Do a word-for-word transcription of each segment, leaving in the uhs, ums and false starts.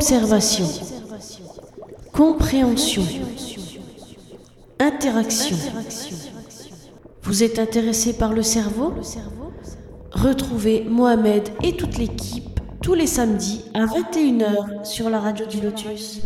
Observation, compréhension, interaction. Vous êtes intéressé par le cerveau? Retrouvez Mohamed et toute l'équipe tous les samedis à vingt et une heures sur la radio du Lotus.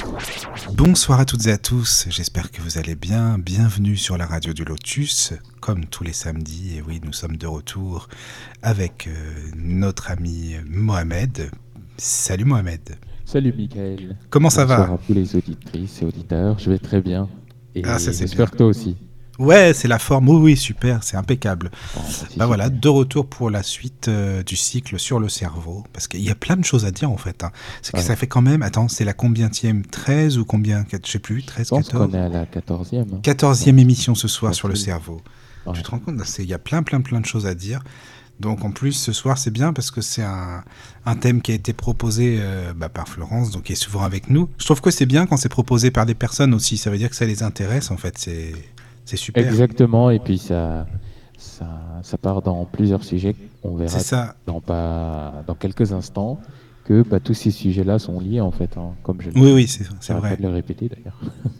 Bonsoir à toutes et à tous, j'espère que vous allez bien. Bienvenue sur la radio du Lotus, comme tous les samedis. Et oui, nous sommes de retour avec euh, notre ami Mohamed. Salut Mohamed. Salut Mickaël. Comment ça Bonsoir va? à tous les auditrices et auditeurs, je vais très bien. Et Ah, ça, c'est j'espère bien. que toi aussi. Ouais, c'est la forme, oui, oui, super, c'est impeccable. Bon, bah, c'est Bah voilà, super. de retour pour la suite euh, du cycle sur le cerveau, parce qu'il y a plein de choses à dire en fait. Hein. C'est que Ouais. ça fait quand même, attends, c'est la combienième, treize ou combien, je sais plus, Je treize, pense quatorze qu'on est à la quatorzième. Hein. quatorzième émission ce soir sur le Facile. cerveau. Ouais. Tu te rends compte, c'est- il y a plein, plein, plein de choses à dire. Donc en plus, ce soir, c'est bien parce que c'est un, un thème qui a été proposé euh, bah, par Florence, donc qui est souvent avec nous. Je trouve que c'est bien quand c'est proposé par des personnes aussi, ça veut dire que ça les intéresse en fait, c'est, c'est super. Exactement, et puis ça, ça, ça part dans plusieurs sujets. On C'est verra ça, dans, pas, dans quelques instants que bah, tous ces sujets-là sont liés en fait, hein, comme je le oui, dis. oui, c'est, c'est J'arrête pas vrai. de le répéter d'ailleurs.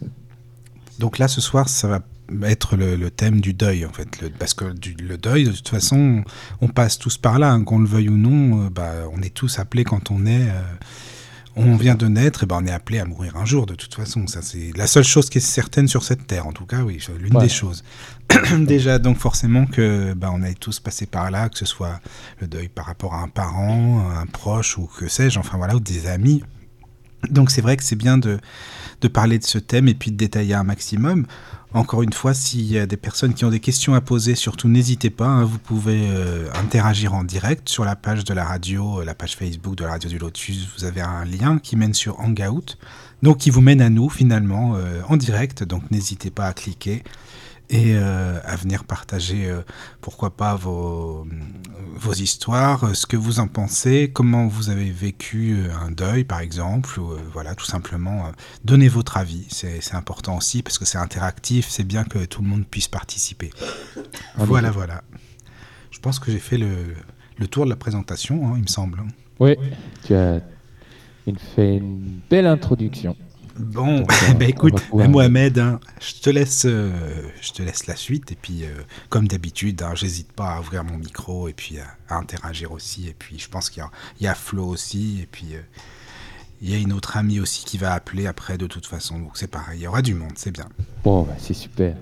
Donc là, ce soir, ça va être le, le thème du deuil, en fait. Le- parce que du- le deuil, de toute façon, on passe tous par là, hein, qu'on le veuille ou non. Euh, bah, on est tous appelés quand on est... euh, on vient de naître, et ben on est appelé à mourir un jour, de toute façon. Ça, c'est la seule chose qui est certaine sur cette terre, en tout cas, oui, c'est l'une Ouais. des choses. Déjà, donc forcément que bah, on est tous passés par là, que ce soit le deuil par rapport à un parent, un proche, ou que sais-je, enfin voilà, ou des amis. Donc c'est vrai que c'est bien de, de parler de ce thème et puis de détailler un maximum. Encore une fois, s'il y a des personnes qui ont des questions à poser, surtout n'hésitez pas, hein, vous pouvez euh, interagir en direct sur la page de la radio, euh, la page Facebook de la radio du Lotus. Vous avez un lien qui mène sur Hangout, donc qui vous mène à nous finalement euh, en direct. Donc n'hésitez pas à cliquer et euh, à venir partager, euh, pourquoi pas, vos, vos histoires, euh, ce que vous en pensez, comment vous avez vécu euh, un deuil, par exemple, ou euh, voilà, tout simplement, euh, donnez votre avis, c'est, c'est important aussi, parce que c'est interactif, c'est bien que tout le monde puisse participer. En Voilà, effet. voilà. Je pense que j'ai fait le, le tour de la présentation, hein, il me semble. Oui, tu as une, fait une belle introduction. Bon, Donc, euh, bah on écoute, va pouvoir- Mohamed, hein, je te laisse, euh, je te laisse la suite et puis, euh, comme d'habitude, hein, j'hésite pas à ouvrir mon micro et puis à, à interagir aussi. Et puis, je pense qu'il y a, il y a Flo aussi et puis euh, il y a une autre amie aussi qui va appeler après de toute façon. Donc c'est pareil, il y aura du monde, c'est bien. Bon, bah, c'est super.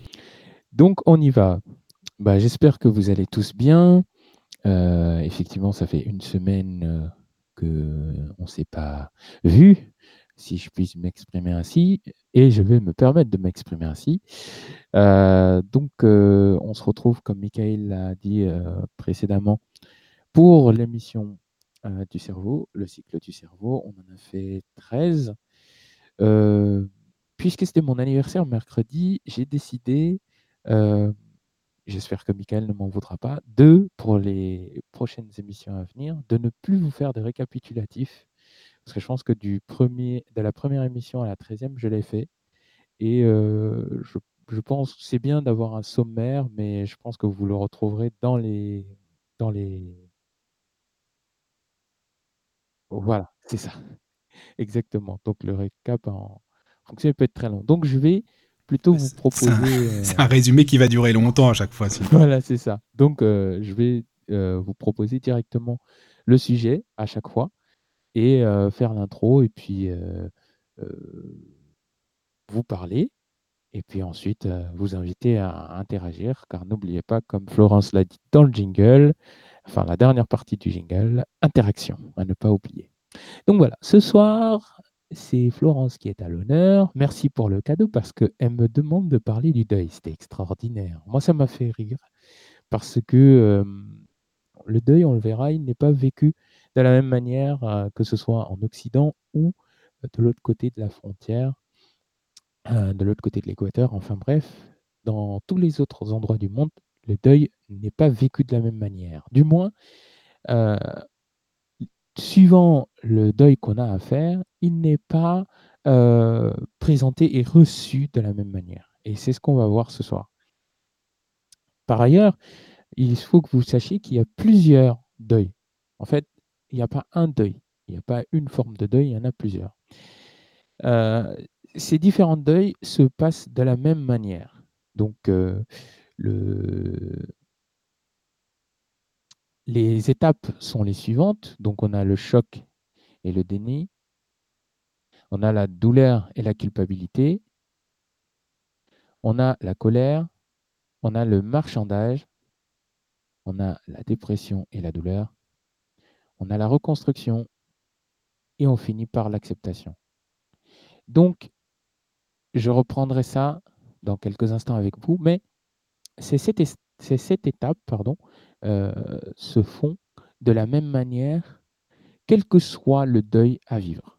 Donc, on y va. Bah, j'espère que vous allez tous bien. Euh, effectivement, ça fait une semaine euh, que on ne s'est pas vu, si je puis m'exprimer ainsi, et je vais me permettre de m'exprimer ainsi. Euh, donc, euh, on se retrouve, comme Michael l'a dit euh, précédemment, pour l'émission euh, du cerveau, le cycle du cerveau. On en a fait treize. Euh, puisque c'était mon anniversaire mercredi, j'ai décidé, euh, j'espère que Michael ne m'en voudra pas, de, pour les prochaines émissions à venir, de ne plus vous faire de récapitulatifs. Parce que je pense que du premier, de la première émission à la treizième, je l'ai fait. Et euh, je, je pense que c'est bien d'avoir un sommaire, mais je pense que vous le retrouverez dans les... Dans les... Voilà, c'est ça. Exactement. Donc le récap en fonction peut être très long. Donc je vais plutôt vous C'est un, proposer. c'est euh, un résumé qui va durer longtemps à chaque fois. Sinon. Voilà, c'est ça. Donc euh, je vais euh, vous proposer directement le sujet à chaque fois et euh, faire l'intro et puis euh, euh, vous parler et puis ensuite euh, vous inviter à interagir car n'oubliez pas, comme Florence l'a dit dans le jingle, enfin la dernière partie du jingle, interaction à ne pas oublier. Donc voilà, ce soir, c'est Florence qui est à l'honneur. Merci pour le cadeau parce qu'elle me demande de parler du deuil. C'était extraordinaire. Moi, ça m'a fait rire parce que euh, le deuil, on le verra, il n'est pas vécu de la même manière, euh, que ce soit en Occident ou euh, de l'autre côté de la frontière, euh, de l'autre côté de l'Équateur. Enfin bref, dans tous les autres endroits du monde, le deuil n'est pas vécu de la même manière. Du moins, euh, suivant le deuil qu'on a à faire, il n'est pas euh, présenté et reçu de la même manière. Et c'est ce qu'on va voir ce soir. Par ailleurs, il faut que vous sachiez qu'il y a plusieurs deuils. En fait, il n'y a pas un deuil. Il n'y a pas une forme de deuil, il y en a plusieurs. Euh, ces différents deuils se passent de la même manière. Donc, euh, le... les étapes sont les suivantes. Donc, on a le choc et le déni. On a la douleur et la culpabilité. On a la colère. On a le marchandage. On a la dépression et la douleur. On a la reconstruction. Et on finit par l'acceptation. Donc, je reprendrai ça dans quelques instants avec vous, mais ces sept, ces sept étapes pardon, euh, se font de la même manière, quel que soit le deuil à vivre.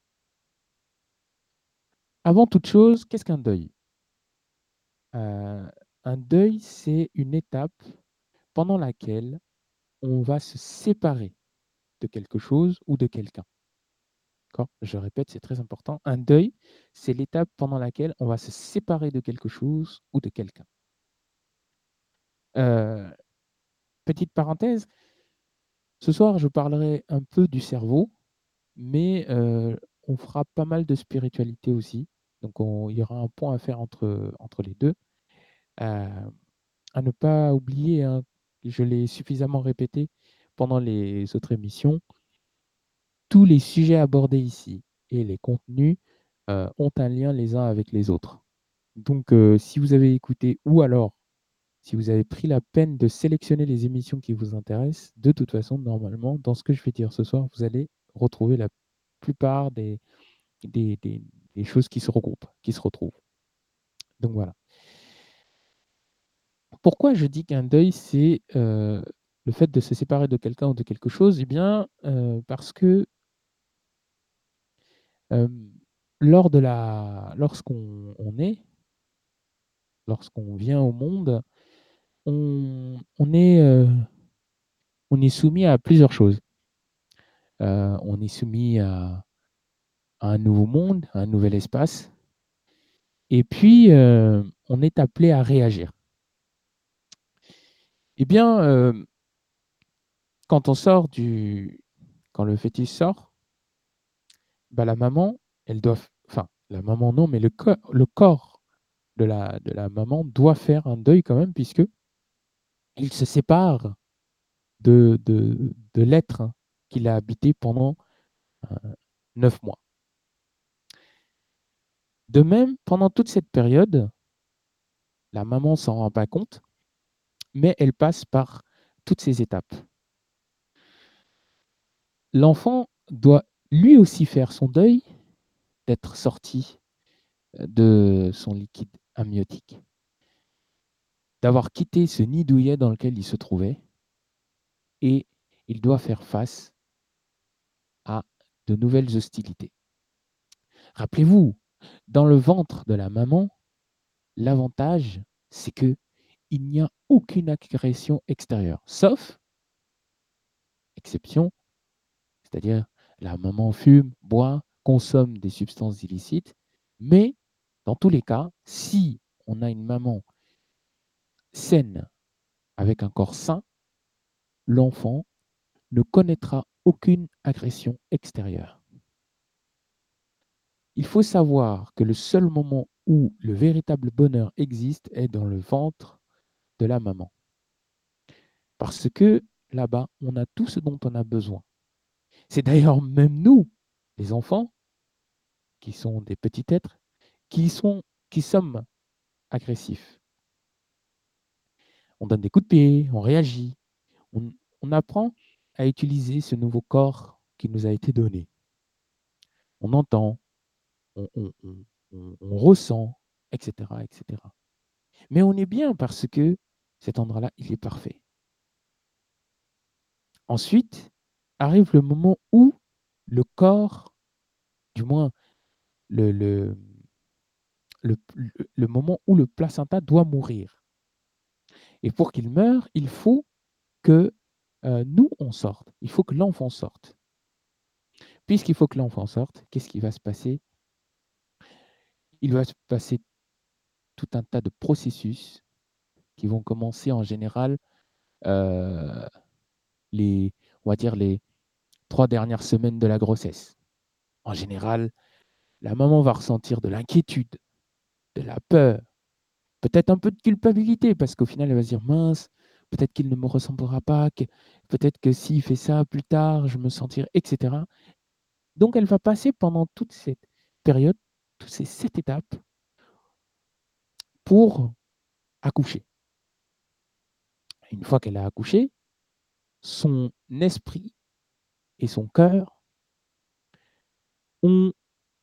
Avant toute chose, qu'est-ce qu'un deuil? euh, Un deuil, c'est une étape pendant laquelle on va se séparer de quelque chose ou de quelqu'un. D'accord? Je répète, c'est très important. Un deuil, c'est l'étape pendant laquelle on va se séparer de quelque chose ou de quelqu'un. Euh, petite parenthèse, ce soir, je parlerai un peu du cerveau, mais euh, on fera pas mal de spiritualité aussi. Donc, on- il y aura un point à faire entre, entre les deux. Euh, à ne pas oublier, hein, je l'ai suffisamment répété pendant les autres émissions, tous les sujets abordés ici et les contenus euh, ont un lien les uns avec les autres. Donc, euh, si vous avez écouté ou alors si vous avez pris la peine de sélectionner les émissions qui vous intéressent, de toute façon, normalement, dans ce que je vais dire ce soir, vous allez retrouver la plupart des, des, des, des choses qui se regroupent, qui se retrouvent. Donc voilà. Pourquoi je dis qu'un deuil, c'est euh, le fait de se séparer de quelqu'un ou de quelque chose? Eh bien, euh, parce que euh, lors de la, lorsqu'on on est, lorsqu'on vient au monde, on, on est, euh, on est soumis à plusieurs choses. Euh, on est soumis à, à un nouveau monde, à un nouvel espace, et puis euh, on est appelé à réagir. Eh bien, euh, quand on sort du, quand le fœtus sort, bah, la maman, elle doit, enfin, la maman non, mais le, co- le corps de la, de la maman doit faire un deuil quand même, puisque il se sépare de, de, de l'être hein, qu'il a habité pendant euh, neuf mois. De même, pendant toute cette période, la maman ne s'en rend pas compte, mais elle passe par toutes ces étapes. L'enfant doit lui aussi faire son deuil d'être sorti de son liquide amniotique, d'avoir quitté ce nid douillet dans lequel il se trouvait, et il doit faire face à de nouvelles hostilités. Rappelez-vous, dans le ventre de la maman, l'avantage, c'est que il n'y a aucune agression extérieure, sauf exception, c'est-à-dire la maman fume, boit, consomme des substances illicites, mais dans tous les cas, si on a une maman saine avec un corps sain, l'enfant ne connaîtra aucune agression extérieure. Il faut savoir que le seul moment où le véritable bonheur existe est dans le ventre de la maman. Parce que là-bas, on a tout ce dont on a besoin. C'est d'ailleurs même nous, les enfants, qui sont des petits êtres, qui, sont, qui sommes agressifs. On donne des coups de pied, on réagit, on, on apprend à utiliser ce nouveau corps qui nous a été donné. On entend, on, on, on, on, on ressent, et cetera, et cetera. Mais on est bien parce que cet endroit-là, il est parfait. Ensuite, arrive le moment où le corps, du moins le, le, le, le moment où le placenta doit mourir. Et pour qu'il meure, il faut que euh, nous, on sorte. Il faut que l'enfant sorte. Puisqu'il faut que l'enfant sorte, qu'est-ce qui va se passer? Il va se passer tout un tas de processus qui vont commencer en général euh, les, on va dire les trois dernières semaines de la grossesse. En général, la maman va ressentir de l'inquiétude, de la peur, peut-être un peu de culpabilité, parce qu'au final, elle va se dire, mince, peut-être qu'il ne me ressemblera pas, que- peut-être que s'il fait ça plus tard, je me sentirai, et cetera. Donc, elle va passer pendant toute cette période, toutes ces sept étapes, pour accoucher. Une fois qu'elle a accouché, son esprit et son cœur ont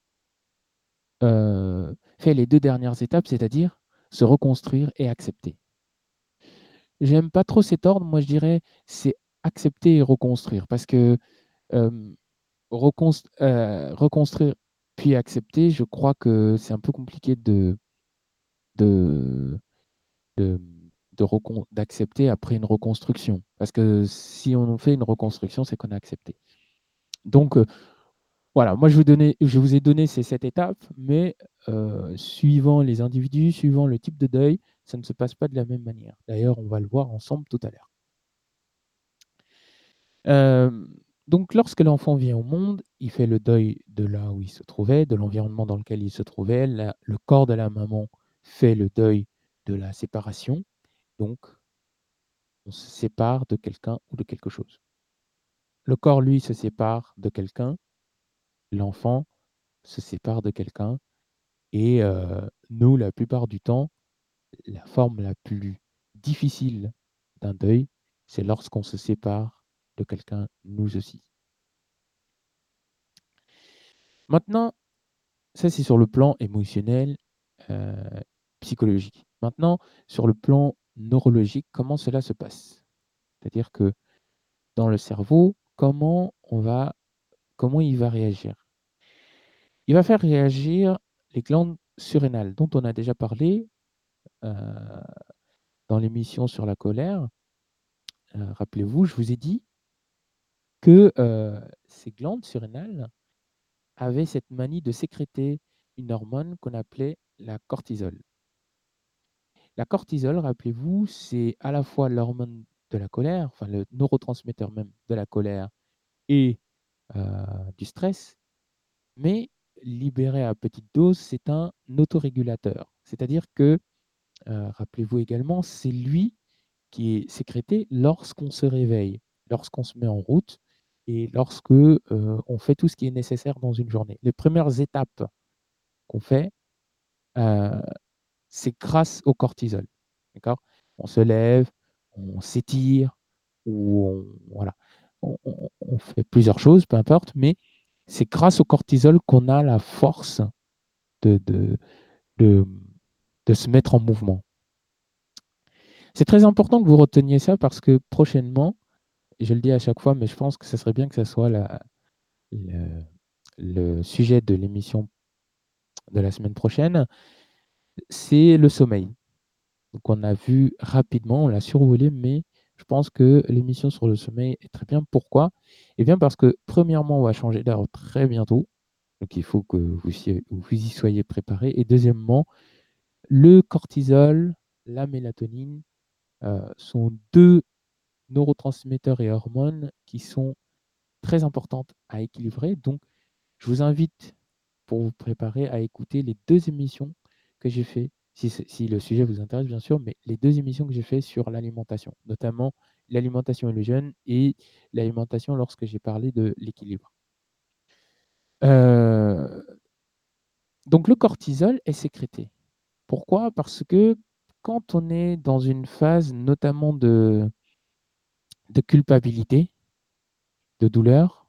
euh, fait les deux dernières étapes, c'est-à-dire se reconstruire et accepter. J'aime pas trop cet ordre, moi je dirais c'est accepter et reconstruire, parce que euh, reconst- euh, reconstruire puis accepter, je crois que c'est un peu compliqué de, de, de, de recon- d'accepter après une reconstruction, parce que si on fait une reconstruction, c'est qu'on a accepté. Donc, euh, voilà, moi je vous, donnais- je vous ai donné ces sept étapes, mais euh, suivant les individus, suivant le type de deuil, ça ne se passe pas de la même manière. D'ailleurs, on va le voir ensemble tout à l'heure. Euh, donc, lorsque l'enfant vient au monde, il fait le deuil de là où il se trouvait, de l'environnement dans lequel il se trouvait. La- le corps de la maman fait le deuil de la séparation. Donc, on se sépare de quelqu'un ou de quelque chose. Le corps, lui, se sépare de quelqu'un. L'enfant se sépare de quelqu'un. Et euh, nous, la plupart du temps, la forme la plus difficile d'un deuil, c'est lorsqu'on se sépare de quelqu'un, nous aussi. Maintenant, ça, c'est sur le plan émotionnel, euh, psychologique. Maintenant, sur le plan neurologique, comment cela se passe? C'est-à-dire que dans le cerveau, comment on va, comment il va réagir? Il va faire réagir les glandes surrénales, dont on a déjà parlé euh, dans l'émission sur la colère. Euh, rappelez-vous, je vous ai dit que euh, ces glandes surrénales avaient cette manie de sécréter une hormone qu'on appelait la cortisol. La cortisol, rappelez-vous, c'est à la fois l'hormone de la colère, enfin le neurotransmetteur même de la colère et euh, du stress, mais libéré à petite dose, c'est un autorégulateur. C'est-à-dire que, euh, rappelez-vous également, c'est lui qui est sécrété lorsqu'on se réveille, lorsqu'on se met en route et lorsque euh, on fait tout ce qui est nécessaire dans une journée. Les premières étapes qu'on fait, euh, c'est grâce au cortisol. D'accord? On se lève, on s'étire, ou on, voilà, on, on- on fait plusieurs choses, peu importe, mais c'est grâce au cortisol qu'on a la force de, de, de, de se mettre en mouvement. C'est très important que vous reteniez ça parce que prochainement, je le dis à chaque fois, mais je pense que ce serait bien que ce soit la, le, le sujet de l'émission de la semaine prochaine, c'est le sommeil. Donc on a vu rapidement, on l'a survolé, mais je pense que l'émission sur le sommeil est très bien. Pourquoi? Eh bien parce que premièrement, on va changer d'heure très bientôt. Donc il faut que vous y, vous y soyez préparés. Et deuxièmement, le cortisol, la mélatonine euh, sont deux neurotransmetteurs et hormones qui sont très importantes à équilibrer. Donc je vous invite pour vous préparer à écouter les deux émissions que j'ai fait, si, si le sujet vous intéresse bien sûr, mais les deux émissions que j'ai fait sur l'alimentation, notamment l'alimentation et le jeûne et l'alimentation lorsque j'ai parlé de l'équilibre. Euh, donc le cortisol est sécrété. Pourquoi? Parce que quand on est dans une phase notamment de, de culpabilité, de douleur,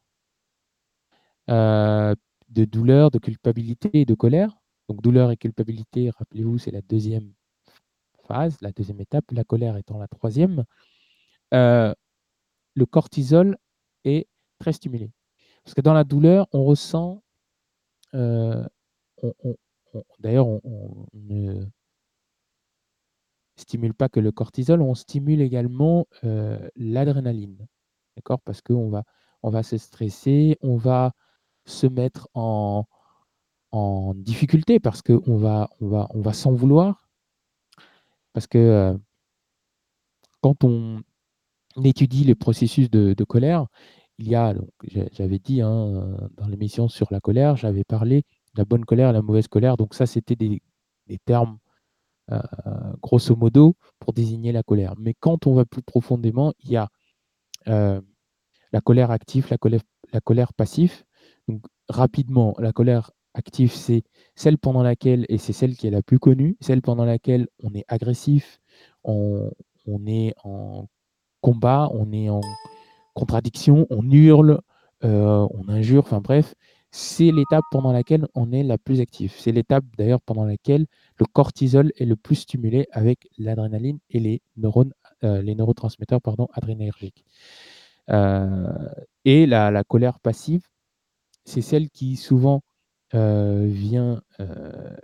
euh, de douleur, de culpabilité et de colère, donc douleur et culpabilité, rappelez-vous, c'est la deuxième phase, la deuxième étape, la colère étant la troisième, euh, le cortisol est très stimulé. Parce que dans la douleur, on ressent, euh, on, on, on, d'ailleurs, on, on, ne stimule pas que le cortisol, on stimule également euh, l'adrénaline, d'accord? Parce qu'on va, on va se stresser, on va se mettre en, en difficulté parce qu'on va, on va, on va s'en vouloir. Parce que euh, quand on, on étudie les processus de, de colère, il y a, donc, j'ai- j'avais dit hein, dans l'émission sur la colère, j'avais parlé de la bonne colère et la mauvaise colère. Donc ça, c'était des, des termes euh, grosso modo pour désigner la colère. Mais quand on va plus profondément, il y a euh, la colère active, la colère, la colère passive. Donc rapidement, la colère active, c'est celle pendant laquelle, et c'est celle qui est la plus connue, celle pendant laquelle on est agressif, on, on est en combat, on est en contradiction, on hurle, euh, on injure, enfin bref, c'est l'étape pendant laquelle on est la plus actif. C'est l'étape d'ailleurs pendant laquelle le cortisol est le plus stimulé avec l'adrénaline et les neurones, euh, les neurotransmetteurs pardon, adrénergiques. Euh, et la, la colère passive, c'est celle qui souvent euh, vient euh,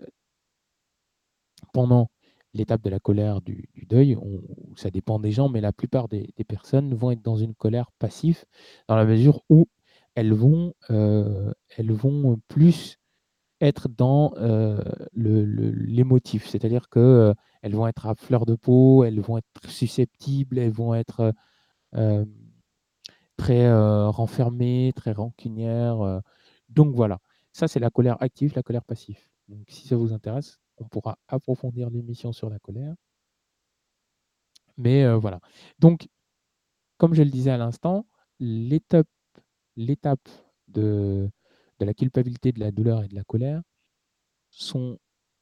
pendant l'étape de la colère du, du deuil. On, ça dépend des gens, mais la plupart des, des, personnes vont être dans une colère passive dans la mesure où elles vont, euh, elles vont plus être dans euh, le, le, l'émotif, c'est-à-dire qu'elles euh, vont être à fleur de peau, elles vont être susceptibles, elles vont être euh, très euh, renfermées, très rancunières. Euh. Donc voilà, ça c'est la colère active, la colère passive. Donc si ça vous intéresse, on pourra approfondir l'émission sur la colère. Mais euh, voilà. Donc, comme je le disais à l'instant, l'étape, l'étape de, de la culpabilité, de la douleur et de la colère sont,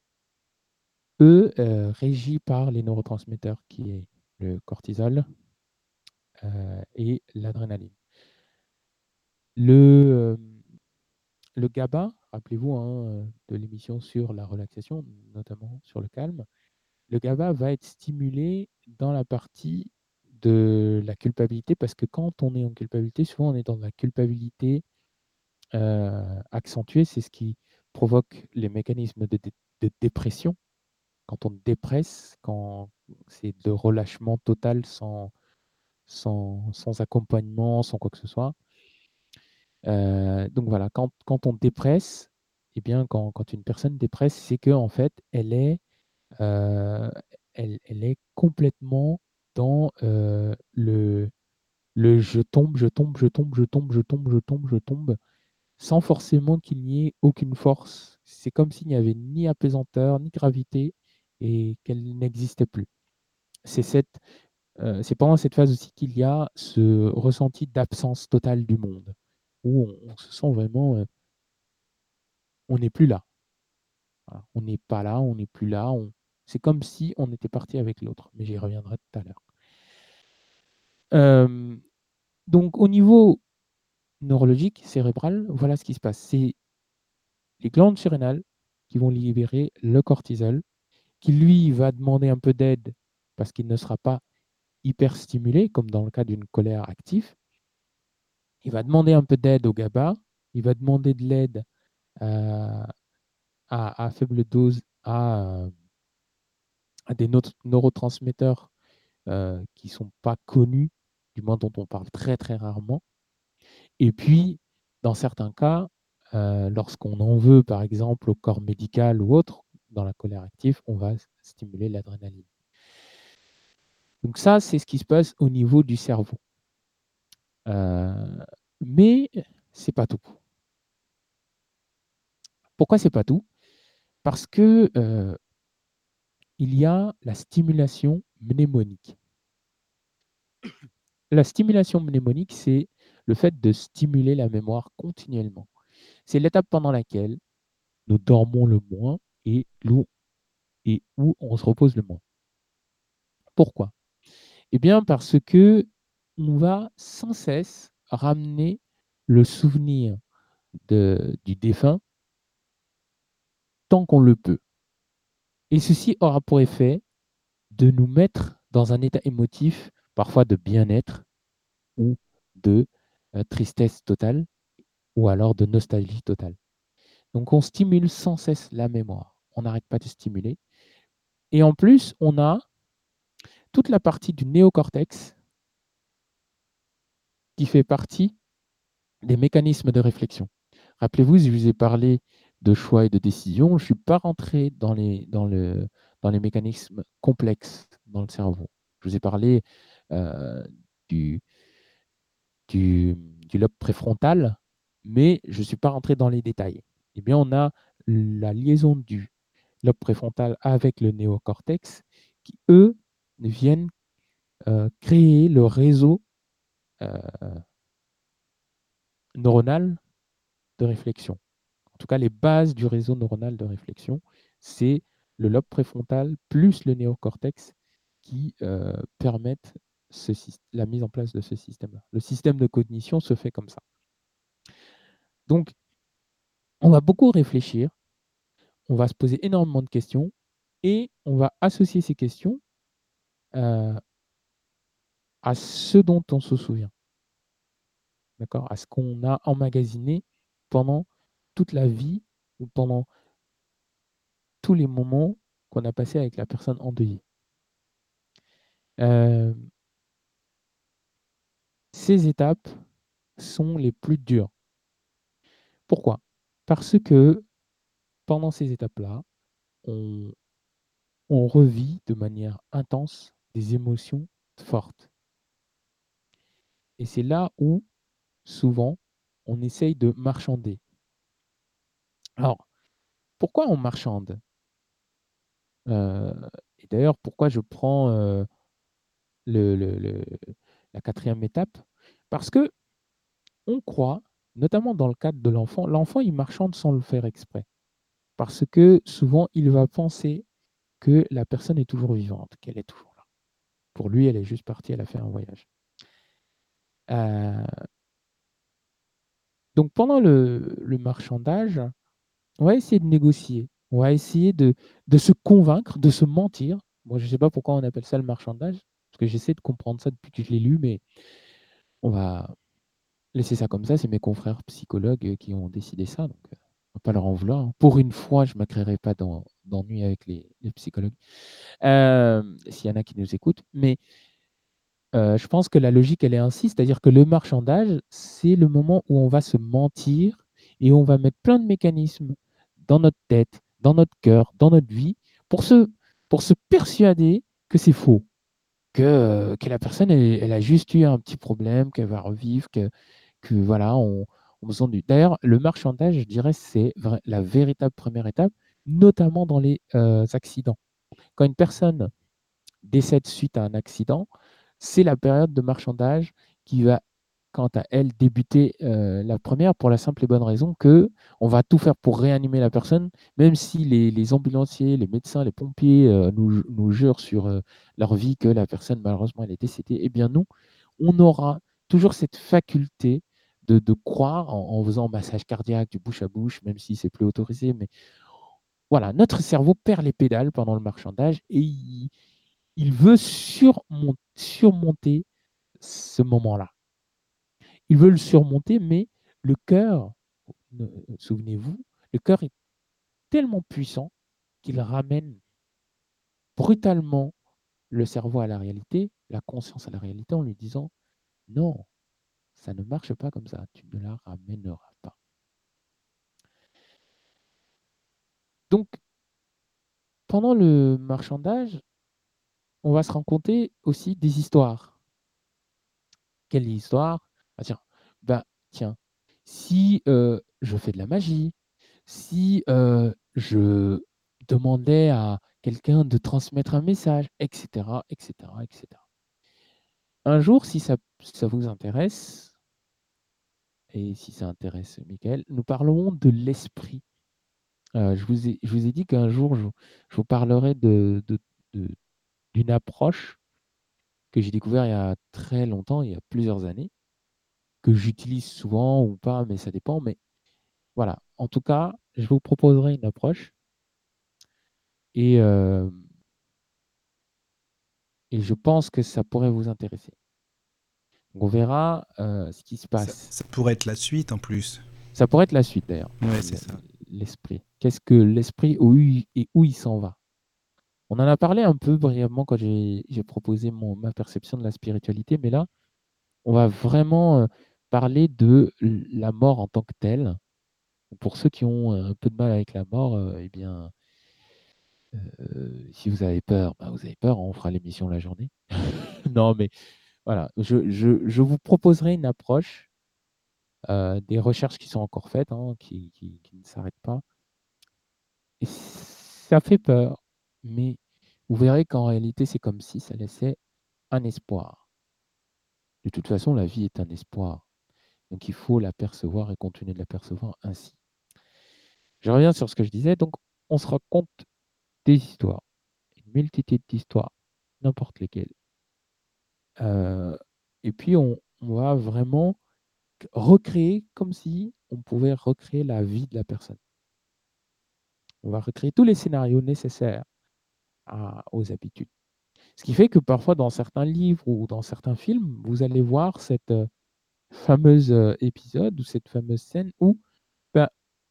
eux, euh, régis par les neurotransmetteurs qui est le cortisol euh, et l'adrénaline. Le, euh, le GABA, rappelez-vous hein, de l'émission sur la relaxation, notamment sur le calme, le GABA va être stimulé dans la partie de la culpabilité parce que quand on est en culpabilité, souvent on est dans la culpabilité euh, accentuée. C'est ce qui provoque les mécanismes de, dé- de dépression. Quand on dépresse, quand c'est de relâchement total sans, sans, sans accompagnement, sans quoi que ce soit. Euh, donc voilà, quand, quand on dépresse, eh bien, quand, quand une personne dépresse, c'est qu'en en fait, elle est euh, elle, elle est complètement dans euh, le, le je tombe, je tombe, je tombe, je tombe, je tombe, je tombe, je tombe, sans forcément qu'il n'y ait aucune force. C'est comme s'il n'y avait ni apesanteur, ni gravité, et qu'elle n'existait plus. C'est cette, euh, c'est pendant cette phase aussi qu'il y a ce ressenti d'absence totale du monde, où on, on se sent vraiment, euh, on n'est plus là. Voilà. On n'est pas là, on n'est plus là. On... C'est comme si on était parti avec l'autre, mais j'y reviendrai tout à l'heure. Euh, donc au niveau neurologique, cérébral, voilà ce qui se passe. C'est les glandes surrénales qui vont libérer le cortisol, qui lui va demander un peu d'aide parce qu'il ne sera pas hyper stimulé, comme dans le cas d'une colère active. Il va demander un peu d'aide au GABA, il va demander de l'aide euh, à, à, faible dose à, à des neurotransmetteurs euh, qui ne sont pas connus, du moins dont on parle très très rarement. Et puis, dans certains cas, euh, lorsqu'on en veut, par exemple, au corps médical ou autre, dans la colère active, on va stimuler l'adrénaline. Donc ça, c'est ce qui se passe au niveau du cerveau. Euh, mais c'est pas tout. Pourquoi c'est pas tout? Parce que euh, il y a la stimulation mnémonique. La stimulation mnémonique, c'est le fait de stimuler la mémoire continuellement. C'est l'étape pendant laquelle nous dormons le moins et où, et où on se repose le moins. Pourquoi? Eh bien parce que on va sans cesse ramener le souvenir de, du défunt tant qu'on le peut. Et ceci aura pour effet de nous mettre dans un état émotif, parfois de bien-être ou de euh, tristesse totale, ou alors de nostalgie totale. Donc on stimule sans cesse la mémoire. On n'arrête pas de stimuler. Et en plus, on a toute la partie du néocortex qui fait partie des mécanismes de réflexion. Rappelez-vous, je vous ai parlé de choix et de décision. Je ne suis pas rentré dans les, dans, le, dans les mécanismes complexes dans le cerveau. Je vous ai parlé euh, du, du, du lobe préfrontal, mais je ne suis pas rentré dans les détails. Eh bien, on a la liaison du lobe préfrontal avec le néocortex qui, eux, viennent euh, créer le réseau euh, neuronal de réflexion. En tout cas, les bases du réseau neuronal de réflexion, c'est le lobe préfrontal plus le néocortex qui euh, permettent ce, la mise en place de ce système-là. Le système de cognition se fait comme ça. Donc, on va beaucoup réfléchir, on va se poser énormément de questions et on va associer ces questions euh, à ce dont on se souvient, d'accord, à ce qu'on a emmagasiné pendant toute la vie ou pendant tous les moments qu'on a passés avec la personne endeuillée. Euh, ces étapes sont les plus dures. Pourquoi? Parce que pendant ces étapes-là, on, on revit de manière intense des émotions fortes. Et c'est là où, souvent, on essaye de marchander. Alors, pourquoi on marchande? euh, Et d'ailleurs, pourquoi je prends euh, le, le, le, la quatrième étape? Parce que on croit, notamment dans le cadre de l'enfant, l'enfant, il marchande sans le faire exprès. Parce que souvent, il va penser que la personne est toujours vivante, qu'elle est toujours là. Pour lui, elle est juste partie, elle a fait un voyage. Euh, donc, pendant le, le marchandage, on va essayer de négocier, on va essayer de, de se convaincre, de se mentir. Moi, je ne sais pas pourquoi on appelle ça le marchandage, parce que j'essaie de comprendre ça depuis que je l'ai lu, mais on va laisser ça comme ça. C'est mes confrères psychologues qui ont décidé ça, donc euh, on ne va pas leur en vouloir, hein. Pour une fois, je ne me créerai pas d'ennui avec les, les psychologues, euh, s'il y en a qui nous écoutent. Mais euh, je pense que la logique, elle est ainsi, c'est-à-dire que le marchandage, c'est le moment où on va se mentir et on va mettre plein de mécanismes dans notre tête, dans notre cœur, dans notre vie, pour se, pour se persuader que c'est faux, que, euh, que la personne, elle, elle a juste eu un petit problème, qu'elle va revivre, que, que voilà, on, on besoin du... D'ailleurs, le marchandage, je dirais, c'est vra- la véritable première étape, notamment dans les euh, accidents. Quand une personne décède suite à un accident, c'est la période de marchandage qui va, quant à elle, débuter euh, la première pour la simple et bonne raison que on va tout faire pour réanimer la personne, même si les, les ambulanciers, les médecins, les pompiers euh, nous, nous jurent sur euh, leur vie que la personne, malheureusement, elle est décédée. Eh bien, nous, on aura toujours cette faculté de, de croire en, en faisant un massage cardiaque, du bouche à bouche, même si c'est plus autorisé. Mais voilà, notre cerveau perd les pédales pendant le marchandage et il, il veut surmon- surmonter ce moment-là. Il veut le surmonter, mais le cœur, ne- souvenez-vous, le cœur est tellement puissant qu'il ramène brutalement le cerveau à la réalité, la conscience à la réalité, en lui disant non, ça ne marche pas comme ça, tu ne la ramèneras pas. Donc, pendant le marchandage, on va se raconter aussi des histoires. Quelle histoire? Ah, tiens, bah, tiens, si euh, je fais de la magie, si euh, je demandais à quelqu'un de transmettre un message, et cetera, et cetera, et cetera. Un jour, si ça, ça vous intéresse, et si ça intéresse Michael, nous parlerons de l'esprit. Euh, je, vous ai, je vous ai dit qu'un jour, je, je vous parlerai de, de, de- d'une approche que j'ai découvert il y a très longtemps, il y a plusieurs années, que j'utilise souvent ou pas, mais ça dépend. Mais voilà, en tout cas, je vous proposerai une approche et, euh, et je pense que ça pourrait vous intéresser. Donc, on verra euh, ce qui se Ça, passe. ça pourrait être la suite en plus. Ça pourrait être la suite d'ailleurs, Ouais, c'est ça. l'esprit. Qu'est-ce que l'esprit où il- et où il s'en va? On en a parlé un peu brièvement quand j'ai j'ai proposé mon, ma perception de la spiritualité, mais là, on va vraiment euh, parler de l- la mort en tant que telle. Pour ceux qui ont un peu de mal avec la mort, euh, eh bien, euh, si vous avez peur, bah, vous avez peur, on fera l'émission la journée. Non, mais voilà, je, je, je vous proposerai une approche euh, des recherches qui sont encore faites, hein, qui, qui- qui ne s'arrêtent pas. Et ça fait peur, mais vous verrez qu'en réalité, c'est comme si ça laissait un espoir. De toute façon, la vie est un espoir. Donc il faut l'apercevoir et continuer de l'apercevoir ainsi. Je reviens sur ce que je disais. Donc on se raconte des histoires, une multitude d'histoires, n'importe lesquelles. Euh, et puis on, on va vraiment recréer comme si on pouvait recréer la vie de la personne. On va recréer tous les scénarios nécessaires à- aux habitudes. Ce qui fait que parfois dans certains livres ou dans certains films, vous allez voir cette euh, fameuse euh, épisode ou cette fameuse scène où ben,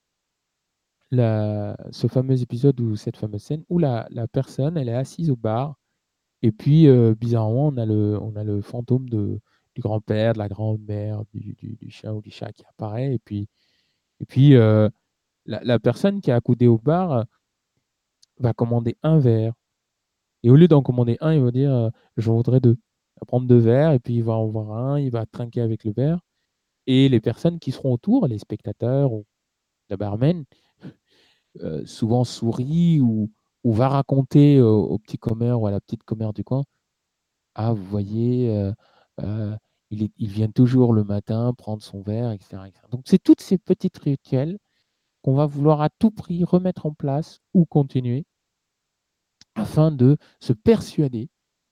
la, ce fameux épisode ou cette fameuse scène où la, la personne elle est assise au bar et puis euh, bizarrement on a le, on a le fantôme de, du grand-père, de la grand-mère, du, du, du chien ou du chat qui apparaît et puis, et puis euh, la, la personne qui est accoudée au bar euh, va commander un verre et au lieu d'en commander un il va dire euh, je voudrais deux. Il va prendre deux verres et puis il va en voir un, il va trinquer avec le verre et les personnes qui seront autour, les spectateurs ou la barman, euh, souvent sourit ou, ou va raconter au, au petit commère ou à la petite commère du coin, ah, vous voyez, euh, euh, il, est- il vient toujours le matin prendre son verre, et cetera, et cetera. Donc, c'est toutes ces petites rituels qu'on va vouloir à tout prix remettre en place ou continuer afin de se persuader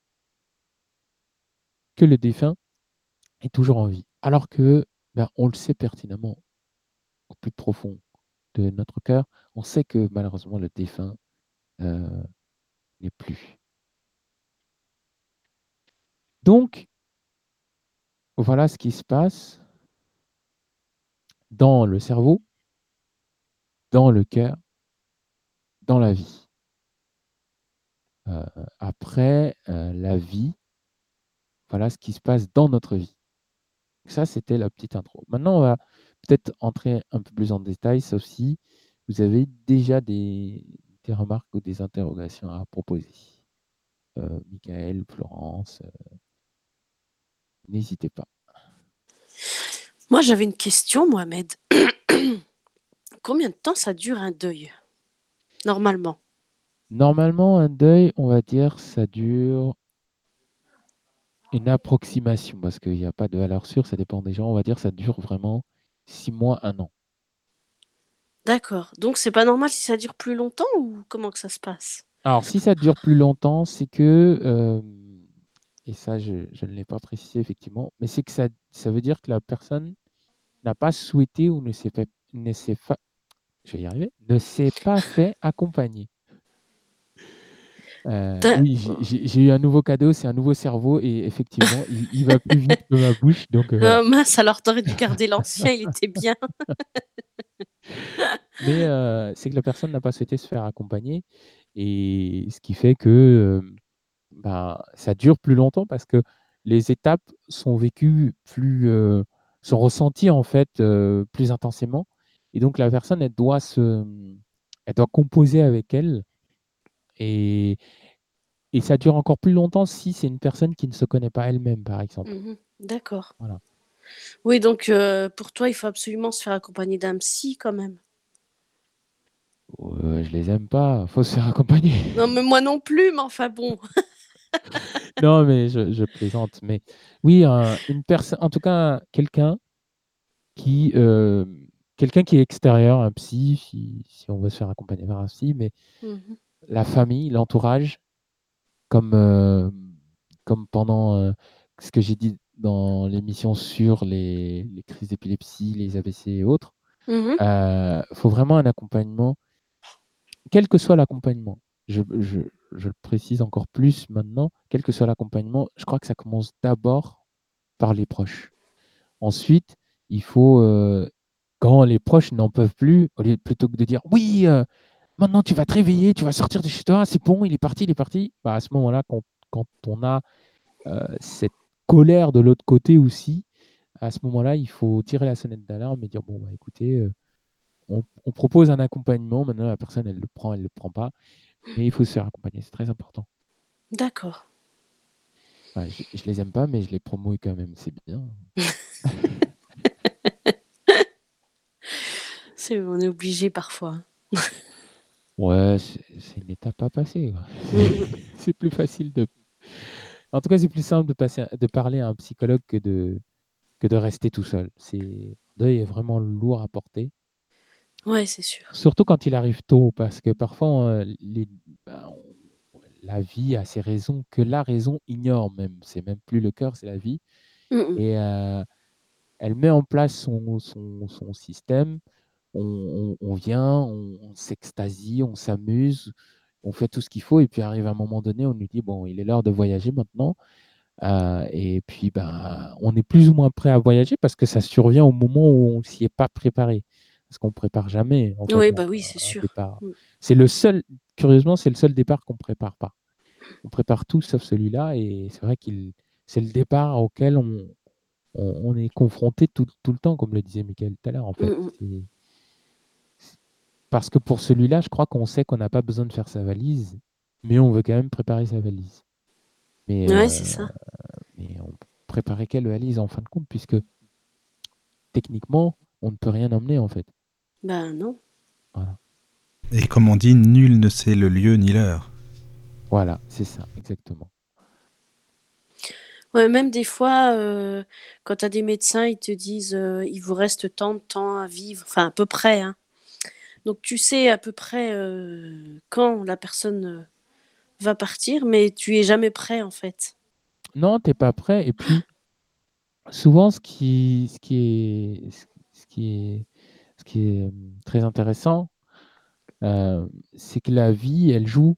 que le défunt est toujours en vie. Alors que, ben, on le sait pertinemment, au plus profond de notre cœur, on sait que malheureusement le défunt euh, n'est plus. Donc, voilà ce qui se passe dans le cerveau, dans le cœur, dans la vie. Euh, après euh, la vie, voilà ce qui se passe dans notre vie. Ça, c'était la petite intro. Maintenant, on va peut-être entrer un peu plus en détail, sauf si vous avez déjà des, des remarques ou des interrogations à proposer. Euh, Michael, Florence, euh, n'hésitez pas. Moi, j'avais une question, Mohamed. Combien de temps ça dure un deuil, normalement? Normalement, un deuil, on va dire, ça dure une approximation, parce qu'il n'y a pas de valeur sûre, ça dépend des gens. On va dire ça dure vraiment six mois, un an. D'accord. Donc, c'est pas normal si ça dure plus longtemps ou comment que ça se passe? Alors, si ça dure plus longtemps, c'est que, euh, et ça, je, je ne l'ai pas précisé effectivement, mais c'est que ça, ça veut dire que la personne n'a pas souhaité ou ne s'est pas, ne s'est fa- je vais y arriver, ne s'est pas fait accompagner. Euh, T'as- oui, j'ai j'ai- j'ai eu un nouveau cadeau, c'est un nouveau cerveau, et effectivement, il, il va plus vite que ma bouche, donc euh, voilà. Oh, mince, alors t'aurais dû garder l'ancien, il était bien. Mais euh, c'est que la personne n'a pas souhaité se faire accompagner, et ce qui fait que euh, bah, ça dure plus longtemps parce que les étapes sont vécues plus, euh, sont ressenties en fait euh, plus intensément. Et donc la personne, elle doit se, elle doit composer avec elle. Et, et ça dure encore plus longtemps si c'est une personne qui ne se connaît pas elle-même, par exemple. Mhm, d'accord. Voilà. Oui, donc euh, pour toi, il faut absolument se faire accompagner d'un psy quand même. Euh, je les aime pas, faut se faire accompagner. Non, mais moi non plus, mais enfin bon. Non, mais je, je plaisante. Mais oui, un- une personne, en tout cas, quelqu'un qui, euh, quelqu'un qui est extérieur, un psy, si, si on veut se faire accompagner par un psy, mais Mhm, la famille, l'entourage, comme, euh, comme pendant euh, ce que j'ai dit dans l'émission sur les, les crises d'épilepsie, les A V C et autres, mhm, il faut vraiment un accompagnement, quel que soit l'accompagnement. Je, je, je le précise encore plus maintenant, quel que soit l'accompagnement, je crois que ça commence d'abord par les proches. Ensuite, il faut, euh, quand les proches n'en peuvent plus, au lieu, plutôt que de dire oui, euh, maintenant tu vas te réveiller, tu vas sortir de chez toi, c'est bon, il est parti, il est parti. Bah, à ce moment-là, quand, quand on a euh, cette colère de l'autre côté aussi, à ce moment-là, il faut tirer la sonnette d'alarme et dire bon, bah, écoutez, euh, on, on propose un accompagnement. Maintenant, la personne, elle le prend, elle ne le prend pas, mais il faut se faire accompagner, c'est très important. d'accord. Ouais, je, je les aime pas, mais je les promouille quand même, c'est bien. C'est on est obligé parfois. Ouais, c'est c'est une étape à passer, quoi. Mmh mh. C'est plus facile de en tout cas, c'est plus simple de passer de parler à un psychologue que de que de rester tout seul. C'est le deuil est vraiment lourd à porter. Ouais, c'est sûr. Surtout quand il arrive tôt, parce que parfois, heu, les ben, on la vie a ses raisons que la raison ignore même. C'est même plus le cœur, c'est la vie Mmh mh. et heu, elle met en place son son son système. On on on vient, on on s'extasie, on s'amuse, on fait tout ce qu'il faut et puis arrive un moment donné, on nous dit: «Bon, il est l'heure de voyager maintenant». Heu et puis, ben, on est plus ou moins prêt à voyager parce que ça survient au moment où on s'y est pas préparé. Parce qu'on prépare jamais, en fait, Oui, un bah, oui, c'est un sûr. départ. Mmh. C'est le seul curieusement, c'est le seul départ qu'on prépare pas. On prépare tout sauf celui-là et c'est vrai qu'il c'est le départ auquel on on on est confronté tout tout le temps, comme le disait Mickaël tout à l'heure, en fait. Mmh mh. C'est c parce que pour celui-là, je crois qu'on sait qu'on n'a pas besoin de faire sa valise, mais on veut quand même préparer sa valise. Mais Ouais, heu, c'est ça. mais on préparait quelle valise en fin de compte puisque techniquement, on ne peut rien emmener, en fait. Ben, non. Voilà. Et comme on dit, nul ne sait le lieu ni l'heure. Voilà, c'est ça, exactement. Ouais, même des fois, heu, quand tu as des médecins, ils te disent, heu: «Il vous reste tant de temps à vivre», enfin à peu près, hein. Donc tu sais à peu près, heu, quand la personne, heu, va partir, mais tu es jamais prêt, en fait. Non, tu es pas prêt et puis souvent ce qui ce qui est ce ce qui est ce qui est, hem, très intéressant, heu, c'est que la vie, elle joue,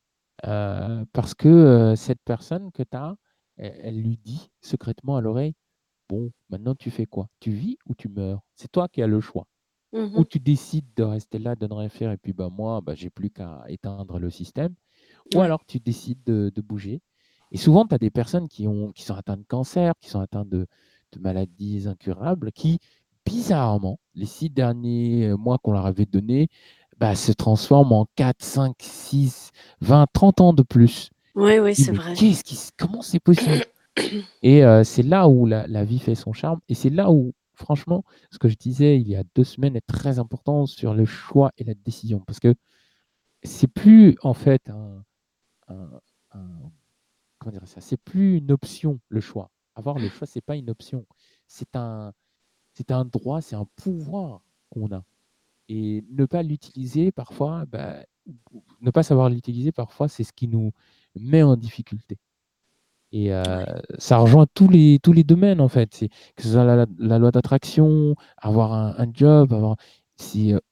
heu, parce que, heu, cette personne que tu as, elle elle lui dit secrètement à l'oreille: «Bon, maintenant tu fais quoi? Tu vis ou tu meurs? C'est toi qui as le choix. Mmh Ou mh. tu décides de rester là, de ne rien faire et puis, bah, moi, bah, j'ai plus qu'à éteindre le système, ou Ouais. alors tu décides de de bouger». Et souvent, tu as des personnes qui ont qui sont atteintes de cancer, qui sont atteintes de de maladies incurables, qui bizarrement, les six derniers, heu, mois qu'on leur avait donnés, bah, se transforment en quatre, cinq, six, vingt, trente ans de plus. Ouais, ouais, Tu dis: c'est «Mais vrai. qu'est-ce qui se comment c'est possible?» Et heu, c'est là où la la vie fait son charme et c'est là où franchement, ce que je disais il y a deux semaines est très important sur le choix et la décision. Parce que c'est plus en fait un un un comment dire ça? C'est plus une option, le choix. Avoir le choix, c'est pas une option. C'est un c'est un droit, c'est un pouvoir qu'on a et ne pas l'utiliser parfois, bah, ne pas savoir l'utiliser parfois, c'est ce qui nous met en difficulté. Et heu, Ouais. ça rejoint tous les tous les domaines, en fait. C'est que ce soit la la la loi d'attraction, avoir un un job, avoir c'est, heu,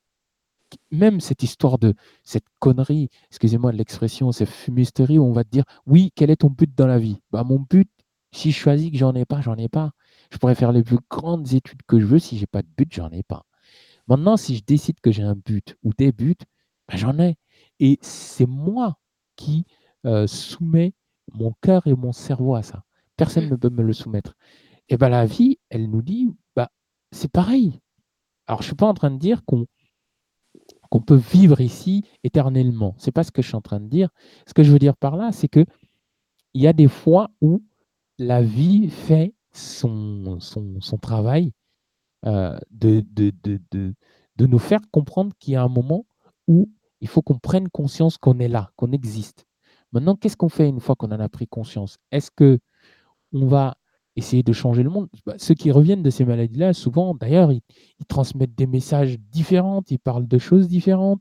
même cette histoire de cette connerie, excusez-moi de l'expression, cette fumisterie où on va te dire: «Oui, quel est ton but dans la vie?» Bah, mon but, si je choisis que j'en ai pas, j'en ai pas. Je pourrais faire les plus grandes études que je veux, si j'ai pas de but, j'en ai pas. Maintenant, si je décide que j'ai un but ou des buts, bah, j'en ai et c'est moi qui, heu, soumets mon cœur et mon cerveau à ça. Personne ne peut me le soumettre et bah, la vie, elle nous dit, bah, c'est pareil. Alors je suis pas en train de dire qu'on qu'on peut vivre ici éternellement. C'est pas ce que je suis en train de dire. Ce que je veux dire par là, c'est qu'il y a des fois où la vie fait son son son travail, heu, de de de de de nous faire comprendre qu'il y a un moment où il faut qu'on prenne conscience qu'on est là, qu'on existe. Maintenant, qu'est-ce qu'on fait une fois qu'on en a pris conscience? Est-ce qu'on va essayer de changer le monde? Bah, ceux qui reviennent de ces maladies-là, souvent d'ailleurs, ils ils transmettent des messages différents, ils parlent de choses différentes,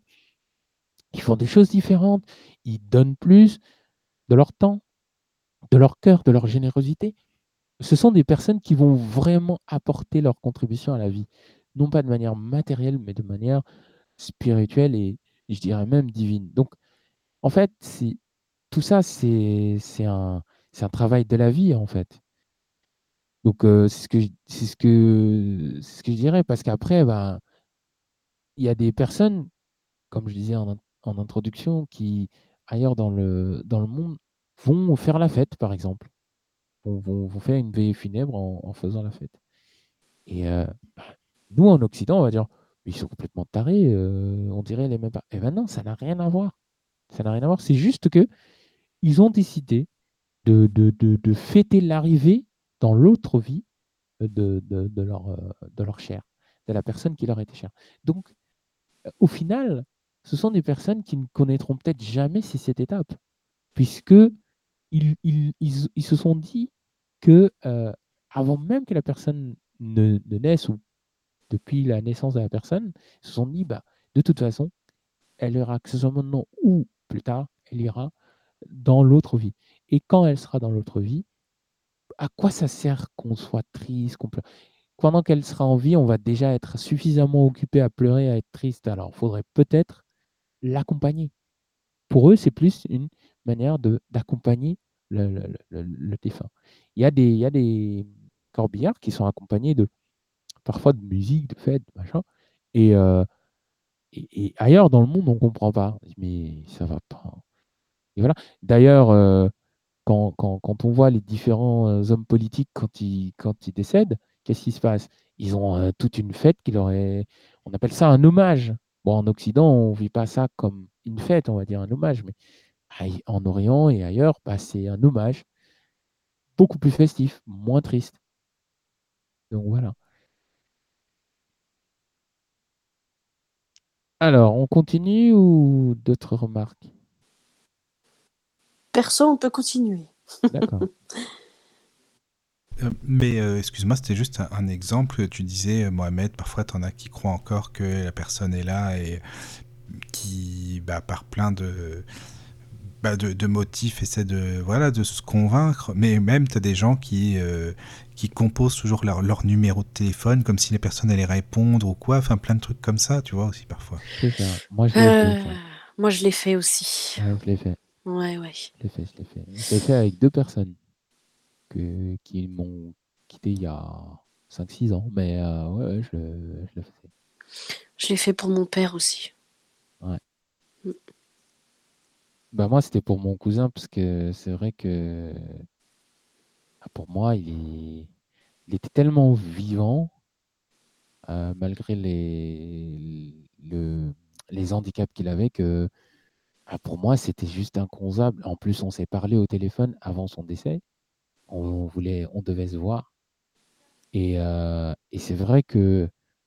ils font des choses différentes, ils donnent plus de leur temps, de leur cœur, de leur générosité. Ce sont des personnes qui vont vraiment apporter leur contribution à la vie. Non pas de manière matérielle, mais de manière spirituelle et je dirais même divine. Donc, en fait, c'est tout ça, c'est c'est un c'est un travail de la vie, en fait. Donc, heu, c'est ce que je c'est ce que c'est ce que je dirais parce qu'après, ben il y a des personnes, comme je disais en in en introduction, qui ailleurs dans le dans le monde, vont faire la fête, par exemple. Vont vont vont faire une veillée funèbre en en faisant la fête. Et heu, bah, nous en Occident, on va dire: «Mais ils sont complètement tarés, heu, on dirait les mêmes pas». Et ben non, ça n'a rien à voir. Ça n'a rien à voir. C'est juste qu'ils ont décidé de de de de fêter l'arrivée dans l'autre vie de de de leur, heu, de leur cher. de la personne qui leur était chère. Donc, euh, au final, ce sont des personnes qui ne connaîtront peut-être jamais ces- cette étape, puisque ils, ils- ils- ils se sont dit que euh, avant même que la personne ne, ne naisse ou depuis la naissance de la personne, ils se sont dit, bah, de toute façon, elle ira, que ce soit maintenant ou plus tard, elle ira dans l'autre vie. Et quand elle sera dans l'autre vie, à quoi ça sert qu'on soit triste, qu'on pleure? Pendant qu'elle sera en vie, on va déjà être suffisamment occupé à pleurer, à être triste. Alors, il faudrait peut-être l'accompagner. Pour eux, c'est plus une manière de d'accompagner le, le- le- le défunt. Il y a des, il y a des corbillards qui sont accompagnés de parfois de musique, de fêtes, de machin. Et, euh, et, et ailleurs dans le monde, on ne comprend pas. On dit, mais ça va pas. Et voilà. D'ailleurs, euh, quand, quand, quand on voit les différents euh, hommes politiques quand ils, quand ils décèdent, qu'est-ce qui se passe? Ils ont euh, toute une fête qui leur est. On appelle ça un hommage. Bon, en Occident, on ne vit pas ça comme une fête, on va dire un hommage, mais aïe, en Orient et ailleurs, bah, c'est un hommage beaucoup plus festif, moins triste. Donc voilà. Alors, on continue ou d'autres remarques? Perso, on peut continuer. D'accord. Euh, mais euh, excuse-moi, c'était juste un, un exemple. Tu disais, euh, Mohamed, parfois t'en as qui croient encore que la personne est là et qui, bah, par plein de, bah, de, de motifs, essaie de, voilà, de se convaincre. Mais même, tu as des gens qui, euh, qui composent toujours leur, leur numéro de téléphone comme si les personnes allaient répondre ou quoi. Enfin, plein de trucs comme ça, tu vois, aussi parfois. C'est ça. Moi, je l'ai fait, Euh, ça. moi, je l'ai fait aussi. Ouais, je l'ai fait. Ouais, ouais. Je l'ai fait, je l'ai fait. Je l'ai fait avec deux personnes que, qui m'ont quitté il y a cinq six ans. Mais euh, ouais, ouais, je le, je le faisais. Je l'ai fait pour mon père aussi. Ouais. Mm. Bah, moi, c'était pour mon cousin, parce que c'est vrai que ah, pour moi, il, est, il était tellement vivant, euh, malgré les, le, les handicaps qu'il avait, que ah, pour moi, c'était juste inconcevable. En plus, on s'est parlé au téléphone avant son décès. On, voulait, on devait se voir. Et, euh, et c'est vrai que,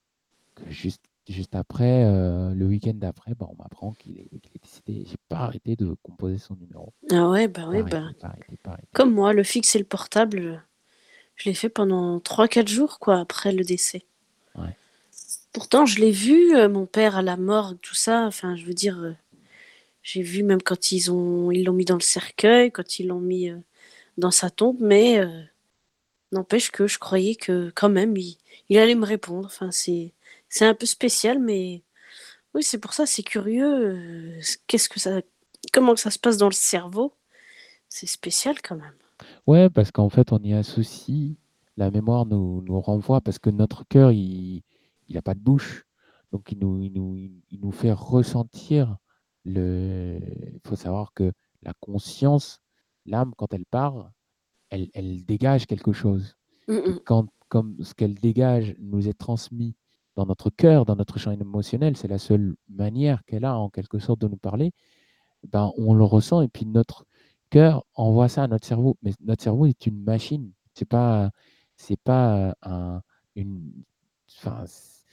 que juste, juste après, euh, le week-end d'après, bah, on m'apprend qu'il est, qu'il est décédé. J'ai pas arrêté de composer son numéro. Ah ouais, bah Pas ouais, bah. arrêté, pas arrêté, pas arrêté. Comme moi, le fixe et le portable, je l'ai fait pendant trois quatre jours, quoi, après le décès. Ouais. Pourtant, je l'ai vu, euh, mon père à la morgue, tout ça. Enfin, je veux dire, euh, j'ai vu même quand ils ont, ils l'ont mis dans le cercueil, quand ils l'ont mis euh, dans sa tombe, mais euh, n'empêche que je croyais que quand même, il, il allait me répondre. Enfin, c'est, c'est un peu spécial, mais oui, c'est pour ça, c'est curieux. euh, Qu'est-ce que ça, comment ça se passe dans le cerveau? C'est spécial quand même. Ouais, parce qu'en fait, on y associe, la mémoire nous, nous renvoie, parce que notre cœur, il n'a pas de bouche. Donc, il nous, il nous, il nous fait ressentir le. Il faut savoir que la conscience, l'âme, quand elle part, elle, elle dégage quelque chose. Mm, Et mm. quand, comme ce qu'elle dégage nous est transmis dans notre cœur, dans notre champ émotionnel, c'est la seule manière qu'elle a, en quelque sorte, de nous parler, ben, on le ressent et puis notre cœur envoie ça à notre cerveau. Mais notre cerveau est une machine. C'est pas, c'est pas un, une, enfin, c-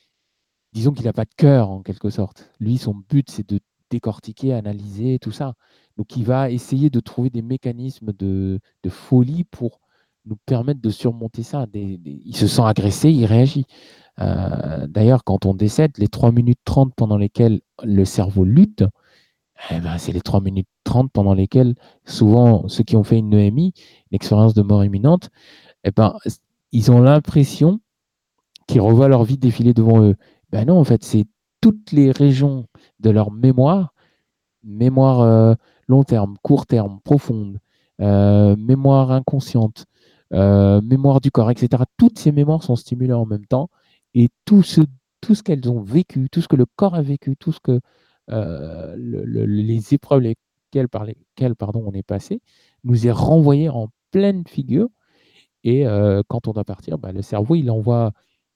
disons qu'il n'a pas de cœur en quelque sorte. Lui, son but, c'est de décortiquer, analyser, tout ça. Donc, il va essayer de trouver des mécanismes de, de folie pour nous permettre de surmonter ça. Des- des- il se sent agressé, il réagit. Euh, D'ailleurs, quand on décède, les trois minutes trente pendant lesquelles le cerveau lutte, eh ben, c'est les trois minutes trente pendant lesquelles, souvent, ceux qui ont fait une E M I, une expérience de mort imminente, eh ben, ils ont l'impression qu'ils revoient leur vie défiler devant eux. Ben non, en fait, c'est toutes les régions de leur mémoire, mémoire euh, long terme, court terme, profonde, euh, mémoire inconsciente, euh, mémoire du corps, et cetera. Toutes ces mémoires sont stimulées en même temps et tout ce, tout ce qu'elles ont vécu, tout ce que le corps a vécu, tout ce que euh, le- le- les épreuves lesquelles, par lesquelles pardon, on est passé, nous est renvoyé en pleine figure. Et euh, quand on doit partir, bah, le cerveau, il envoie,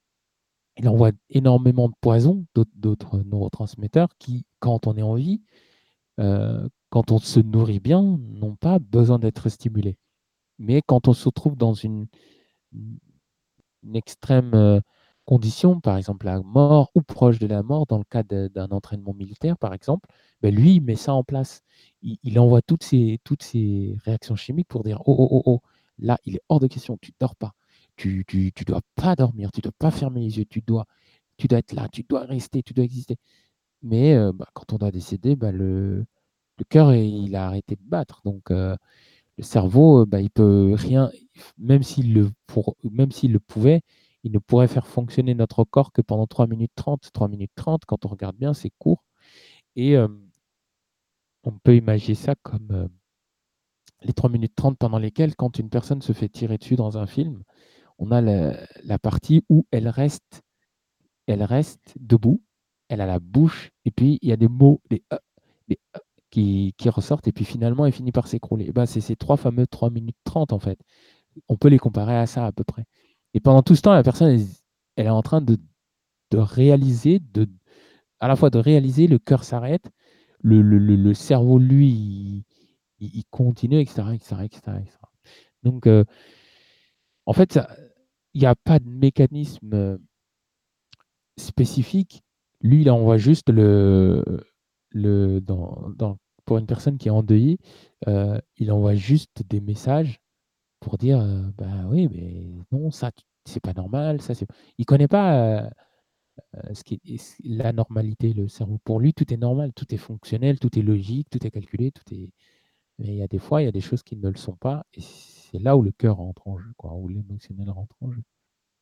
il envoie énormément de poison, d'autres d'autres neurotransmetteurs qui, quand on est en vie, euh, quand on se nourrit bien, n'ont pas besoin d'être stimulés. Mais quand on se trouve dans une, une extrême, euh, conditions, par exemple la mort ou proche de la mort, dans le cas de- d'un entraînement militaire, par exemple, ben lui, il met ça en place. Il, il envoie toutes ces, toutes ces réactions chimiques pour dire, oh, oh, oh, oh, là, il est hors de question, tu ne dors pas. Tu, tu, tu dois pas dormir, tu dois pas fermer les yeux, tu dois, tu dois être là, tu dois rester, tu dois exister. Mais euh, bah, quand on doit décéder, bah, le, le cœur, il a arrêté de battre. Donc, euh, le cerveau, euh, bah, il peut rien, même s'il le, pour, même s'il le pouvait, il ne pourrait faire fonctionner notre corps que pendant trois minutes trente. trois minutes trente, quand on regarde bien, c'est court. Et euh, on peut imaginer ça comme euh, les trois minutes trente pendant lesquelles, quand une personne se fait tirer dessus dans un film, on a la, la partie où elle reste, elle reste debout, elle a la bouche, et puis il y a des mots, des euh, des euh qui, qui ressortent, et puis finalement, elle finit par s'écrouler. Et ben, c'est ces trois fameux trois minutes trente, en fait. On peut les comparer à ça à peu près. Et pendant tout ce temps, la personne, elle, elle est en train de, de réaliser, de, à la fois de réaliser, le cœur s'arrête, le, le, le, le cerveau, lui, il, il- il continue, et cetera, et cetera, et cetera, et cetera. Donc, euh, en fait, ça- il n'y a pas de mécanisme euh, spécifique. Lui, il envoie juste le, le dans, dans- pour une personne qui est endeuillée, euh, il envoie juste des messages pour dire euh, bah oui, mais non, ça, tu- c'est pas normal. Ça, c'est... Il connaît pas euh, euh, ce qui est, la normalité, le cerveau. Pour lui, tout est normal, tout est fonctionnel, tout est logique, tout est calculé, tout est. Mais il y a des fois, il y a des choses qui ne le sont pas, et c'est là où le cœur rentre en jeu, quoi, où l'émotionnel rentre en jeu.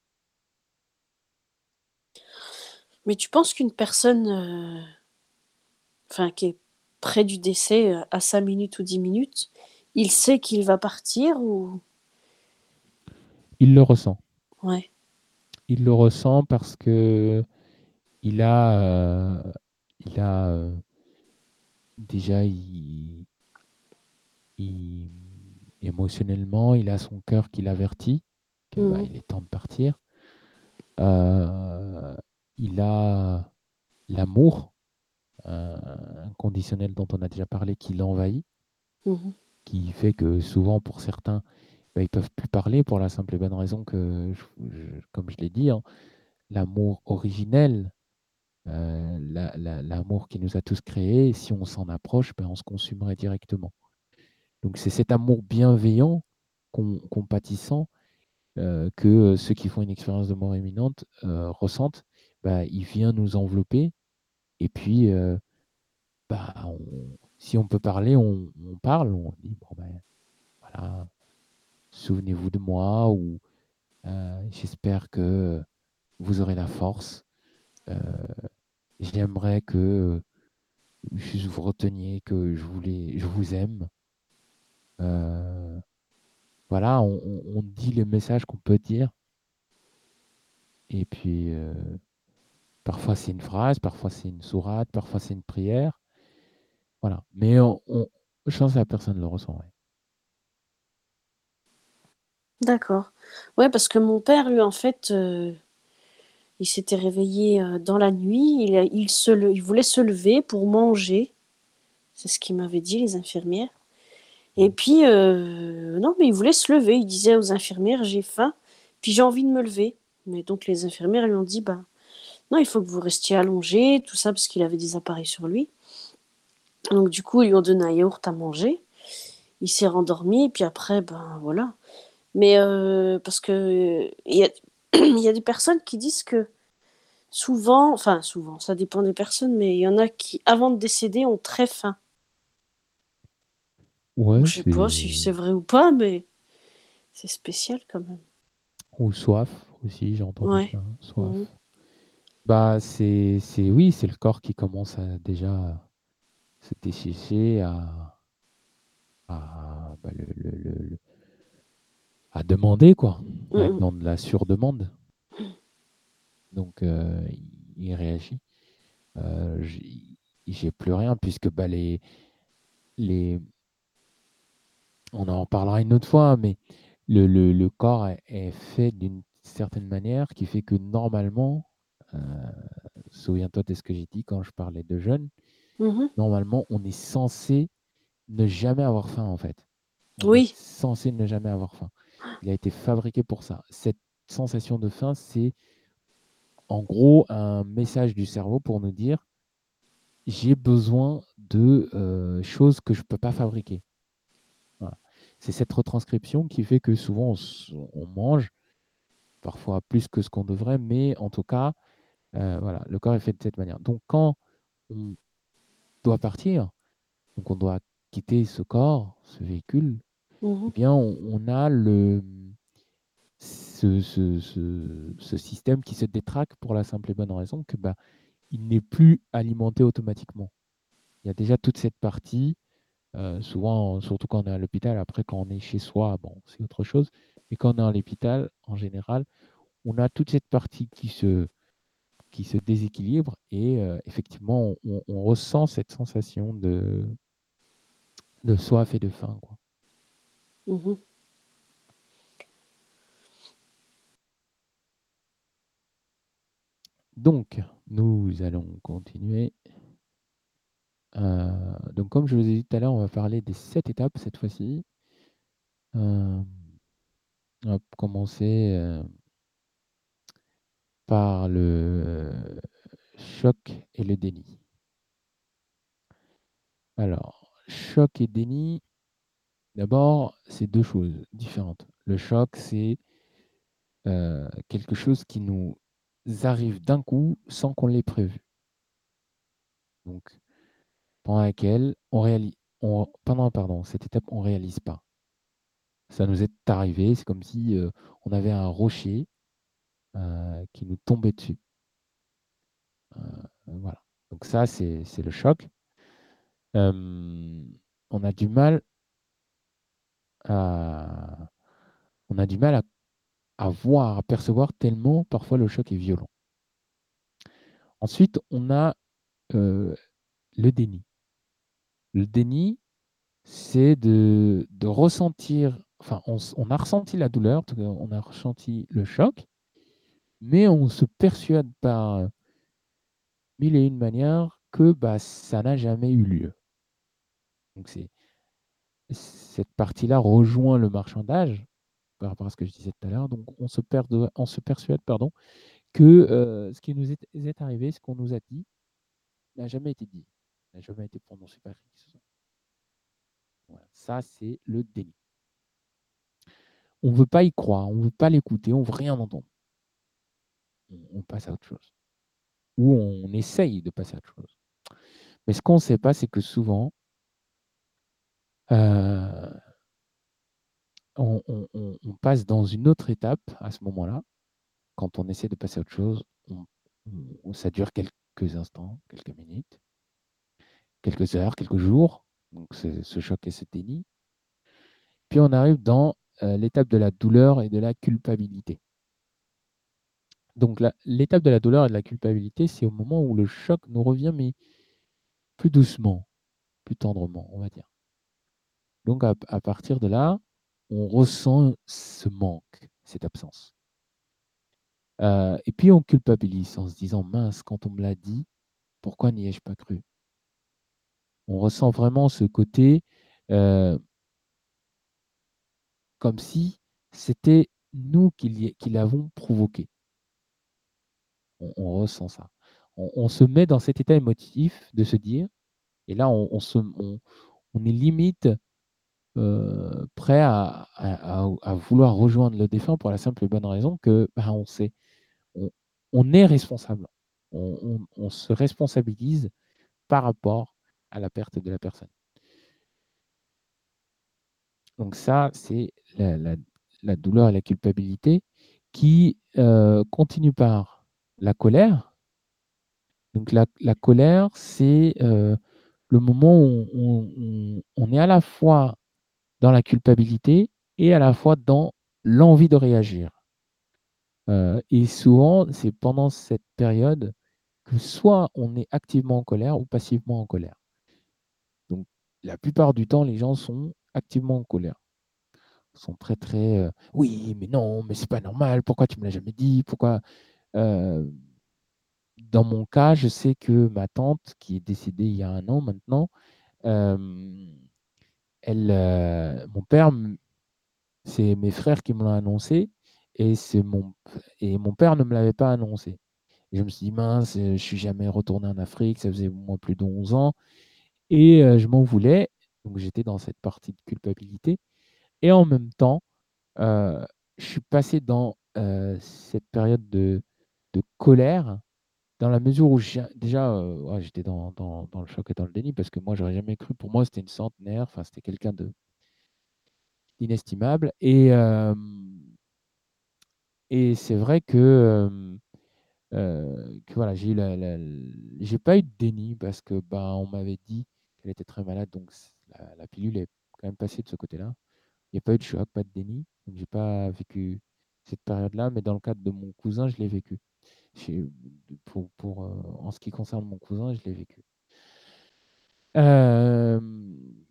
Mais tu penses qu'une personne euh, enfin, qui est près du décès euh, à cinq minutes ou dix minutes, il sait qu'il va partir ou... Il le ressent. Ouais. Il le ressent parce que il a, euh, il a euh, déjà, il, il- émotionnellement, il a son cœur qui l'avertit que bah, Mhm. il est temps de partir. Euh, il a l'amour euh, inconditionnel dont on a déjà parlé qui l'envahit, Mhm. qui fait que souvent pour certains, bah, ils ne peuvent plus parler pour la simple et bonne raison que, je- je- comme je l'ai dit, hein, l'amour originel, euh, la- la- l'amour qui nous a tous créés, si on s'en approche, ben, on se consumerait directement. Donc c'est cet amour bienveillant, com- compatissant, euh, que euh, ceux qui font une expérience de mort imminente euh, ressentent. Bah, il vient nous envelopper, et puis euh, bah, on- si on peut parler, on, on parle, on dit, bon ben voilà, souvenez-vous de moi, ou euh, j'espère que vous aurez la force. Euh, J'aimerais que juste vous reteniez que je voulais, je vous aime. Euh, voilà, on, on- on dit les messages qu'on peut dire. Et puis, euh, parfois c'est une phrase, parfois c'est une sourate, parfois c'est une prière. Voilà. Mais on, on- je pense que la personne le ressent. Ouais. D'accord. Ouais, parce que mon père, lui, en fait, euh, il s'était réveillé euh, dans la nuit. Il, a- il, se le- il voulait se lever pour manger. C'est ce qu'il m'avait dit, les infirmières. Et Mm. puis, euh, non, mais il voulait se lever. Il disait aux infirmières, j'ai faim, puis j'ai envie de me lever. Mais donc les infirmières lui ont dit, bah, non, il faut que vous restiez allongé, tout ça, parce qu'il avait des appareils sur lui. Donc du coup, ils lui ont donné un yaourt à manger. Il s'est rendormi, et puis après, ben voilà. Mais euh, parce que il y a, il y a des personnes qui disent que souvent, enfin souvent, ça dépend des personnes, mais il y en a qui, avant de décéder, ont très faim. Donc, Ouais, je sais pas si c'est. c'est vrai ou pas, mais c'est spécial quand même. Ou soif aussi, j'ai entendu Ouais. ça. Hein, soif. Mhm. Bah, c'est, c'est, oui, c'est le corps qui commence à déjà se dessécher, à, à, bah, le, le- le- le- à demander, quoi, à être Mhm. dans de la surdemande. Donc, euh, il, il réagit. Euh, j'ai j'ai plus rien, puisque bah, les, les, on en parlera une autre fois, mais le, le- le corps est, est fait d'une certaine manière qui fait que normalement, euh, souviens-toi de ce que j'ai dit quand je parlais de jeûne, Mhm. normalement, on est censé ne jamais avoir faim, en fait. On est Oui. censé ne jamais avoir faim. Il a été fabriqué pour ça. Cette sensation de faim, c'est en gros un message du cerveau pour nous dire j'ai besoin de euh, choses que je ne peux pas fabriquer. Voilà. C'est cette retranscription qui fait que souvent on, s- on mange, parfois plus que ce qu'on devrait, mais en tout cas, euh, voilà, le corps est fait de cette manière. Donc quand on doit partir, donc on doit quitter ce corps, ce véhicule, eh Mhm. bien on, on a le, ce, ce- ce- ce système qui se détraque pour la simple et bonne raison que bah, il n'est plus alimenté automatiquement. Il y a déjà toute cette partie. Euh, souvent, surtout quand on est à l'hôpital, après quand on est chez soi, bon, c'est autre chose. Mais quand on est à l'hôpital, en général, on a toute cette partie qui se, qui se déséquilibre et euh, effectivement, on, on ressent cette sensation de, de soif et de faim, quoi. Mhm. Donc, nous allons continuer. Euh, donc, comme je vous ai dit tout à l'heure, on va parler des sept étapes cette fois-ci. Euh, on va commencer euh, par le euh, choc et le déni. Alors, choc et déni, d'abord, c'est deux choses différentes. Le choc, c'est euh, quelque chose qui nous arrive d'un coup sans qu'on l'ait prévu. Donc, pendant laquelle on réalise, on, pendant pardon, cette étape, on ne réalise pas. Ça nous est arrivé, c'est comme si euh, on avait un rocher euh, qui nous tombait dessus. Euh, voilà. Donc ça, c'est c'est le choc. Euh, on a du mal à, on a du mal à, à voir, à percevoir tellement parfois le choc est violent. Ensuite, on a euh, le déni. Le déni, c'est de, de ressentir, enfin, on, s- on a ressenti la douleur, en tout cas, on a ressenti le choc, mais on se persuade par mille et une manières que bah, ça n'a jamais eu lieu. Donc, c'est, cette partie-là rejoint le marchandage par rapport à ce que je disais tout à l'heure. Donc, on se, perd, on se persuade pardon, que euh, ce qui nous est, est arrivé, ce qu'on nous a dit, n'a jamais été dit, n'a jamais été prononcé par qui que ce soit. Voilà. Ça, c'est le déni. On ne veut pas y croire, on ne veut pas l'écouter, on ne veut rien entendre. On, on passe à autre chose. Ou on essaye de passer à autre chose. Mais ce qu'on ne sait pas, c'est que souvent, euh, on, on, on, on passe dans une autre étape à ce moment-là. Quand on essaie de passer à autre chose, on, on, ça dure quelques instants, quelques minutes, quelques heures, quelques jours. Donc, c'est ce choc et ce déni. Puis, on arrive dans euh, l'étape de la douleur et de la culpabilité. Donc, la- l'étape de la douleur et de la culpabilité, c'est au moment où le choc nous revient, mais plus doucement, plus tendrement, on va dire. Donc, à, à partir de là, on ressent ce manque, cette absence. Euh, et puis, on culpabilise en se disant, mince, quand on me l'a dit, pourquoi n'y ai-je pas cru? On ressent vraiment ce côté euh, comme si c'était nous qui, l'y- qui l'avons provoqué. On, on ressent ça. On, on se met dans cet état émotif de se dire, et là, on, on se, on, on est limite euh, prêt à, à, à- à vouloir rejoindre le défunt pour la simple et bonne raison que bah, on sait, on, on est responsable. On, on- on se responsabilise par rapport à la perte de la personne. Donc ça, c'est la, la- la douleur et la culpabilité qui euh, continue par la colère. Donc la, la colère, c'est euh, le moment où on, on- on est à la fois dans la culpabilité et à la fois dans l'envie de réagir. Euh, et souvent, c'est pendant cette période que soit on est activement en colère ou passivement en colère. Donc la plupart du temps, les gens sont activement en colère. Sont très très euh, oui, mais non, mais c'est pas normal, pourquoi tu me l'as jamais dit, pourquoi euh, dans mon cas, je sais que ma tante qui est décédée il y a un an maintenant, euh, elle euh, mon père m- c'est mes frères qui me l'ont annoncé et c'est mon et mon père ne me l'avait pas annoncé. Et je me suis dit: «Mince, heu, je suis jamais retourné en Afrique, ça faisait au moins plus de onze ans» et heu, je m'en voulais. Donc j'étais dans cette partie de culpabilité et en même temps, heu, je suis passé dans, heu, cette période de de colère, dans la mesure où j'ai déjà, heu, ouais, j'étais dans dans dans le choc et dans le déni parce que moi, j'aurais jamais cru. Pour moi, c'était une centenaire, enfin, c'était quelqu'un de inestimable et hem et c'est vrai que, hem, heu, que voilà, j'ai eu la la l j'ai pas eu de déni parce que, ben, on m'avait dit qu'elle était très malade, donc c la la pilule est quand même passée de ce côté-là. Il y a pas eu de choc, pas de déni, donc j'ai pas vécu cette période-là, mais dans le cadre de mon cousin, je l'ai vécu. J'ai pour pour, heu, en ce qui concerne mon cousin, je l'ai vécu. Hem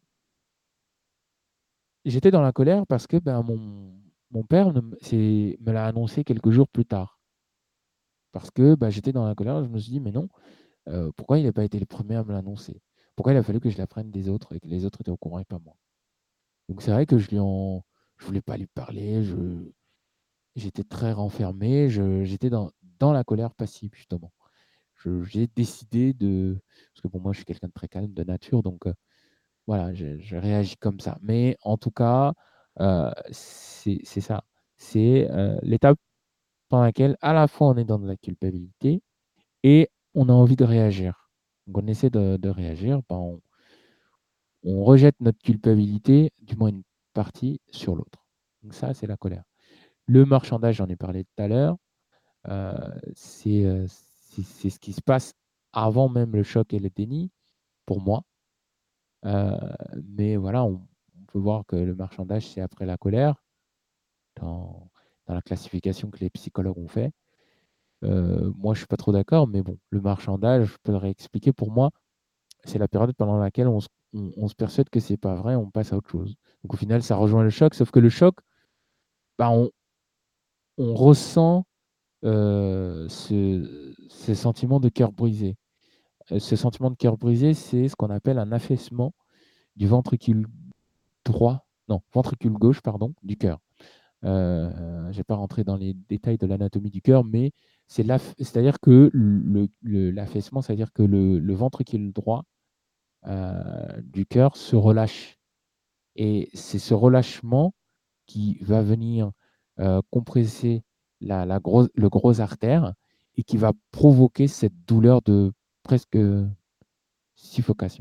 J'étais dans la colère parce que, ben, mon mon père ne me c'est me l'a annoncé quelques jours plus tard. Parce que, bah, j'étais dans la colère, je me suis dit: «Mais non, heu, pourquoi il n'a pas été le premier à me l'annoncer? Pourquoi il a fallu que je l'apprenne des autres et que les autres étaient au courant et pas moi?» Donc c'est vrai que je lui en je voulais pas lui parler, je j'étais très renfermé, je j'étais dans dans la colère passive justement. Je j'ai décidé de parce que bon, moi je suis quelqu'un de très calme de nature donc heu, voilà, je je réagis comme ça. Mais en tout cas, heu, c'est c'est ça. C'est, heu, l'étape pendant laquelle à la fois on est dans de la culpabilité et on a envie de réagir. Donc on essaie de de réagir, ben, on on rejette notre culpabilité, du moins une partie, sur l'autre. Donc ça, c'est la colère. Le marchandage, j'en ai parlé tout à l'heure, heu, c'est, heu, c'est c'est ce qui se passe avant même le choc et le déni, pour moi. Heu, mais voilà, on on peut voir que le marchandage, c'est après la colère, dans dans la classification que les psychologues ont fait. Heu, moi, je suis pas trop d'accord, mais bon, le marchandage, je peux le réexpliquer. Pour moi, c'est la période pendant laquelle on se on on se persuade que c'est pas vrai, on passe à autre chose. Donc au final, ça rejoint le choc, sauf que le choc, bah, on on ressent, heu, ce ce sentiment de cœur brisé. Heu, ce sentiment de cœur brisé, c'est ce qu'on appelle un affaissement du ventricule droit non, ventricule gauche, pardon, du cœur. Heu, je vais pas rentrer dans les détails de l'anatomie du cœur, mais c'est l'aff c'est-à-dire que le le l'affaissement, c'est-à-dire que le le ventricule droit, heu, du cœur se relâche et c'est ce relâchement qui va venir, heu, compresser la la grosse le gros artère et qui va provoquer cette douleur de presque, suffocation.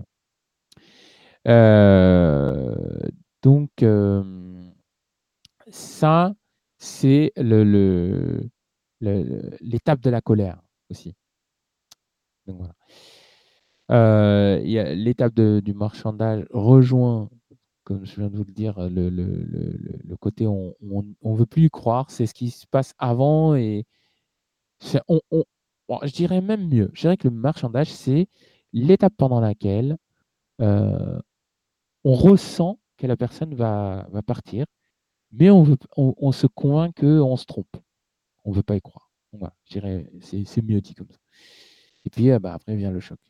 Heu, donc hem, ça, c'est le le le le l'étape de la colère aussi. Donc voilà. Heu, il y a l'étape de du marchandage rejoint, comme je viens de vous le dire, le le le le le côté on on on veut plus y croire, c'est ce qui se passe avant et c'est on on bon, je dirais même mieux, je dirais que le marchandage, c'est l'étape pendant laquelle, heu, on ressent que la personne va va partir, mais on veut p on on se convainc qu'on se trompe. On veut pas y croire. Voilà, je dirais c'est c'est mieux dit comme ça et puis, heu, bah, après vient le choc.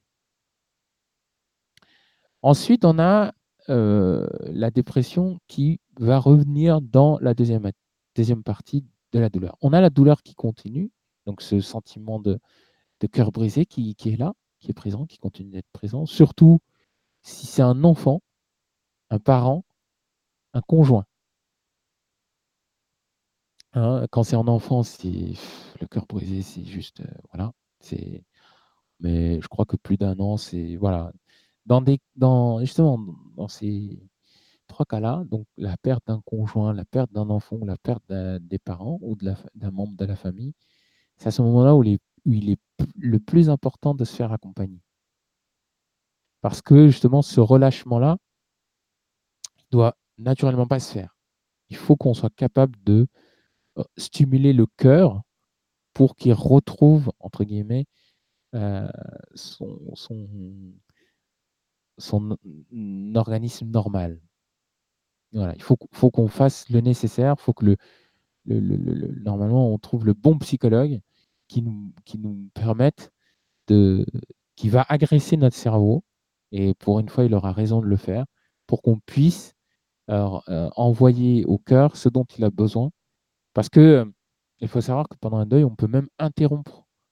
Ensuite, on a, heu, la dépression qui va revenir dans la deuxième at deuxième partie de la douleur. On a la douleur qui continue, donc ce sentiment de de cœur brisé qui qui est là, qui est présent, qui continue d'être présent, surtout si c'est un enfant, un parent, un conjoint. Hein, quand c'est un enfant, c'est le cœur brisé, c'est juste, heu, voilà, c'est mais je crois que plus d'un an, c'est voilà. Dans des dans justement, dans ces trois cas-là, donc la perte d'un conjoint, la perte d'un enfant ou la perte d'un des parents ou de la fa d'un membre de la famille, c'est à ce moment-là où les où il est p le plus important de se faire accompagner. Parce que justement ce relâchement-là, il doit naturellement pas se faire. Il faut qu'on soit capable de, heu, stimuler le cœur pour qu'il retrouve entre guillemets, heu, son son son o n organisme normal. Voilà, il faut q faut qu'on fasse le nécessaire, il faut que le le le le le normalement, on trouve le bon psychologue qui nous qui nous permette de qui va agresser notre cerveau et pour une fois, il aura raison de le faire, pour qu'on puisse alors, heu, envoyer au cœur ce dont il a besoin. Parce que, hem, il faut savoir que pendant un deuil, on peut même interrompre.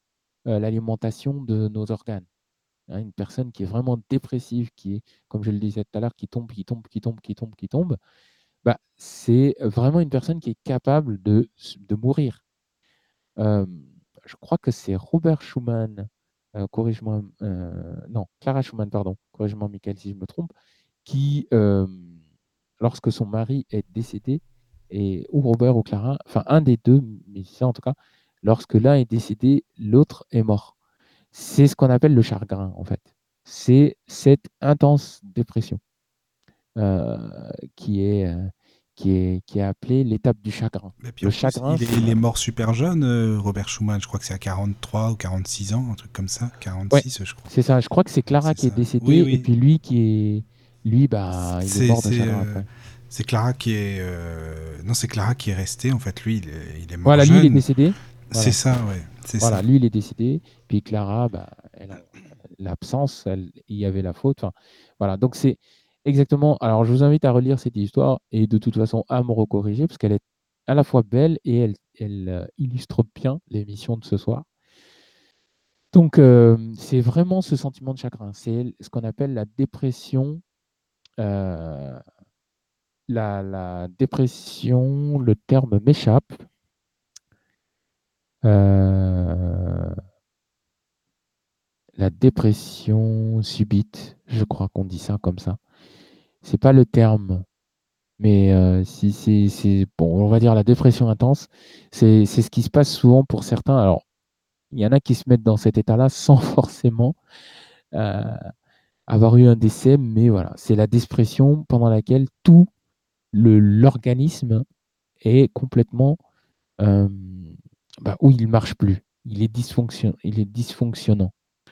euh, l'alimentation de nos organes. Hein, une personne qui est vraiment dépressive, qui est, comme je le disais tout à l'heure, qui tombe, qui tombe, qui tombe, qui tombe, qui tombe, bah, c'est vraiment une personne qui est capable de, de mourir. Euh, je crois que c'est Robert Schumann, euh, corrige-moi, euh, non, Clara Schumann, pardon, corrige-moi, Michael, si je me trompe, qui, euh, lorsque son mari est décédé, et, ou Robert ou Clara, enfin un des deux musiciens en tout cas, lorsque l'un est décédé, l'autre est mort. C'est ce qu'on appelle le chagrin, en fait. C'est cette intense dépression euh, qui, est, euh, qui, est, qui est appelée l'étape du chagrin. Et puis Le en plus, chagrin, il est, c'est il est vraiment... mort super jeune, euh, Robert Schumann. Je crois que c'est à quarante-trois ou quarante-six ans, un truc comme ça. Ouais, quarante-six, je crois. c'est ça. Je crois que c'est Clara C'est qui est ça. Oui, décédée et oui. puis lui qui est... Lui, bah, il est C'est mort de c'est chagrin euh, après. c'est Clara qui est euh, non, c'est Clara qui est restée. En fait, lui, il est, il est mort Voilà, lui, il est jeune. décédé. C'est Voilà, ça, ouais. C'est ça. voilà, lui, il est décédé. Puis Clara, bah, elle a l'absence, elle- il y avait la faute. Enfin, voilà, donc c'est exactement. Alors, je vous invite à relire cette histoire et de toute façon à me recorriger parce qu'elle est à la fois belle et elle, elle euh, illustre bien l'émission de ce soir. Donc, euh, c'est vraiment ce sentiment de chagrin. C'est ce qu'on appelle la dépression. euh, la, la dépression, le terme m'échappe. Euh, la dépression subite, je crois qu'on dit ça comme ça. C'est pas le terme, mais euh, si c'est, c'est bon, on va dire la dépression intense. C'est, c'est ce qui se passe souvent pour certains. Alors, il y en a qui se mettent dans cet état-là sans forcément euh, avoir eu un décès, mais voilà, c'est la dépression pendant laquelle tout le, l'organisme est complètement euh, bah, où il marche plus. Il est, dysfonction, il est dysfonctionnant.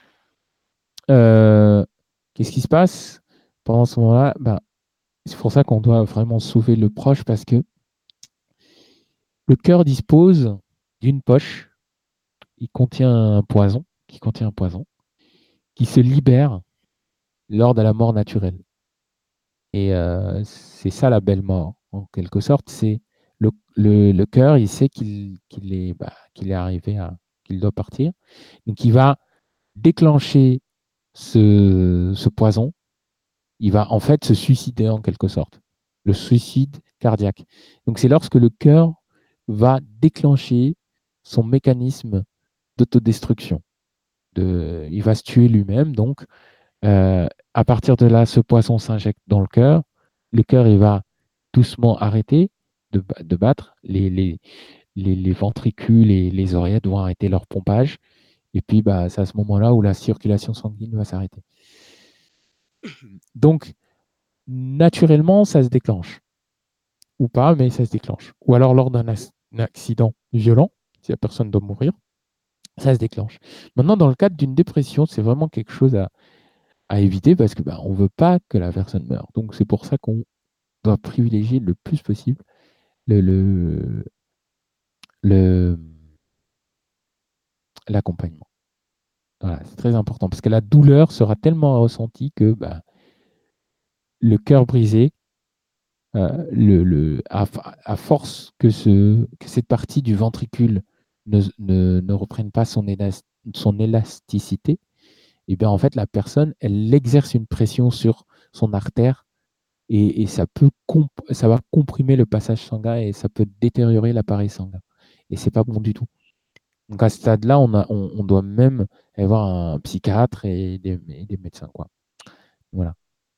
Euh, qu'est-ce qui se passe pendant ce moment-là? Bah, c'est pour ça qu'on doit vraiment sauver le proche parce que le cœur dispose d'une poche qui contient un poison, qui contient un poison, qui se libère lors de la mort naturelle. Et euh, c'est ça la belle mort, en quelque sorte. C'est le, le, le cœur, il sait qu'il qu'il est, bah, qu'il est arrivé à, qu'il doit partir. Donc il va déclencher ce, ce poison. Il va en fait se suicider en quelque sorte. Le suicide cardiaque. Donc c'est lorsque le cœur va déclencher son mécanisme d'autodestruction. De, il va se tuer lui-même. Donc, euh, à partir de là, ce poison s'injecte dans le cœur. Le cœur, il va doucement arrêter de, de battre. Les, les, les, les ventricules et les oreillettes vont arrêter leur pompage. Et puis, bah, c'est à ce moment-là où la circulation sanguine va s'arrêter. Donc, naturellement, ça se déclenche. Ou pas, mais ça se déclenche. Ou alors lors d'un accident violent, si la personne doit mourir, ça se déclenche. Maintenant, dans le cadre d'une dépression, c'est vraiment quelque chose à, à éviter parce que bah, on ne veut pas que la personne meure. Donc c'est pour ça qu'on doit privilégier le plus possible le, le, le, l'accompagnement. Voilà, c'est très important parce que la douleur sera tellement ressentie que bah, le cœur brisé, euh, le, le, à, à force que, ce, que cette partie du ventricule ne, ne, ne reprenne pas son, élas, son élasticité, et bien en fait la personne, elle exerce une pression sur son artère et, et ça, peut comp- ça va comprimer le passage sanguin et ça peut détériorer l'appareil sanguin. Et c'est pas bon du tout. Donc à ce stade-là, on, a, on, on doit même avoir un psychiatre et des, et des médecins, quoi. Voilà.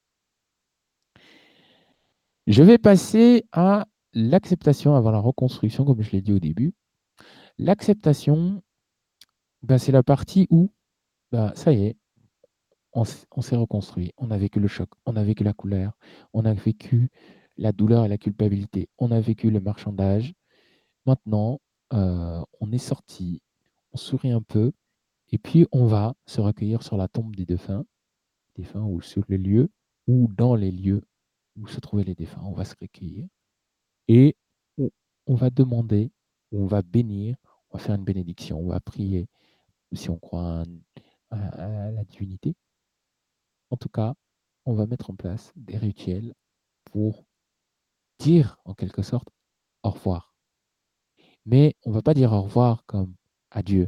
Je vais passer à l'acceptation avant la reconstruction, comme je l'ai dit au début. L'acceptation, ben, c'est la partie où, ben, ça y est, on, s- on s'est reconstruit, on a vécu le choc, on a vécu la colère, on a vécu la douleur et la culpabilité, on a vécu le marchandage. Maintenant, euh, on est sorti, on sourit un peu, et puis on va se recueillir sur la tombe des défunts, défunts ou sur les lieux, ou dans les lieux où se trouvaient les défunts. On va se recueillir et on, on va demander, on va bénir, on va faire une bénédiction, on va prier, si on croit à, à- à la divinité. En tout cas, on va mettre en place des rituels pour dire en quelque sorte au revoir. Mais on ne va pas dire au revoir comme adieu.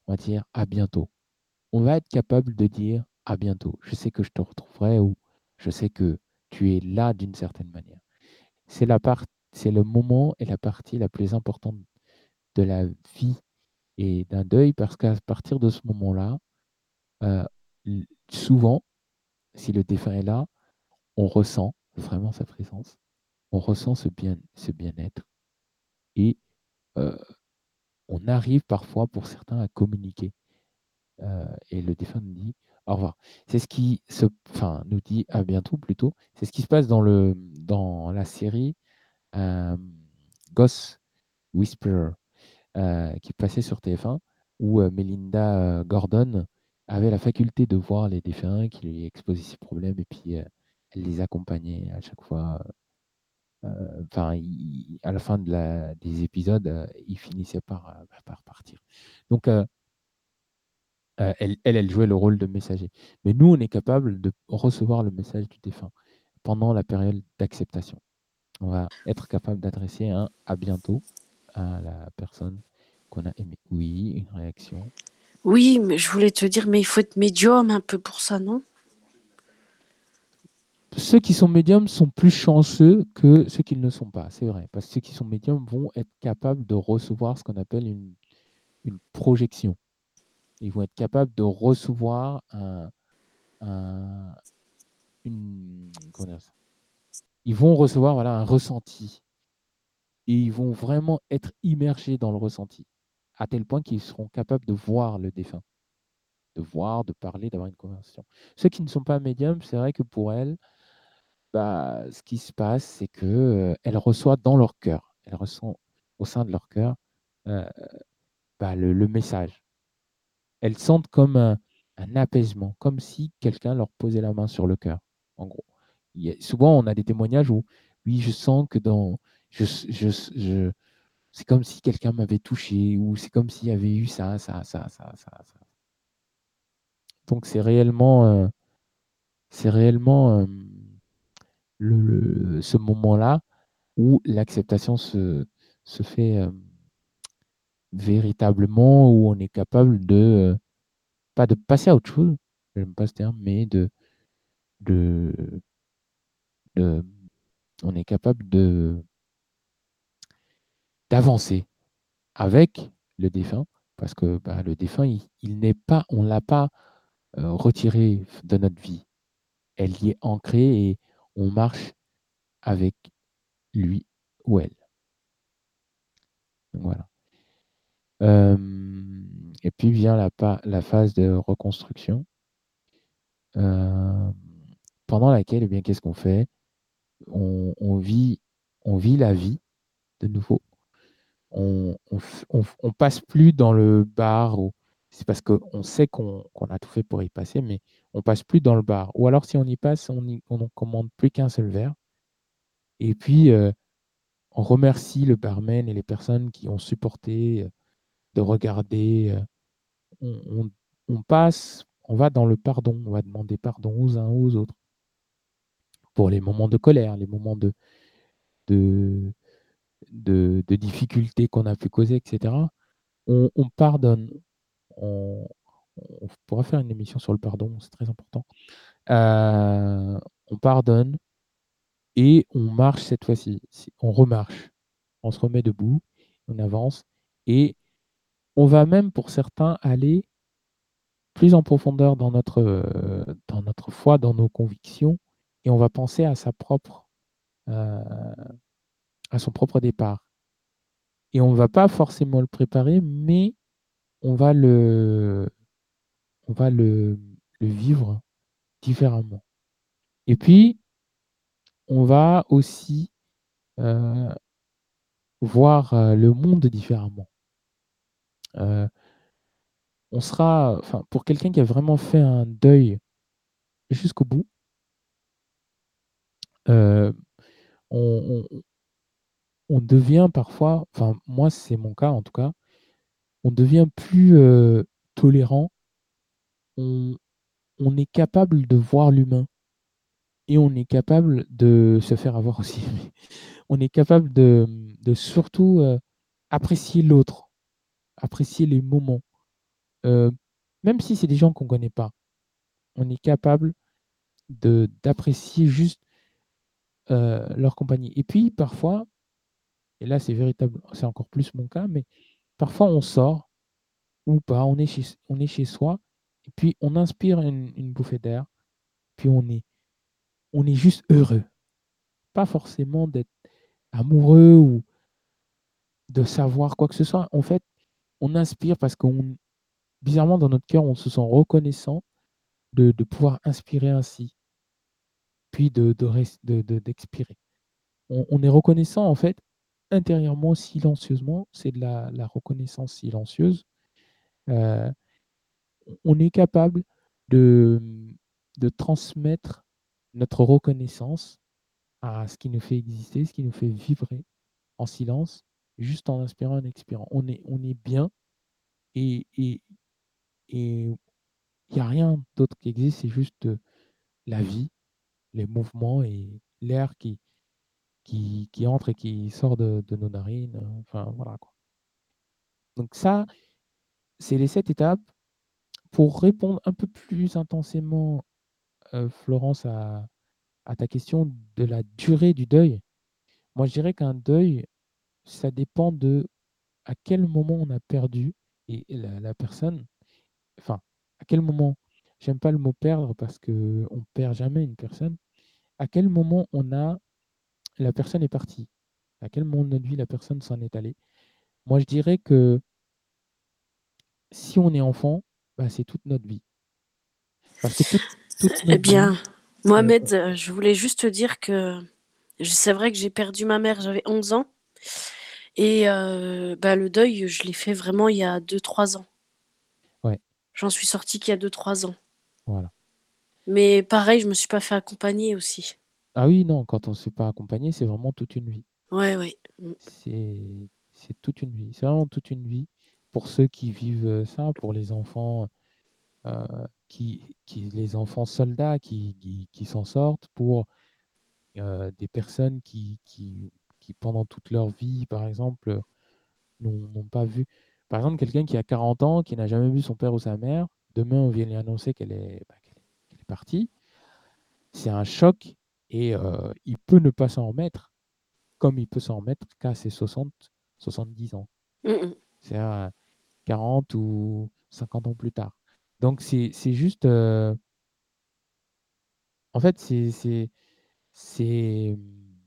on va dire à bientôt. On va être capable de dire à bientôt. Je sais que je te retrouverai ou je sais que tu es là d'une certaine manière. C'est la part, c'est le moment et la partie la plus importante de la vie et d'un deuil parce qu'à partir de ce moment-là, euh, l- souvent, si le défunt est là, on ressent vraiment sa présence, on ressent ce bien, ce bien-être et euh, on arrive parfois pour certains à communiquer. Euh, et le défunt nous dit au revoir. C'est ce qui se, enfin, nous dit à bientôt plutôt. C'est ce qui se passe dans le dans la série euh, Ghost Whisperer euh, qui passait sur T F un où euh, Melinda euh, Gordon avait la faculté de voir les défunts qui lui exposaient ses problèmes et puis euh, elle les accompagnait à chaque fois. euh, Enfin, il- à la fin de la, des épisodes, euh, il finissait par, euh, par partir. Donc, euh, Euh, elle, elle, elle jouait le rôle de messager. Mais nous, on est capable de recevoir le message du défunt pendant la période d'acceptation. On va être capable d'adresser un à bientôt à la personne qu'on a aimée. Oui, une réaction. Oui, mais je voulais te dire, mais il faut être médium un peu pour ça, non? Ceux qui sont médiums sont plus chanceux que ceux qui ne le sont pas, c'est vrai. Parce que ceux qui sont médiums vont être capables de recevoir ce qu'on appelle une, une projection. Ils vont être capables de recevoir un, un, une, comment dire ça ils vont recevoir voilà, un ressenti et ils vont vraiment être immergés dans le ressenti, à tel point qu'ils seront capables de voir le défunt, de voir, de parler, d'avoir une conversation. Ceux qui ne sont pas médiums, c'est vrai que pour elles, bah, ce qui se passe, c'est qu'elles euh, reçoivent dans leur cœur, elles ressentent au sein de leur cœur euh, bah, le, le message. Elles sentent comme un, un apaisement, comme si quelqu'un leur posait la main sur le cœur, en gros. Il y a- souvent, on a des témoignages où, oui, je sens que dans... Je, je, je, c'est comme si quelqu'un m'avait touché, ou c'est comme s'il y avait eu ça, ça, ça, ça, ça, ça. Donc, c'est réellement, euh, c'est réellement euh, le, le- ce moment-là où l'acceptation se, se fait euh, véritablement, où on est capable de, euh, pas de passer à autre chose, j'aime pas ce terme, mais de, de, de on est capable de d'avancer avec le défunt, parce que bah, le défunt, il, il n'est pas, on ne l'a pas euh, retiré de notre vie. Elle y est ancrée et on marche avec lui ou elle. Donc, voilà. Euh, et puis vient la, la phase de reconstruction, euh, pendant laquelle, eh bien, qu'est-ce qu'on fait on, on, vit, on vit la vie de nouveau. On, on, on, on passe plus dans le bar. Ou, c'est parce qu'on sait qu'on, qu'on a tout fait pour y passer, mais on passe plus dans le bar. Ou alors, si on y passe, on ne commande plus qu'un seul verre. Et puis, euh, on remercie le barman et les personnes qui ont supporté euh, de regarder. euh, on, on- on passe, on va dans le pardon, on va demander pardon aux uns aux autres pour les moments de colère, les moments de, de, de, de difficultés qu'on a pu causer, et cetera. On, on pardonne. On, on pourra faire une émission sur le pardon, c'est très important. Euh, on pardonne et on marche cette fois-ci. On remarche, on se remet debout, on avance et on va même pour certains aller plus en profondeur dans notre, euh, dans notre foi, dans nos convictions, et on va penser à sa propre, euh, à son propre départ. Et on ne va pas forcément le préparer, mais on va le, on va le, le vivre différemment. Et puis, on va aussi euh, voir euh, le monde différemment. Euh, on sera, enfin, pour quelqu'un qui a vraiment fait un deuil jusqu'au bout, euh, on, on, on devient parfois, enfin moi c'est mon cas en tout cas, on devient plus euh, tolérant, on, on est capable de voir l'humain et on est capable de se faire avoir aussi. On est capable de, de surtout euh, apprécier l'autre, apprécier les moments. euh, même si c'est des gens qu'on ne connaît pas, on est capable de, d'apprécier juste euh, leur compagnie. Et puis, parfois, et là, c'est véritable, c'est encore plus mon cas, mais parfois, on sort ou pas, on est chez, on est chez soi, et puis on inspire une, une bouffée d'air, puis on est, on est juste heureux. Pas forcément d'être amoureux ou de savoir quoi que ce soit. En fait, on inspire parce qu'on, bizarrement, dans notre cœur, on se sent reconnaissant de, de pouvoir inspirer ainsi, puis de, de, res- de- de- d'expirer. On, on est reconnaissant, en fait, intérieurement, silencieusement. C'est de la, la reconnaissance silencieuse. Euh, on est capable de, de transmettre notre reconnaissance à ce qui nous fait exister, ce qui nous fait vibrer en silence, juste en inspirant et en expirant. On est, on est bien et et et il n'y a rien d'autre qui existe, c'est juste euh, la vie, les mouvements et l'air qui, qui, qui entre et qui sort de, de nos narines. euh, Enfin, voilà quoi. Donc ça, c'est les sept étapes. Pour répondre un peu plus intensément, euh, Florence, à, à ta question de la durée du deuil, moi je dirais qu'un deuil, ça dépend de à quel moment on a perdu et la, la personne, enfin, à quel moment, j'aime pas le mot perdre parce que on perd jamais une personne, à quel moment on a, la personne est partie, à quel moment de notre vie la personne s'en est allée. Moi, je dirais que si on est enfant, bah, c'est toute notre vie. Parce que toute, toute Eh notre vie, bien, euh, Mohamed, euh, je voulais juste te dire que je- c'est vrai que j'ai perdu ma mère, j'avais onze ans. Et euh, bah, le deuil, je l'ai fait vraiment il y a deux trois ans. ouais, J'en suis sortie qu'il y a deux trois ans. voilà. Mais pareil, je me suis pas fait accompagner aussi. Ah oui, non, quand on ne s'est pas accompagné, c'est vraiment toute une vie. Ouais, ouais. Mm. C'est, c'est toute une vie. C'est vraiment toute une vie. Pour ceux qui vivent euh, ça, pour les enfants, euh, qui, qui, les enfants soldats qui, qui, qui s'en sortent, pour euh, des personnes qui, qui, qui, pendant toute leur vie, par exemple, n'ont n'ont pas vu. Par exemple, quelqu'un qui a quarante ans, qui n'a jamais vu son père ou sa mère, demain on vient lui annoncer qu'elle est, bah, qu'elle est, qu'elle est partie. C'est un choc et euh, il peut ne pas s'en remettre, comme il peut s'en remettre qu'à ses soixante, soixante-dix ans. Mm, mm. C'est-à-dire quarante ou cinquante ans plus tard. Donc c'est c'est juste, euh, en fait, c'est c'est c'est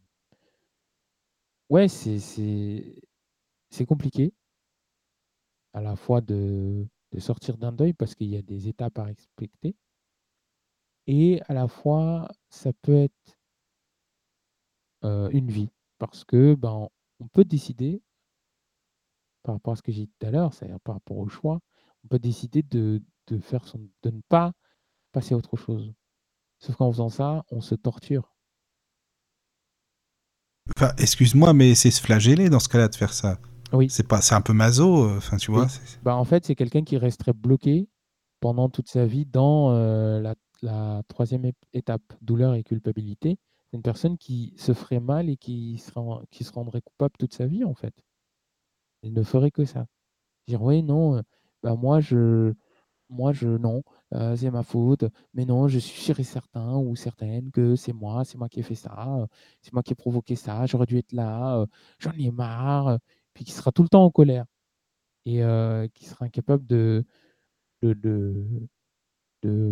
ouais, c'est c'est c'est compliqué à la fois de, de sortir d'un deuil parce qu'il y a des étapes à respecter et à la fois ça peut être euh, une vie parce que ben on peut décider par rapport à ce que j'ai dit tout à l'heure, c'est-à-dire par rapport au choix, on peut décider de, de faire son, de ne pas passer à autre chose. Sauf qu'en faisant ça, on se torture. Enfin, excuse-moi, mais c'est se flageller dans ce cas-là de faire ça. Oui, C'est pas, c'est un peu maso. euh, Enfin, tu vois. oui. c'est- Bah, en fait, c'est quelqu'un qui resterait bloqué pendant toute sa vie dans euh, la, la troisième ép- étape, douleur et culpabilité. C'est une personne qui se ferait mal et qui se, rend- qui se rendrait coupable toute sa vie, en fait. Il ne ferait que ça. Dire, oui, non, euh, bah, moi, je, moi, je, non, euh, c'est ma faute, mais non, je suis sûr et certain ou certaine que c'est moi, c'est moi qui ai fait ça, euh, c'est moi qui ai provoqué ça, j'aurais dû être là, euh, j'en ai marre, euh, puis qui sera tout le temps en colère et euh, qui sera incapable de, de, de, de,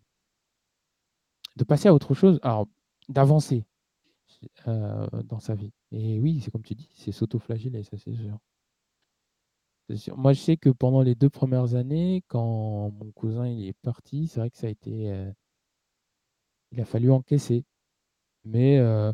de passer à autre chose, alors d'avancer euh, dans sa vie. Et oui, c'est comme tu dis, c'est s'autoflageller, ça c'est sûr. C'est sûr. Moi, je sais que pendant les deux premières années, quand mon cousin il est parti, c'est vrai que ça a été, euh, il a fallu encaisser. Mais euh,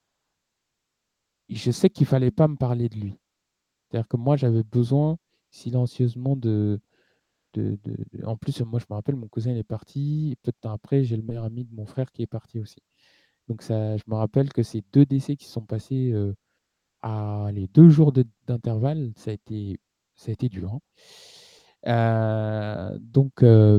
je sais qu'il fallait pas me parler de lui. C'est-à-dire que moi, j'avais besoin silencieusement de, de, de- de- En plus, moi, je me rappelle, mon cousin il est parti. Et peu de temps après, j'ai le meilleur ami de mon frère qui est parti aussi. Donc, ça, je me rappelle que ces deux décès qui sont passés euh, à les deux jours de- d'intervalle, ça a été, ça a été dur, hein. Euh, donc, euh,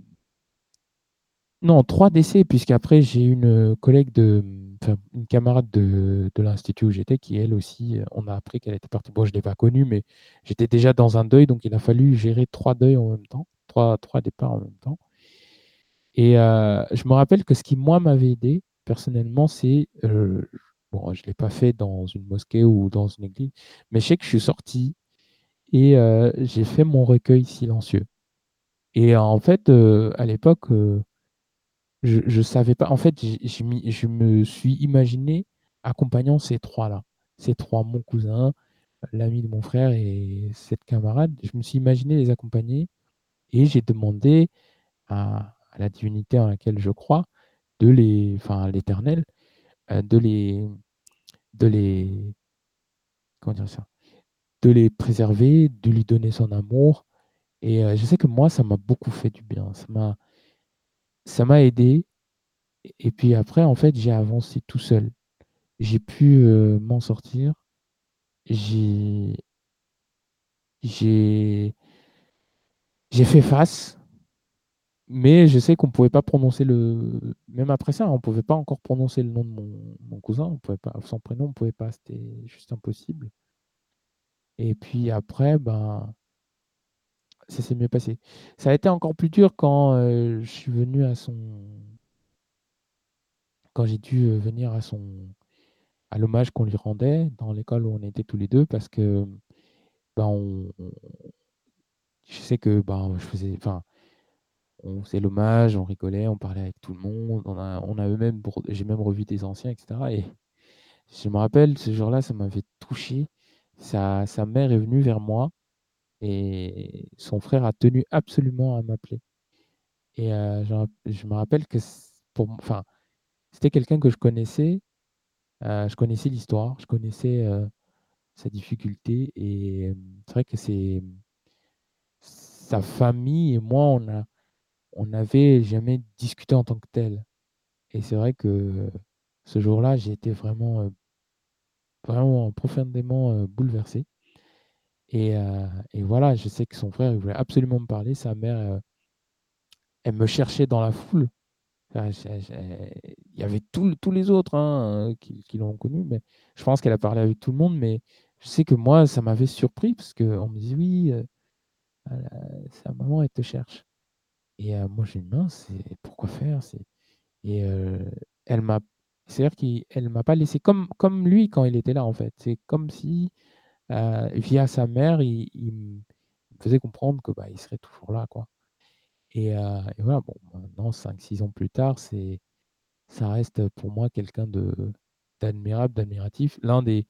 non, trois décès, puisqu'après, j'ai une collègue de, enfin, une camarade de, de l'institut où j'étais, qui elle aussi, euh, on a appris qu'elle était partie. Bon, je ne l'ai pas connue, mais j'étais déjà dans un deuil, donc il a fallu gérer trois deuils en même temps. trois, trois départs en même temps. Et euh, je me rappelle que ce qui, moi, m'avait aidé, personnellement, c'est... euh, bon, je ne l'ai pas fait dans une mosquée ou dans une église, mais je sais que je suis sorti et euh, j'ai fait mon recueil silencieux. Et euh, en fait, euh, à l'époque, euh, je ne savais pas. En fait, j'ai- j'ai mis- je me suis imaginé accompagnant ces trois-là. Ces trois, mon cousin, l'ami de mon frère et cette camarade. Je me suis imaginé les accompagner et j'ai demandé à, à la divinité en laquelle je crois, de les, enfin à l'Éternel, euh, de les, de les, comment dire ça, de les préserver, de lui donner son amour. Et euh, je sais que moi, ça m'a beaucoup fait du bien. Ça m'a, ça m'a aidé. Et puis après, en fait, j'ai avancé tout seul. J'ai pu euh, m'en sortir. J'ai, j'ai, j'ai fait face. Mais je sais qu'on ne pouvait pas prononcer le. Même après ça, on ne pouvait pas encore prononcer le nom de mon, mon cousin. On pouvait pas. Son prénom, on ne pouvait pas. C'était juste impossible. Et puis après, ben, ça s'est mieux passé. Ça a été encore plus dur quand euh, je suis venu à son. Quand j'ai dû euh, venir à son. À l'hommage qu'on lui rendait dans l'école où on était tous les deux, parce que ben, on, on- je sais que ben, je faisais. Enfin, on faisait l'hommage, on rigolait, on parlait avec tout le monde. On a, on a eux-mêmes, pour- j'ai même revu des anciens, et cetera. Et je me rappelle, ce jour-là, ça m'avait touché. Sa, sa mère est venue vers moi et son frère a tenu absolument à m'appeler. Et euh, je, rapp- je me rappelle que c- pour, m- enfin, c'était quelqu'un que je connaissais. Euh, je connaissais l'histoire, je connaissais euh, sa difficulté. Et euh, c'est vrai que c'est sa famille et moi, on a, on n'avait jamais discuté en tant que tel. Et c'est vrai que ce jour-là, j'ai été vraiment, euh, vraiment profondément euh, bouleversé. Et, euh, et voilà, je sais que son frère, il voulait absolument me parler. Sa mère, euh, elle me cherchait dans la foule. Enfin, j'ai- j'ai- Il y avait tous tous les autres hein, euh, qui, qui l'ont connu, mais je pense qu'elle a parlé avec tout le monde. Mais je sais que moi, ça m'avait surpris parce qu'on me dit oui, euh, elle a- sa maman, elle te cherche. Et euh, moi, j'ai dit mince, c'est- pourquoi faire? C'est... Et euh, elle m'a, c'est-à-dire qu'elle m'a pas laissé comme, comme lui quand il était là, en fait. C'est comme si, euh, via sa mère, il, il me faisait comprendre que bah, il serait toujours là, quoi. Et, euh, et voilà, bon, maintenant, cinq six ans plus tard, c'est, ça reste pour moi quelqu'un de d'admirable, d'admiratif. L'un des,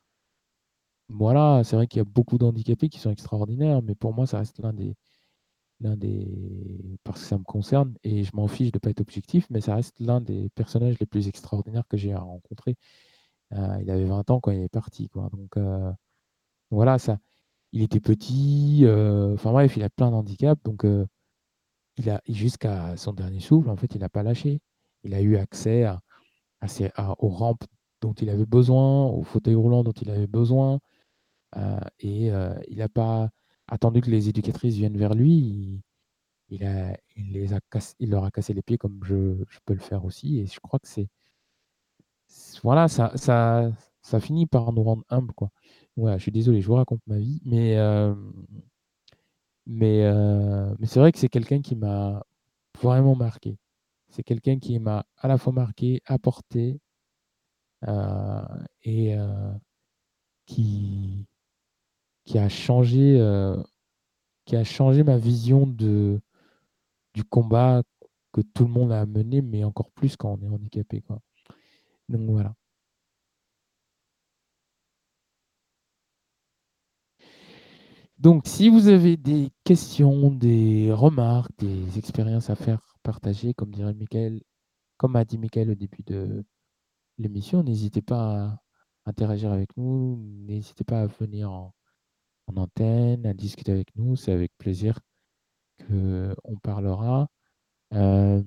voilà, c'est vrai qu'il y a beaucoup d'handicapés qui sont extraordinaires, mais pour moi, ça reste l'un des, l'un des, parce que ça me concerne, et je m'en fiche de ne pas être objectif, mais ça reste l'un des personnages les plus extraordinaires que j'ai rencontrés. Euh, il avait vingt ans quand il est parti, quoi. Donc euh, voilà, ça, il était petit, euh, enfin bref, il a plein d'handicaps, donc euh, il a, jusqu'à son dernier souffle, en fait, il n'a pas lâché. Il a eu accès à, à ces- à- aux rampes dont il avait besoin, aux fauteuils roulants dont il avait besoin, euh, et euh, il n'a pas attendu que les éducatrices viennent vers lui. Il, il a, il les a cass- il leur a cassé les pieds comme je, je peux le faire aussi. Et je crois que c'est, c'est- voilà, ça, ça, ça finit par nous rendre humbles, quoi. Ouais, je suis désolé, je vous raconte ma vie, mais, euh, mais, euh, mais c'est vrai que c'est quelqu'un qui m'a vraiment marqué. C'est quelqu'un qui m'a à la fois marqué, apporté, euh, et euh, qui, qui a changé, euh, qui a changé ma vision de, du combat que tout le monde a mené, mais encore plus quand on est handicapé, quoi. Donc voilà. Donc, si vous avez des questions, des remarques, des expériences à faire partager, comme dirait Michael, comme a dit Michael au début de l'émission, n'hésitez pas à interagir avec nous, n'hésitez pas à venir en, en antenne, à discuter avec nous, c'est avec plaisir qu'on parlera. Euh,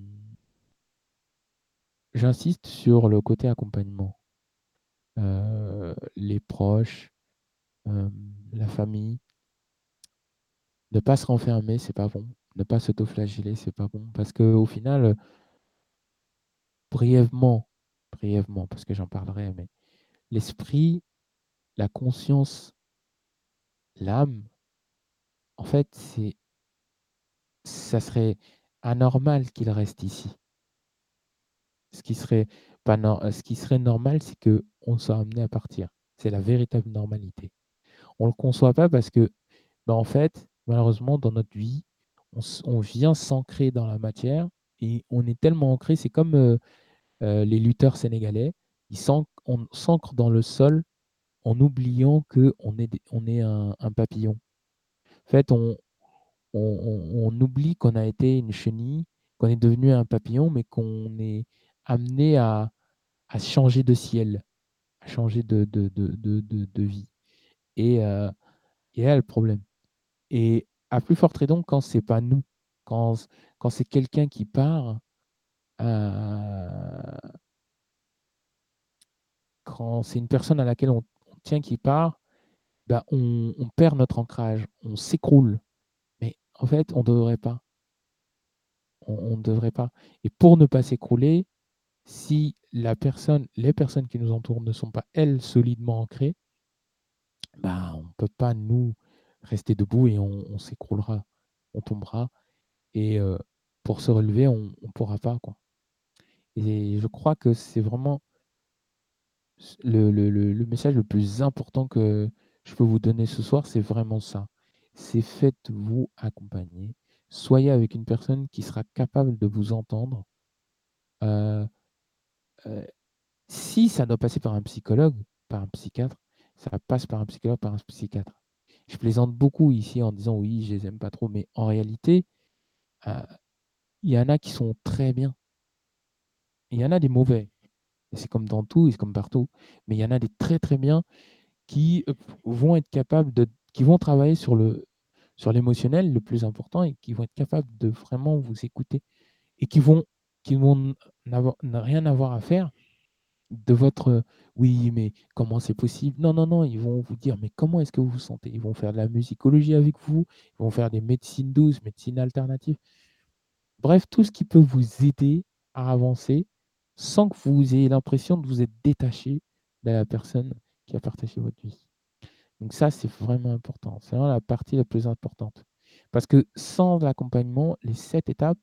J'insiste sur le côté accompagnement. Euh, les proches, euh, la famille, ne pas se renfermer, c'est pas bon. Ne pas s'autoflageller, c'est pas bon. Parce qu'au final, brièvement, brièvement, parce que j'en parlerai, mais l'esprit, la conscience, l'âme, en fait, c'est ça serait anormal qu'il reste ici. Ce qui serait pas nor ce qui serait normal, c'est qu'on soit amené à partir. C'est la véritable normalité. On le conçoit pas parce que, bah, en fait, malheureusement, dans notre vie, on s on vient s'ancrer dans la matière et on est tellement ancré, c'est comme, heu heu, les lutteurs sénégalais, ils s'anc on s'ancre dans le sol en oubliant qu'on est des on est un un papillon. En fait, on on on on oublie qu'on a été une chenille, qu'on est devenu un papillon, mais qu'on est amené à à changer de ciel, à changer de de de de de de vie et heu et là le problème et à plus forte raison quand c'est pas nous, quand c quand c'est quelqu'un qui part, heu, quand c'est une personne à laquelle on on tient qui part, bah, on on perd notre ancrage, on s'écroule. Mais en fait, on devrait pas, on on ne devrait pas et pour ne pas s'écrouler, si la personne les personnes qui nous entourent ne sont pas, elles, solidement ancrées, bah, on ne peut pas, nous, rester debout et on on s'écroulera, on tombera et heu, pour se relever, on ne pourra pas, quoi et je crois que c'est vraiment s le le le le message le plus important que je peux vous donner ce soir, c'est vraiment ça. C'est faites-vous accompagner, soyez avec une personne qui sera capable de vous entendre, heu heu, si ça doit passer par un psychologue, par un psychiatre, ça passe par un psychologue, par un psychiatre. Je plaisante beaucoup ici en disant: «Oui, je les aime pas trop», mais en réalité, heu, il y en a qui sont très bien. Il y en a des mauvais et c'est comme dans tout et c'est comme partout, mais il y en a des très, très bien qui, heu, vont être capables de qui vont travailler sur le sur l'émotionnel, le plus important et qui vont être capables de vraiment vous écouter et qui vont qui vont n n'avoir ne rien avoir à faire de votre, heu: «Oui, mais comment c'est possible?» non, non, non, ils vont vous dire: «Mais comment est-ce que vous vous sentez?» Ils vont faire de la musicologie avec vous, ils vont faire des médecines douces, médecines alternatives. Bref, tout ce qui peut vous aider à avancer sans que vous ayez l'impression de vous être détaché de la personne qui a partagé votre vie. Donc ça, c'est vraiment important. C'est vraiment la partie la plus importante. Parce que sans l'accompagnement, les sept étapes,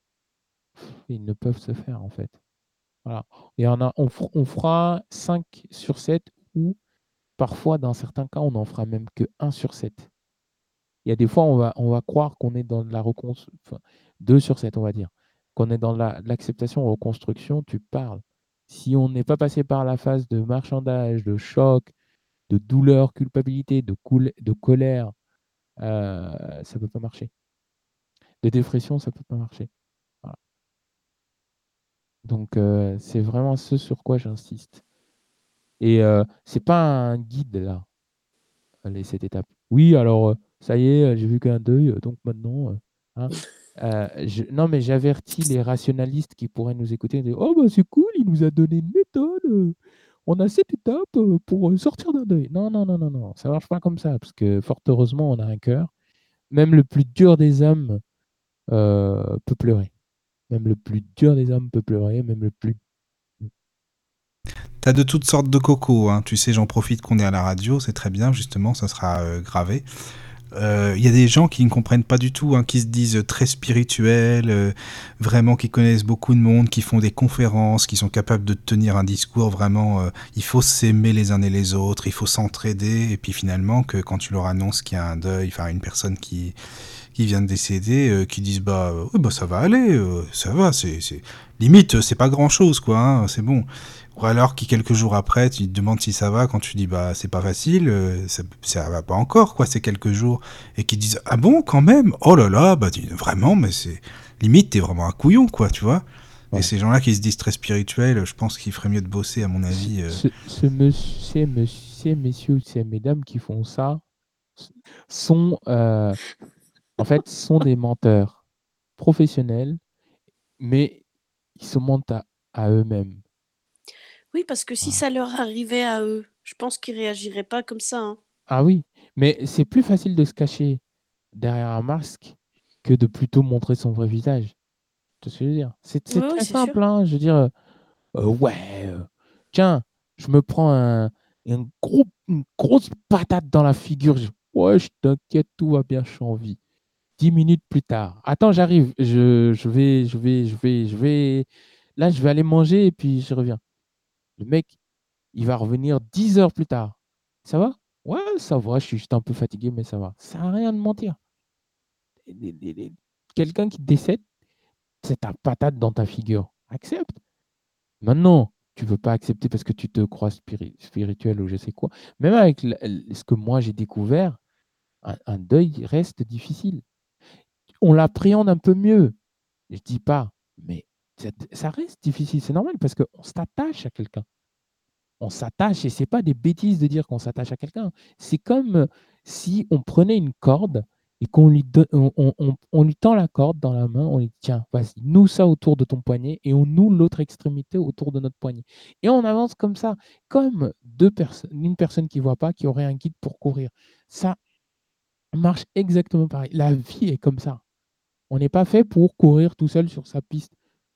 ils ne peuvent se faire en fait. Voilà. Il y en a on fer on fera cinq sur sept ou parfois dans certains cas, on n'en fera même que un sur sept. Il y a des fois, on va on va croire qu'on est dans de la recons enfin deux sur sept, on va dire. Qu'on est dans la l'acceptation, reconstruction, tu parles. Si on n'est pas passé par la phase de marchandage, de choc, de douleur, culpabilité, de coul de colère, heu, ça peut pas marcher. De dépression, ça peut pas marcher. Voilà. Donc heu, c'est vraiment ce sur quoi j'insiste et heu, c'est pas un guide là, les sept étapes. Oui, alors, heu, ça y est, heu, j'ai vu qu'un deuil, heu, donc maintenant, heu, hein, heu, je non, mais j'avertis les rationalistes qui pourraient nous écouter, de: «Oh bah, c'est cool, il nous a donné une méthode, heu, on a sept étapes, heu, pour, heu, sortir d'un deuil». Non, non, non, non, non, ça marche pas comme ça, parce que fort heureusement, on a un cœur. Même le plus dur des hommes, heu, peut pleurer. Même le plus dur des hommes peut pleurer, même le plus mmh. T'as de toutes sortes de cocos, hein. Tu sais, j'en profite qu'on est à la radio, c'est très bien, justement, ça sera euh, gravé. Il euh, y a des gens qui ne comprennent pas du tout, hein, qui se disent très spirituels, euh, vraiment qui connaissent beaucoup de monde, qui font des conférences, qui sont capables de tenir un discours vraiment. Euh, il faut s'aimer les uns et les autres, il faut s'entraider, et puis finalement que quand tu leur annonces qu'il y a un deuil, enfin une personne qui qui vient de décéder, euh, qui disent bah euh, ouais, bah ça va aller, euh, ça va, c'est c'est limite c'est pas grand chose quoi, hein, c'est bon. Ou alors qui quelques jours après, tu te demandes si ça va quand tu dis bah c'est pas facile, euh, ça, ça va pas encore quoi, c'est quelques jours, et qui disent ah bon quand même, oh là là, bah dis, vraiment, mais c'est limite t'es vraiment un couillon quoi, tu vois. Et Ouais. ces gens-là qui se disent très spirituels, je pense qu'il ferait mieux de bosser à mon Ce avis. Euh. ce ce monsieur ces messieurs ces messieurs, ces mesdames qui font ça s sont, heu, en fait, sont des menteurs professionnels, mais ils se mentent à à eux-mêmes. Oui, parce que si Voilà. ça leur arrivait à eux, je pense qu'ils réagiraient pas comme ça, hein. Ah oui, mais c'est plus facile de se cacher derrière un masque que de plutôt montrer son vrai visage. Tu vois ce que je veux dire? C'est c'est Oui, oui, très c'est sûr. simple, hein, je veux dire, heu heu, ouais, heu, tiens, je me prends un un gros une grosse patate dans la figure, je: «Wesh, t'inquiète, tout va bien, je suis en vie». dix minutes plus tard. Attends, j'arrive. Je, je vais, je vais, je vais, je vais. Là, je vais aller manger et puis je reviens. Le mec, il va revenir dix heures plus tard. Ça va? Ouais, ça va. Je suis juste un peu fatigué, mais ça va. Ça sert à rien de mentir. Et- et- et- et- Quelqu'un qui décède, c'est ta patate dans ta figure. Accepte. Maintenant, tu veux pas accepter parce que tu te crois spiri- spirituel ou je sais quoi. Même avec l- l- ce que moi j'ai découvert, un, un deuil reste difficile. On l'appréhende un peu mieux. Je dis pas, mais ça, ça reste difficile. C'est normal parce qu'on s'attache à quelqu'un. On s'attache et c'est pas des bêtises de dire qu'on s'attache à quelqu'un. C'est comme euh, si on prenait une corde et qu'on lui, don- on, on- on- on lui tend la corde dans la main, on lui dit tiens, vas-y, noue ça autour de ton poignet et on noue l'autre extrémité autour de notre poignet. Et on avance comme ça, comme deux personnes, une personne qui voit pas, qui aurait un guide pour courir. Ça marche exactement pareil. La vie est comme ça. On n'est pas fait pour courir tout seul sur sa piste.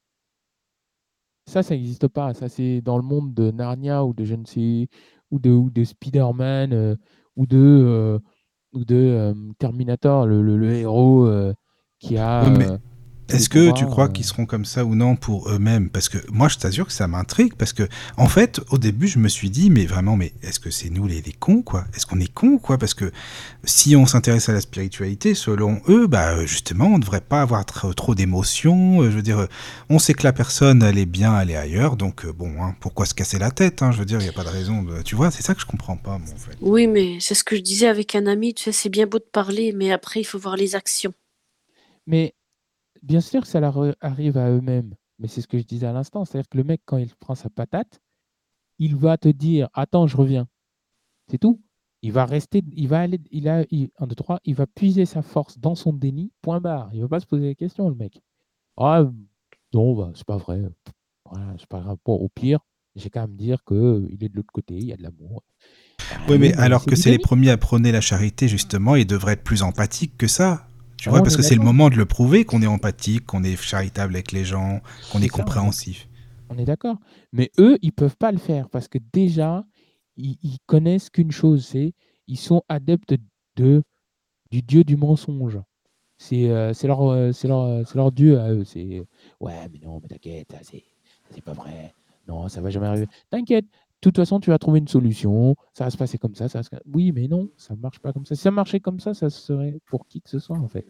Ça, ça n'existe pas. Ça, c'est dans le monde de Narnia ou de je ne sais, ou de, ou de Spider-Man euh, ou de, euh, ou de euh, Terminator, le, le- le héros euh, qui a Ouais, mais euh, tous les est-ce que tu pouvoirs. crois euh. qu'ils seront comme ça ou non pour eux-mêmes? Parce que moi, je t'assure que ça m'intrigue. Parce que, en fait, au début, je me suis dit, mais vraiment, mais est-ce que c'est nous les, les cons, quoi? Est-ce qu'on est cons, quoi? Parce que si on s'intéresse à la spiritualité, selon eux, bah, justement, on ne devrait pas avoir trop, trop d'émotions. Euh, Je veux dire, euh, on sait que la personne, elle est bien, elle est ailleurs. Donc, euh, bon, hein, pourquoi se casser la tête, hein? Je veux dire, il n'y a pas de raison. De... Tu vois, c'est ça que je comprends pas, moi, en fait. Oui, mais c'est ce que je disais avec un ami, tu sais, c'est bien beau de parler, mais après, il faut voir les actions. Mais bien sûr que ça leur euh, arrive à eux-mêmes. Mais c'est ce que je disais à l'instant. C'est-à-dire que le mec, quand il prend sa patate, il va te dire attends, je reviens. C'est tout. Il va rester, il va aller, il a, il, un, deux, trois, il va puiser sa force dans son déni, point barre. Il ne va pas se poser des questions, le mec. Ah, non, bah, c'est pas vrai. Voilà, c'est pas grave. Bon, au pire, j'ai qu'à me dire qu'il est de l'autre côté, il y a de l'amour. Bah, Oui, mais allez, mais alors c'est que du c'est les déni. premiers à prôner la charité, justement, ils devraient être plus empathiques que ça. Tu Ah, vois, on parce est que c'est le d'accord. moment de le prouver qu'on est empathique, qu'on est charitable avec les gens, qu'on est C'est ça, on est, compréhensif. on est d'accord. Mais eux, ils peuvent pas le faire parce que déjà, ils, ils connaissent qu'une chose, c'est ils sont adeptes de, du dieu du mensonge. C'est euh, c'est leur, euh, c'est leur, euh, c'est leur dieu à eux. C'est ouais, mais non, mais t'inquiète, ça, c'est c'est pas vrai. Non, ça va jamais arriver. T'inquiète. De toute façon, tu vas trouver une solution. Ça va se passer comme ça. Ça va se... Oui, mais non, ça marche pas comme ça. Si ça marchait comme ça, ça serait pour qui que ce soit, en fait.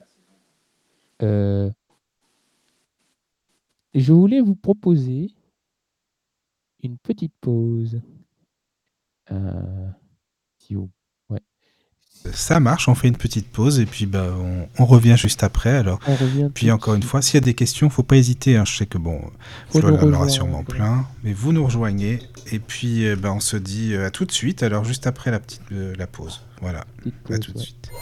Euh, et je voulais vous proposer une petite pause. Euh, si vous... Ouais. Ça marche, on fait une petite pause et puis bah, on, on revient juste après. Alors, On revient tout puis de encore une suite. fois, s'il y a des questions, faut pas hésiter. Hein. Je sais que bon, Faut Flo nous en aura sûrement rejoindre. plein, mais vous nous rejoignez et puis euh, bah, on se dit euh, à tout de suite. Alors juste après la petite euh, la pause. Voilà, Petite à pause, tout de ouais. suite.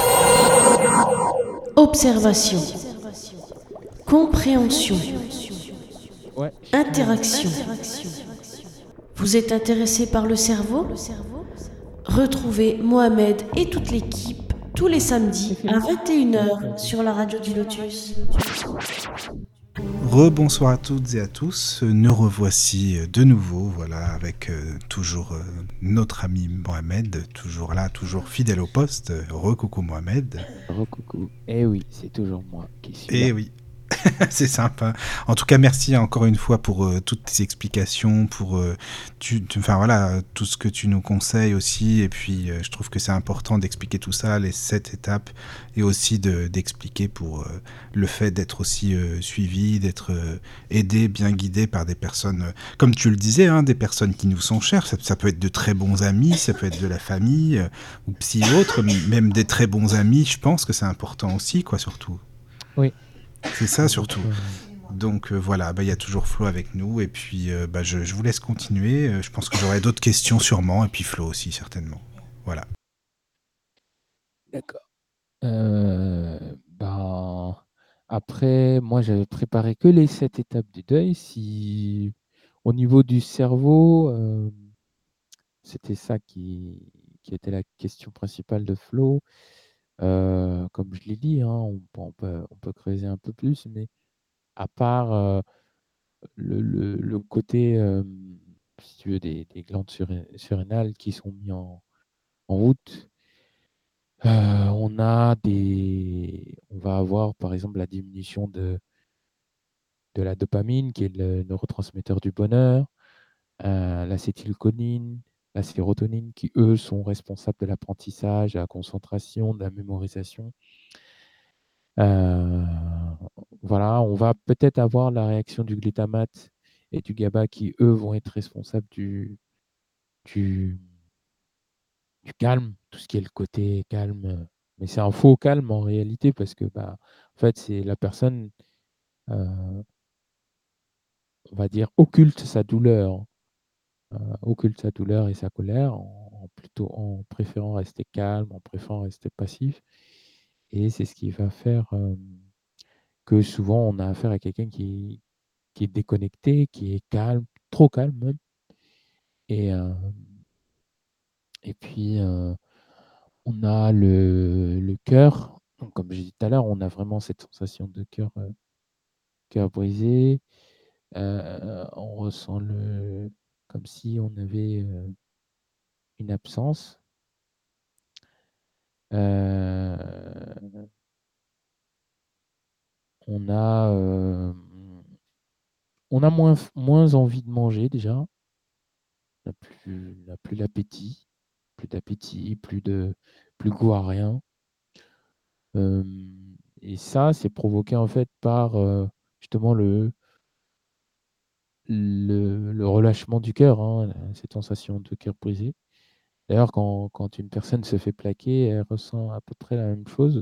Observation, compréhension, Ouais. interaction. Vous êtes intéressé par le cerveau? Retrouvez Mohamed et toute l'équipe tous les samedis à vingt et une heures sur la radio du Lotus. Rebonsoir à toutes et à tous, nous revoici de nouveau, voilà, avec euh, toujours euh, notre ami Mohamed, toujours là, toujours fidèle au poste. Recoucou Mohamed. Recoucou. Eh oui, c'est toujours moi qui suis là. Et oui, c'est sympa. En tout cas, merci encore une fois pour euh, toutes tes explications, pour euh, tu, tu- enfin voilà, tout ce que tu nous conseilles aussi. Et puis, euh, je trouve que c'est important d'expliquer tout ça, les sept étapes, et aussi de- d'expliquer pour euh, le fait d'être aussi euh, suivi, d'être euh, aidé, bien guidé par des personnes, euh, comme tu le disais, hein, des personnes qui nous sont chères. Ça, ça peut être de très bons amis, ça peut être de la famille, euh, ou psy autres, même des très bons amis. Je pense que c'est important aussi, quoi, surtout. Oui. C'est ça surtout. Donc, euh, Donc euh, voilà, bah, y a toujours Flo avec nous et puis euh, bah, je, je vous laisse continuer. Euh, je pense que j'aurai d'autres questions sûrement et puis Flo aussi certainement. Voilà. D'accord. Euh, ben, après, moi, j'avais préparé que les sept étapes du deuil. Si au niveau du cerveau, euh, c'était ça qui, qui était la question principale de Flo. Euh, comme je l'ai dit, hein, on, peut, on peut- on peut creuser un peu plus, mais à part euh, le, le- le côté, euh, si tu veux, des, des glandes surré- surrénales qui sont mis en, en route, Euh, on a des, on va avoir par exemple la diminution de, de la dopamine, qui est le neurotransmetteur du bonheur, euh, l'acétylcholine, la sérotonine, qui eux sont responsables de l'apprentissage, de la concentration, de la mémorisation. Euh, voilà, on va peut-être avoir la réaction du glutamate et du GABA qui, eux, vont être responsables du, du, du calme, tout ce qui est le côté calme. Mais c'est un faux calme en réalité parce que, bah, en fait, c'est la personne, euh, on va dire, occulte sa douleur, euh, occulte sa douleur et sa colère en, en plutôt en préférant rester calme, en préférant rester passif. Et c'est ce qui va faire euh, que souvent on a affaire à quelqu'un qui, qui est déconnecté, qui est calme, trop calme même. Et, euh, et puis, euh, on a le, le cœur. Donc, comme j'ai dit tout à l'heure, on a vraiment cette sensation de cœur, euh, cœur brisé. Euh, on ressent le, comme si on avait euh, une absence. Euh, on a, euh, on a moins, moins envie de manger déjà. On n'a plus, on n'a plus l'appétit, plus d'appétit, plus de, plus goût à rien. Euh, et ça, c'est provoqué en fait par euh, justement le, le, le relâchement du cœur, hein, cette sensation de cœur brisé. D'ailleurs, quand, quand une personne se fait plaquer, elle ressent à peu près la même chose.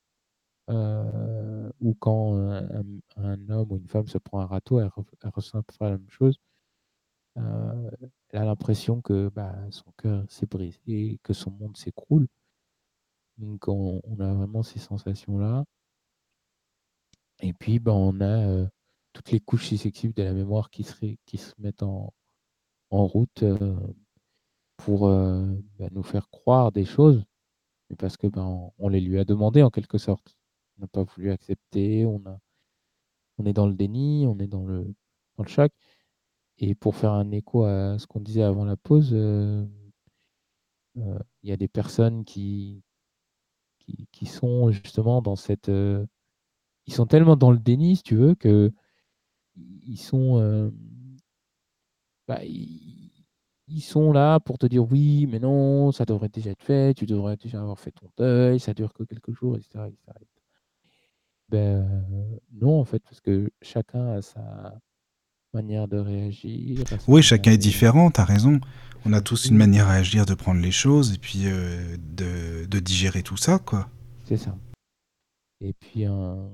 Euh, ou quand un, un homme ou une femme se prend un râteau, elle, re- elle ressent à peu près la même chose. Euh, elle a l'impression que bah, son cœur s'est brisé et que son monde s'écroule. Donc, on, on a vraiment ces sensations-là. Et puis, ben, on a euh, toutes les couches successives de la mémoire qui se, ré- qui se mettent en, en route euh, pour euh, ben, nous faire croire des choses, mais parce que ben, on, on les lui a demandées en quelque sorte. On n'a pas voulu accepter, on a, on est dans le déni, on est dans le, dans le choc. Et pour faire un écho à ce qu'on disait avant la pause, euh, euh, il y a des personnes qui, qui, qui sont justement dans cette... euh, ils sont tellement dans le déni, si tu veux, que ils sont... euh, bah, ils, ils sont là pour te dire oui, mais non, ça devrait déjà être fait, tu devrais déjà avoir fait ton deuil, ça dure que quelques jours, et cetera et cetera. Ben, euh, non, en fait, parce que chacun a sa manière de réagir, a sa Oui, manière chacun est de, différent, t'as raison. de On a tous une fonctionner. manière à agir, de prendre les choses et puis euh, de, de digérer tout ça, quoi. C'est ça. Et puis, il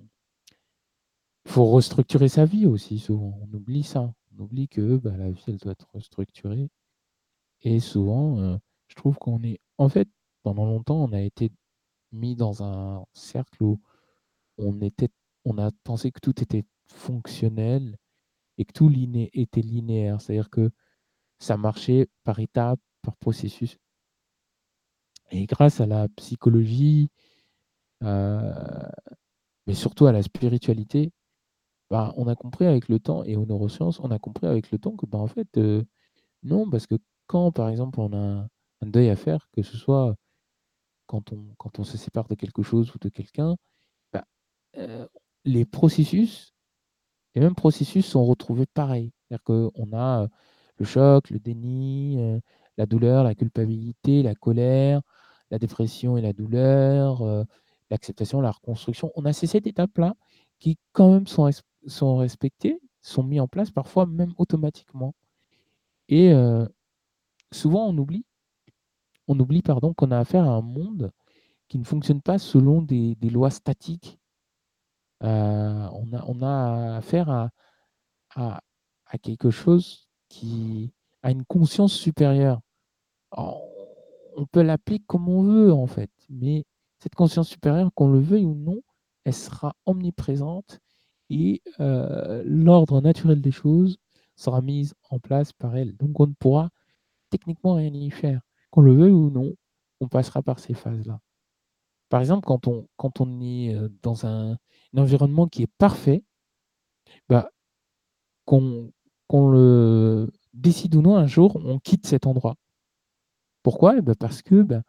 faut restructurer sa vie aussi, souvent. On oublie ça. On oublie que bah, la vie, elle doit être restructurée. Et souvent, euh, je trouve qu'on est... En fait, pendant longtemps, on a été mis dans un cercle où on était, on a pensé que tout était fonctionnel et que tout liné, était linéaire. C'est-à-dire que ça marchait par étapes, par processus. Et grâce à la psychologie, euh, mais surtout à la spiritualité, bah, on a compris avec le temps, et aux neurosciences, on a compris avec le temps que bah, en fait, euh, non, parce que quand, par exemple, on a un, un deuil à faire, que ce soit quand on, quand on se sépare de quelque chose ou de quelqu'un, bah, euh, les processus les mêmes processus sont retrouvés pareils. C'est-à-dire qu'on a euh, le choc, le déni, euh, la douleur, la culpabilité, la colère, la dépression et la douleur, euh, l'acceptation, la reconstruction. On a ces sept étapes-là qui, quand même, sont, res- sont respectées, sont mis en place, parfois même automatiquement. Et euh, souvent, on oublie, on oublie pardon, qu'on a affaire à un monde qui ne fonctionne pas selon des, des lois statiques. Euh, on a, on a affaire à à, à quelque chose qui a une conscience supérieure. Alors, on peut l'appeler comme on veut, en fait, mais cette conscience supérieure, qu'on le veuille ou non, elle sera omniprésente et euh, l'ordre naturel des choses sera mis en place par elle. Donc, on ne pourra techniquement rien y faire. Qu'on le veuille ou non, on passera par ces phases-là. Par exemple, quand on, quand on est euh, dans un, un environnement qui est parfait, bah, qu'on qu'on le décide ou non, un jour, on quitte cet endroit. Pourquoi? Eh ben parce que ben,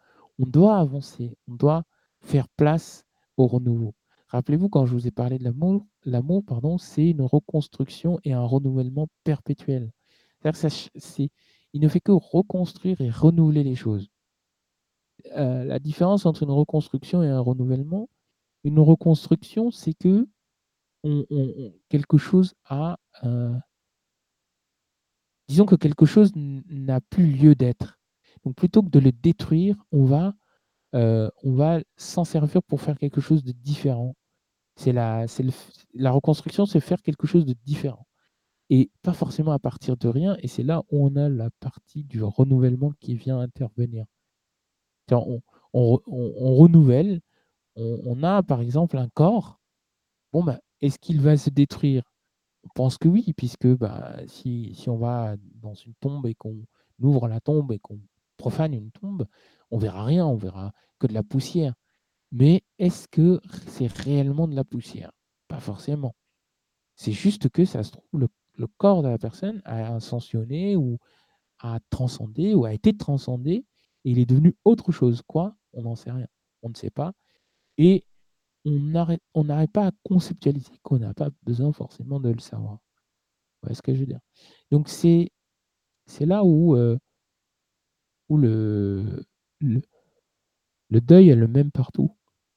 on doit avancer, on doit faire place au renouveau. Rappelez-vous, quand je vous ai parlé de l'amour, l'amour, pardon, c'est une reconstruction et un renouvellement perpétuel. C'est-à-dire que ça ch- c'est, il ne fait que reconstruire et renouveler les choses. Euh, la différence entre une reconstruction et un renouvellement, une reconstruction, c'est que on- on- on- quelque chose a, euh, disons que quelque chose n- n'a plus lieu d'être. Donc plutôt que de le détruire, on va, euh, on va s'en servir pour faire quelque chose de différent. C'est la, c'est le f- la reconstruction, c'est faire quelque chose de différent. Et pas forcément à partir de rien. Et c'est là où on a la partie du renouvellement qui vient intervenir. C'est-à-dire, On, on re- on- on renouvelle, on, on a par exemple un corps. Bon, bah, est-ce qu'il va se détruire? On pense que oui, puisque bah, si, si on va dans une tombe et qu'on ouvre la tombe et qu'on profane une tombe, on verra rien, on verra que de la poussière. Mais est-ce que c'est réellement de la poussière? Pas forcément. C'est juste que ça se trouve, le, le corps de la personne a ascensionné ou a transcendé ou a été transcendé et il est devenu autre chose. Quoi? On n'en sait rien. On ne sait pas. Et on n'arrête on n'arrête pas à conceptualiser qu'on n'a pas besoin forcément de le savoir. Vous voyez ce que je veux dire? Donc c'est c'est là où, euh, où le, le, le deuil est le même partout.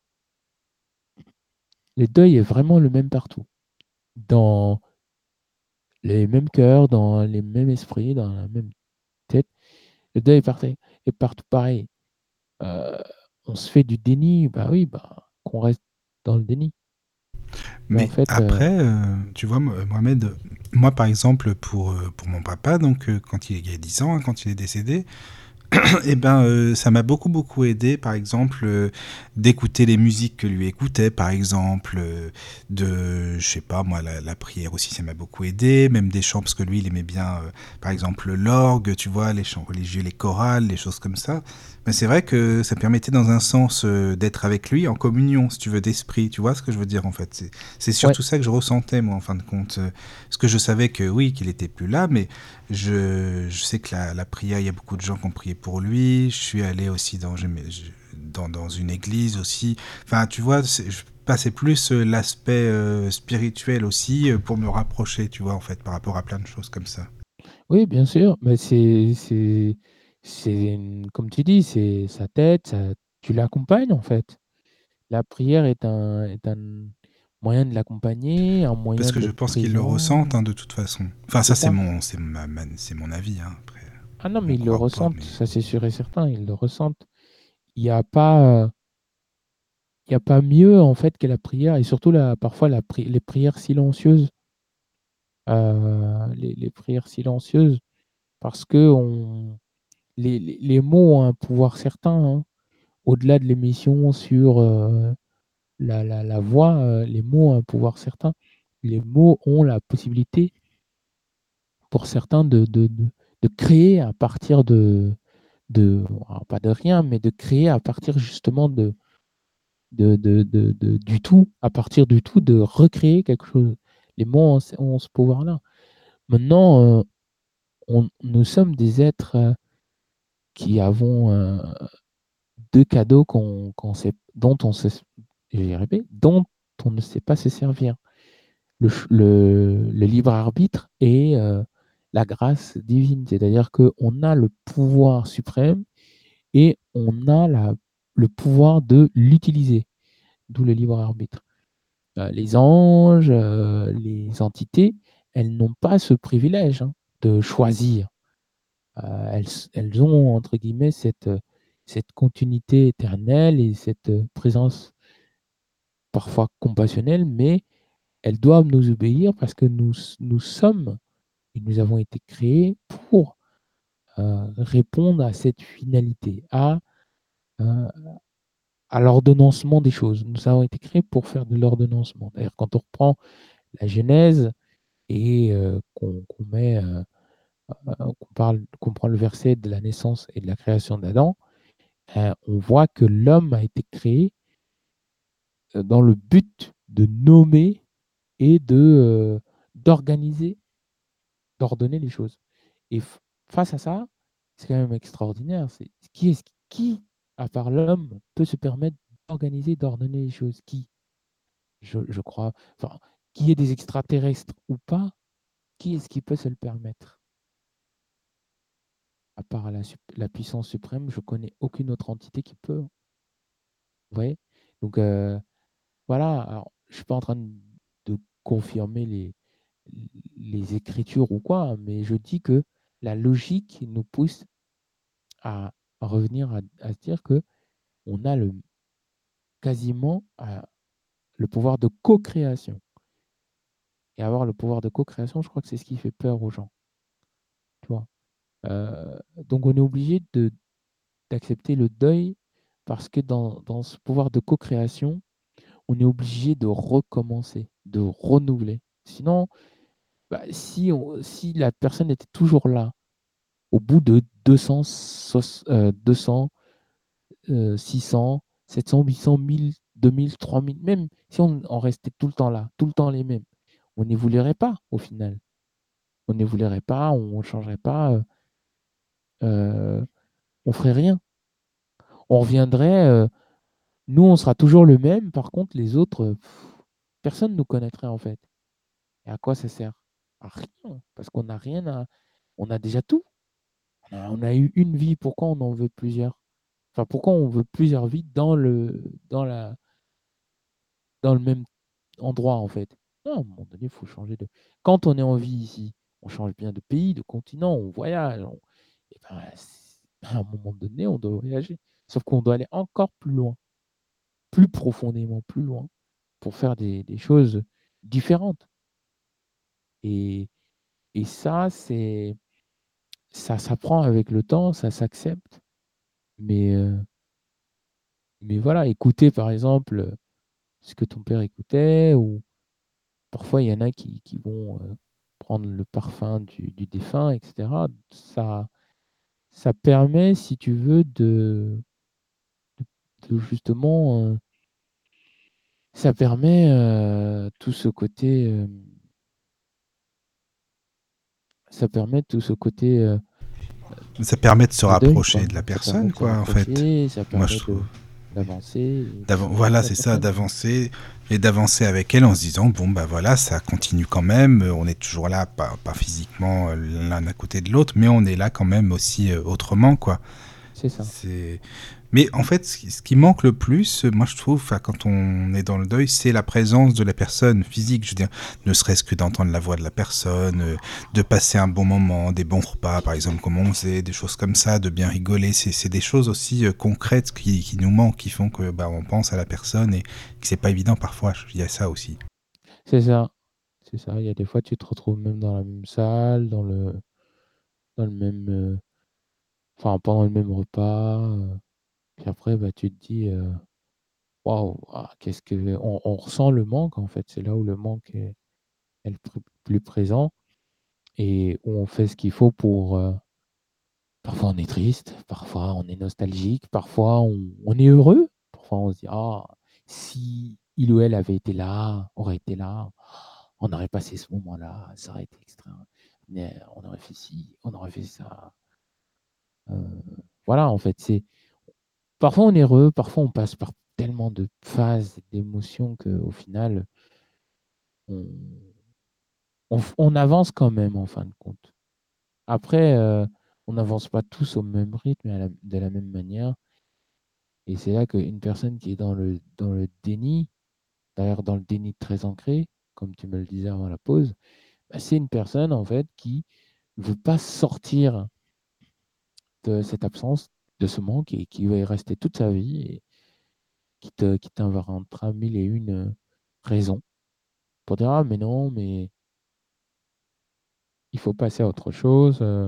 Le deuil est vraiment le même partout. Dans les mêmes cœurs, dans les mêmes esprits, dans la même tête. Le deuil est parfait, est partout pareil. Euh, on se fait du déni, bah oui, bah, qu'on reste dans le déni. Mais en Mais fait, euh, après, euh, tu vois, Mo- Mohamed, moi par exemple, pour, euh, pour mon papa, donc euh, quand il, il y a dix ans, hein, quand il est décédé, eh ben, euh, ça m'a beaucoup beaucoup aidé, par exemple, euh, d'écouter les musiques que lui écoutait, par exemple, euh, de, je sais pas, moi, la, la prière aussi, ça m'a beaucoup aidé, même des chants, parce que lui, il aimait bien, euh, par exemple, l'orgue, tu vois, les chants religieux, les chorales, les choses comme ça. Mais c'est vrai que ça permettait dans un sens euh, d'être avec lui en communion, si tu veux, d'esprit, tu vois ce que je veux dire en fait. C'est, c'est ouais, surtout ça que je ressentais, moi, en fin de compte. Euh, Parce que je savais que oui, qu'il était plus là, mais je, je sais que la, la prière, il y a beaucoup de gens qui ont prié pour lui. Je suis allé aussi dans, je- je- dans, dans une église aussi. Enfin, tu vois, c'est- je passais plus euh, l'aspect euh, spirituel aussi euh, pour me rapprocher, tu vois, en fait, par rapport à plein de choses comme ça. oui, bien sûr, mais c'est, c'est, c'est, une- comme tu dis, c'est sa tête, ça, tu l'accompagnes en fait. La prière est un, est un moyen de l'accompagner, un Parce moyen que je d'être pense qu'ils le présent. ressentent hein, de toute façon. Enfin, C'est ça, c'est ça. mon, c'est ma, ma- c'est mon avis. Hein, après, Ah non, on mais ils le croit ou pas, ressentent, mais. ça c'est sûr et certain, ils le ressentent. Il n'y a pas, euh, il y a pas mieux en fait que la prière et surtout la, parfois la pri- les prières silencieuses, euh, les, les prières silencieuses, parce que on, les, les- les mots ont un pouvoir certain, hein. Au-delà de l'émission sur euh, la, la, la voix, euh, les mots ont un pouvoir certain. Les mots ont la possibilité, pour certains, de, de, de, de créer à partir de, de alors pas de rien, mais de créer à partir justement de, de, de, de, de- du tout, à partir du tout, de recréer quelque chose. Les mots ont, ce ont ce pouvoir-là. Maintenant, euh, on, nous sommes des êtres euh, qui avons euh, deux cadeaux qu'on, qu'on sait, dont on sait, je vais y arriver, dont on ne sait pas se servir. Le, ch- le, le libre arbitre et euh, la grâce divine. C'est-à-dire qu'on a le pouvoir suprême et on a la, le pouvoir de l'utiliser, d'où le libre arbitre. Euh, les anges, euh, les entités, elles n'ont pas ce privilège hein, de choisir. Euh, elles, elles ont, entre guillemets, cette, cette continuité éternelle et cette euh, présence parfois compassionnelle, mais elles doivent nous obéir parce que nous, nous sommes et nous avons été créés pour euh, répondre à cette finalité, à, euh, à l'ordonnancement des choses. Nous avons été créés pour faire de l'ordonnancement. D'ailleurs, quand on reprend la Genèse et euh, qu'on qu'on met, euh, euh, qu'on parle, qu'on prend le verset de la naissance et de la création d'Adam, euh, on voit que l'homme a été créé euh, dans le but de nommer et de euh, d'organiser, d'ordonner les choses. Et f- face à ça, c'est quand même extraordinaire. C'est qui est-ce qui, à part l'homme, peut se permettre d'organiser, d'ordonner les choses? Qui? Je, je crois. Enfin, qu'il y ait des extraterrestres ou pas, qui est-ce qui peut se le permettre? À part la, sup- la puissance suprême, je connais aucune autre entité qui peut. Vous voyez? Donc, euh, voilà. Alors, je ne suis pas en train de, de confirmer les, les écritures ou quoi, hein, mais je dis que la logique nous pousse à, à revenir à, à se dire que on a le, quasiment euh, le pouvoir de co-création. Et avoir le pouvoir de co-création, je crois que c'est ce qui fait peur aux gens. Tu vois? Euh, donc, on est obligé de, d'accepter le deuil parce que dans, dans ce pouvoir de co-création, on est obligé de recommencer, de renouveler. Sinon, bah, si, on- si la personne était toujours là, au bout de deux cents, soix- euh, deux cents, euh, six cents, sept cents, huit cents, mille, deux mille, trois mille, même si on, on restait tout le temps là, tout le temps les mêmes, on n'évoluerait pas au final. On n'évoluerait pas, on ne changerait pas, euh, euh, on ferait rien. On reviendrait, euh, nous on sera toujours le même, par contre les autres, euh, pff, personne ne nous connaîtrait en fait. Et à quoi ça sert? À rien, parce qu'on n'a rien à... On a déjà tout. On a, on a eu une vie, pourquoi on en veut plusieurs? Enfin, pourquoi on veut plusieurs vies dans le, dans la, dans le même endroit, en fait? Non, à un moment donné, il faut changer de... Quand on est en vie ici, on change bien de pays, de continent, on voyage. on- Et ben, c'est- à un moment donné, on doit voyager. Sauf qu'on doit aller encore plus loin, plus profondément plus loin, pour faire des, des choses différentes. Et, et ça, c'est, ça s'apprend avec le temps, ça s'accepte. Mais, euh, mais voilà, écouter par exemple ce que ton père écoutait, ou parfois il y en a qui, qui vont euh, prendre le parfum du, du défunt, et cetera. Ça, ça permet, si tu veux, de, de justement, euh, ça permet euh, tout ce côté, euh, ça permet tout ce côté euh, Ça permet de se de deuil, rapprocher quoi. de la Ça permet personne, de se quoi, en fait. rapprocher, ça Moi, je permet trouve. de d'avancer et D'avan- d'être avec Voilà, la c'est ça, personne. d'avancer et d'avancer avec elle en se disant bon bah voilà, ça continue quand même. euh, On est toujours là, pas, pas physiquement euh, l'un à côté de l'autre, mais on est là quand même aussi euh, autrement, quoi. C'est ça. C'est. Mais en fait, ce qui, ce qui manque le plus, euh, moi je trouve, enfin, quand on est dans le deuil, c'est la présence de la personne physique. Je veux dire, ne serait-ce que d'entendre la voix de la personne, euh, de passer un bon moment, des bons repas, par exemple, comme on faisait, des choses comme ça, de bien rigoler. C'est, c'est des choses aussi euh, concrètes qui, qui nous manquent, qui font que bah, on pense à la personne et que c'est pas évident parfois. Il y a ça aussi. C'est ça. C'est ça. Il y a des fois, tu te retrouves même dans la même salle, dans le, dans le même, euh, enfin, pendant le même repas. euh, puis après, bah, tu te dis, euh, waouh, ah, qu'est-ce que, on, on ressent le manque en fait. C'est là où le manque est, est le plus, plus présent et où on fait ce qu'il faut pour. euh, parfois, on est triste, parfois, on est nostalgique, parfois, on, on est heureux. Parfois, on se dit, ah, si il ou elle avait été là, aurait été là, on aurait passé ce moment-là, ça aurait été extra. Mais on aurait fait ci, on aurait fait ça. Euh, voilà, en fait, c'est parfois on est heureux, parfois on passe par tellement de phases, d'émotions qu'au final, on, on, on avance quand même en fin de compte. Après, euh, on n'avance pas tous au même rythme et à la- de la même manière. Et c'est là qu'une personne qui est dans le, dans le déni, d'ailleurs dans le déni très ancré, comme tu me le disais avant la pause, bah, c'est une personne en fait qui ne veut pas sortir de cette absence, de ce manque et qui va y rester toute sa vie et qui te, qui t'inventera mille et une euh, raisons pour dire ah mais non, mais il faut passer à autre chose, euh,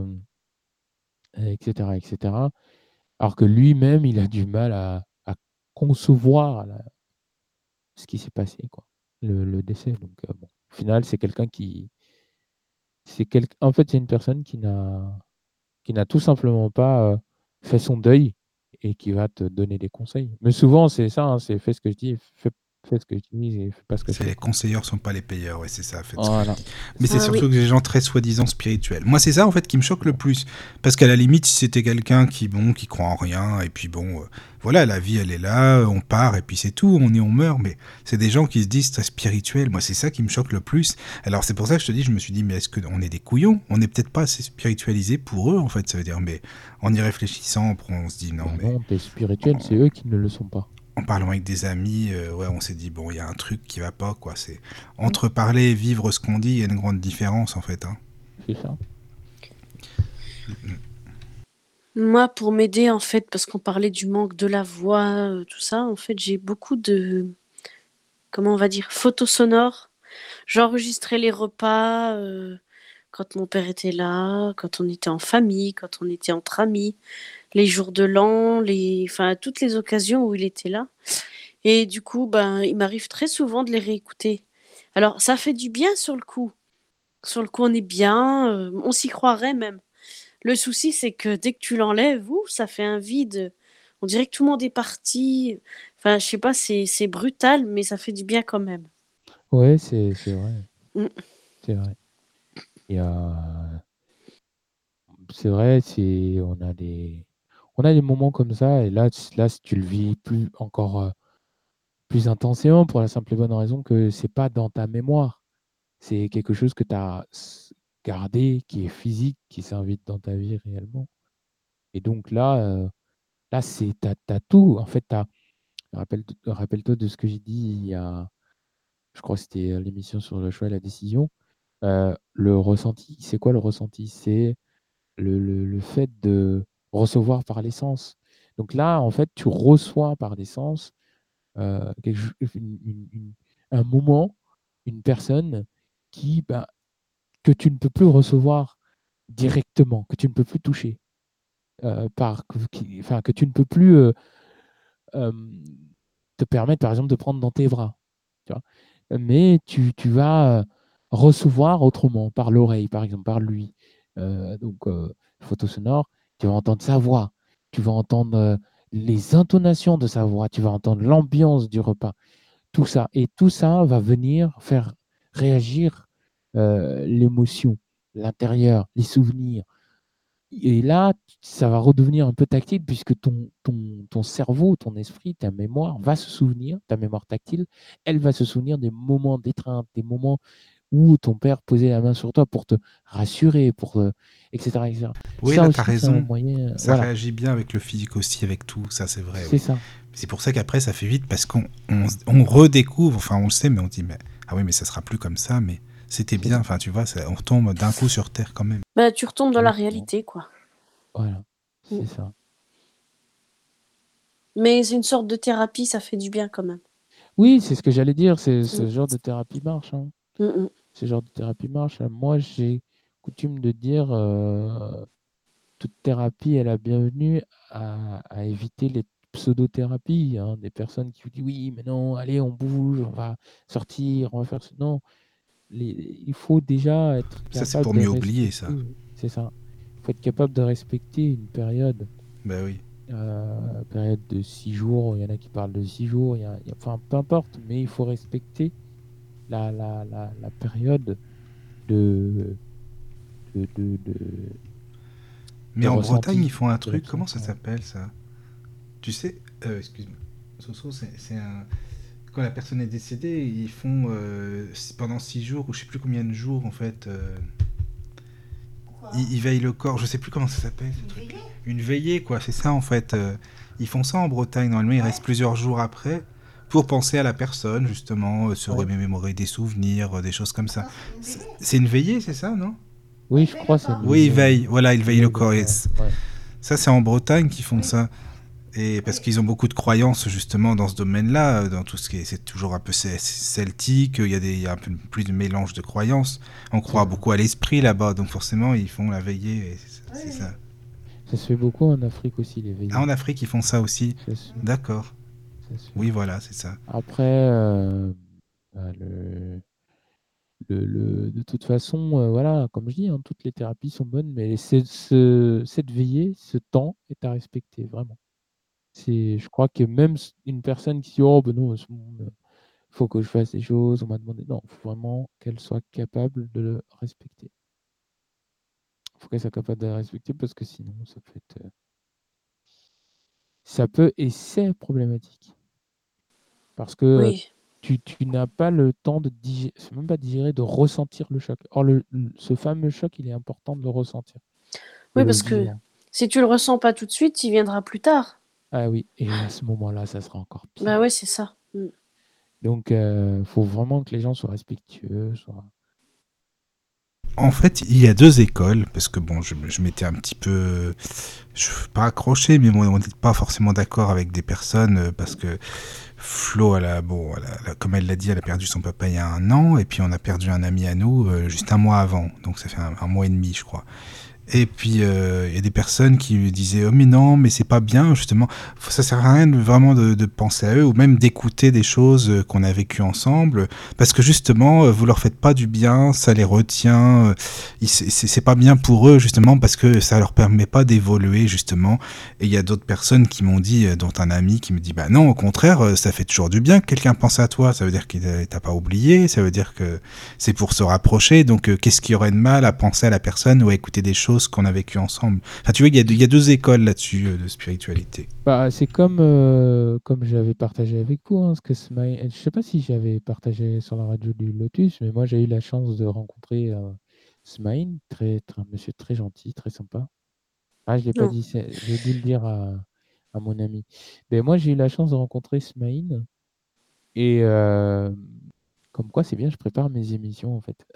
et cetera, et cetera. Alors que lui-même, il a du mal à, à concevoir la- ce qui s'est passé, quoi, le, le décès. Donc, euh, bon, au final, c'est quelqu'un qui, c'est quel, en fait, c'est une personne qui n'a, qui n'a tout simplement pas euh, fait son deuil et qui va te donner des conseils. Mais souvent, c'est ça, hein, c'est fais ce que je dis, fais, fais ce que je dis et fais pas ce que je C'est fais, les quoi. conseilleurs sont pas les payeurs, ouais, c'est ça, faites ce que je Voilà. dis. Mais c'est Ah surtout oui. que des gens très soi-disant spirituels. Moi, c'est ça en fait qui me choque le plus, parce qu'à la limite, si c'était quelqu'un qui bon, qui croit en rien, et puis bon, euh, voilà, la vie elle est là, on part et puis c'est tout, on est, on meurt. Mais c'est des gens qui se disent très spirituels. Moi, c'est ça qui me choque le plus. Alors c'est pour ça que je te dis, je me suis dit, mais est-ce qu'on est des couillons? On n'est peut-être pas assez spiritualisés pour eux en fait. Ça veut dire, mais en y réfléchissant, après, on se dit non, Bah mais non, t'es spirituel, c'est eux qui ne le sont pas. en parlant avec des amis, euh, ouais, on s'est dit bon, il y a un truc qui va pas, quoi. C'est Mm. entre parler et vivre ce qu'on dit, il y a une grande différence, en fait. Hein. C'est ça. Moi, pour m'aider, en fait, parce qu'on parlait du manque de la voix, euh, tout ça, en fait, j'ai beaucoup de, comment on va dire, photos sonores. J'enregistrais les repas euh, quand mon père était là, quand on était en famille, quand on était entre amis, les jours de l'an, les, enfin, toutes les occasions où il était là. Et du coup, ben, il m'arrive très souvent de les réécouter. Alors, ça fait du bien sur le coup. Sur le coup, on est bien, euh, on s'y croirait même. Le souci, c'est que dès que tu l'enlèves, ouh, ça fait un vide. On dirait que tout le monde est parti. Enfin, je sais pas, c'est c'est brutal, mais ça fait du bien quand même. Ouais, c'est c'est vrai. Mm. C'est vrai. Et euh, c'est vrai, c'est on a des on a des moments comme ça et là t- là si tu le vis plus encore euh, plus intensément pour la simple et bonne raison que c'est pas dans ta mémoire. C'est quelque chose que tu as gardé, qui est physique, qui s'invite dans ta vie réellement. Et donc là, euh, là c'est t'as, t'as tout. En fait, t'as, rappelle, rappelle-toi de ce que j'ai dit il y a, je crois que c'était l'émission sur le choix et la décision. Euh, le ressenti, c'est quoi le ressenti? C'est le, le, le fait de recevoir par les sens. Donc là, en fait, tu reçois par les sens euh, quelque chose- une- une- une- un moment, une personne qui, bah, que tu ne peux plus recevoir directement, que tu ne peux plus toucher, euh, par, que, qui- enfin, que tu ne peux plus euh, euh, te permettre, par exemple, de prendre dans tes bras. Tu vois. Mais tu, tu vas euh, recevoir autrement, par l'oreille, par exemple, par lui. Euh, donc, euh, photo sonore, tu vas entendre sa voix, tu vas entendre euh, les intonations de sa voix, tu vas entendre l'ambiance du repas, tout ça. Et tout ça va venir faire réagir euh, l'émotion, l'intérieur, les souvenirs. Et là, ça va redevenir un peu tactile puisque ton, ton, ton cerveau, ton esprit, ta mémoire va se souvenir, ta mémoire tactile, elle va se souvenir des moments d'étreinte, des moments où ton père posait la main sur toi pour te rassurer, pour, euh, et cetera, et cetera. Oui, Ça là, t'as aussi, c'est un raison. moyen. Ça Voilà, réagit bien avec le physique aussi, avec tout. Ça, c'est vrai, c'est oui. ça. C'est pour ça qu'après, ça fait vite parce qu'on on, on redécouvre, enfin, on le sait, mais on dit, mais, ah oui, mais ça sera plus comme ça, mais c'était C'est bien. ça. Enfin, tu vois, ça, on retombe d'un coup sur Terre quand même. Bah, tu retombes dans la Exactement. réalité, quoi. Voilà, Mm. c'est ça. Mais c'est une sorte de thérapie, ça fait du bien quand même. Oui, c'est ce que j'allais dire. C'est Mm. ce genre de thérapie marche. Hein. Mm, mm. Ce genre de thérapie marche. Moi, j'ai coutume de dire. euh, toute thérapie est la bienvenue à, à éviter les pseudothérapies, hein, des personnes qui vous disent oui, mais non, allez, on bouge, on va sortir, on va faire ce. Non, les- il faut déjà être Ça, c'est capable pour de mieux oublier, ça. respecter, c'est ça, il faut être capable de respecter une période, Ben oui. euh, période de six jours, il y en a qui parlent de six jours, il y a- il y a- enfin, peu importe, mais il faut respecter la, la, la, la période de, de, de, de, Mais de en Bretagne, ressenti, ils font un de truc, comment ça l'absence. s'appelle, ça? Tu sais, euh, excuse-moi. Soso, c'est c'est un. Quand la personne est décédée, ils font euh, pendant six jours, ou je sais plus combien de jours, en fait. euh, ils, ils veillent le corps, je sais plus comment ça s'appelle, ce truc. Une veillée, quoi, c'est ça, en fait. euh, ils font ça en Bretagne, normalement, ils restent plusieurs jours après pour penser à la personne, justement, euh, se Ouais. remémorer des souvenirs, euh, des choses comme ça. C'est c'est une veillée, c'est ça, non? Oui, je crois que c'est une Oui, ils veillée, ouais. veillent, voilà, ils veillent le Veillée, corps. Et ouais, c- ouais. ça, c'est en Bretagne qu'ils font ça. Et parce qu'ils ont beaucoup de croyances justement dans ce domaine-là, euh, dans tout ce qui est, c'est toujours un peu cel- celtique, il y a, des, il y a un peu plus de mélange de croyances. On croit C'est- beaucoup à l'esprit là-bas, donc forcément ils font la veillée, et c'est c'est ça. Ça se fait beaucoup en Afrique aussi, les Ah, en veillées. Afrique ils font ça aussi. Ça se fait, D'accord. ça se fait. Oui, voilà, c'est ça. Après, euh, bah, le, le, le- de toute façon, euh, voilà, comme je dis, hein, toutes les thérapies sont bonnes, mais c'est- ce, cette veillée, ce temps est à respecter, vraiment. C'est, je crois que même s- une personne qui dit, oh, ben non, c'est bon, faut que je fasse des choses, on m'a demandé. Non, il faut vraiment qu'elle soit capable de le respecter. Il faut qu'elle soit capable de le respecter parce que sinon, ça peut être. euh, Ça peut et c'est problématique. Parce que euh, Oui, tu, tu n'as pas le temps de digérer, c'est même pas digérer, de ressentir le choc. Or, le, le- ce fameux choc, il est important de le ressentir, de oui, le parce que vivre. si tu le ressens pas tout de suite, il viendra plus tard. Ah oui, et à ce moment-là, ça sera encore Bah pire. ouais, c'est ça. Mm. Donc, il faut vraiment que les gens soient respectueux. Soient... En fait, il y a deux écoles, parce que bon, je, je m'étais un petit peu, je pas accroché, mais bon, on n'était pas forcément d'accord avec des personnes, euh, parce que Flo, elle a, bon, elle a- elle a- comme elle l'a dit, elle a perdu son papa il y a un an, et puis on a perdu un ami à nous euh, juste un mois avant, donc ça fait un, un mois et demi, je crois. Et puis, euh, il y a des personnes qui me disaient « Oh mais non, mais c'est pas bien, justement. Ça sert à rien de, vraiment de, de penser à eux ou même d'écouter des choses euh, qu'on a vécues ensemble. Parce que justement, euh, vous leur faites pas du bien, ça les retient. euh, ils- C'est c'est- c'est pas bien pour eux, justement, parce que ça leur permet pas d'évoluer, justement. » Et il y a d'autres personnes qui m'ont dit, euh, dont un ami qui me dit « Bah non, au contraire, euh, ça fait toujours du bien que quelqu'un pense à toi. Ça veut dire qu'il euh, t'a pas oublié, ça veut dire que c'est pour se rapprocher. Donc, euh, qu'est-ce qu'il y aurait de mal à penser à la personne ou à écouter des choses qu'on a vécues ensemble. » Enfin, tu vois, il y a, deux- il y a deux écoles là-dessus euh, de spiritualité. Bah, c'est comme, euh, comme j'avais partagé avec vous, hein, parce que Smile, je sais pas si j'avais partagé sur la radio du Lotus, mais moi j'ai eu la chance de rencontrer euh, Smaïn, très, très, un monsieur très gentil, très sympa. Ah, je l'ai pas Non. dit, c'est- j'ai dû le dire à, à mon ami. Mais moi j'ai eu la chance de rencontrer Smaïn, et euh, comme quoi c'est bien, je prépare mes émissions en fait.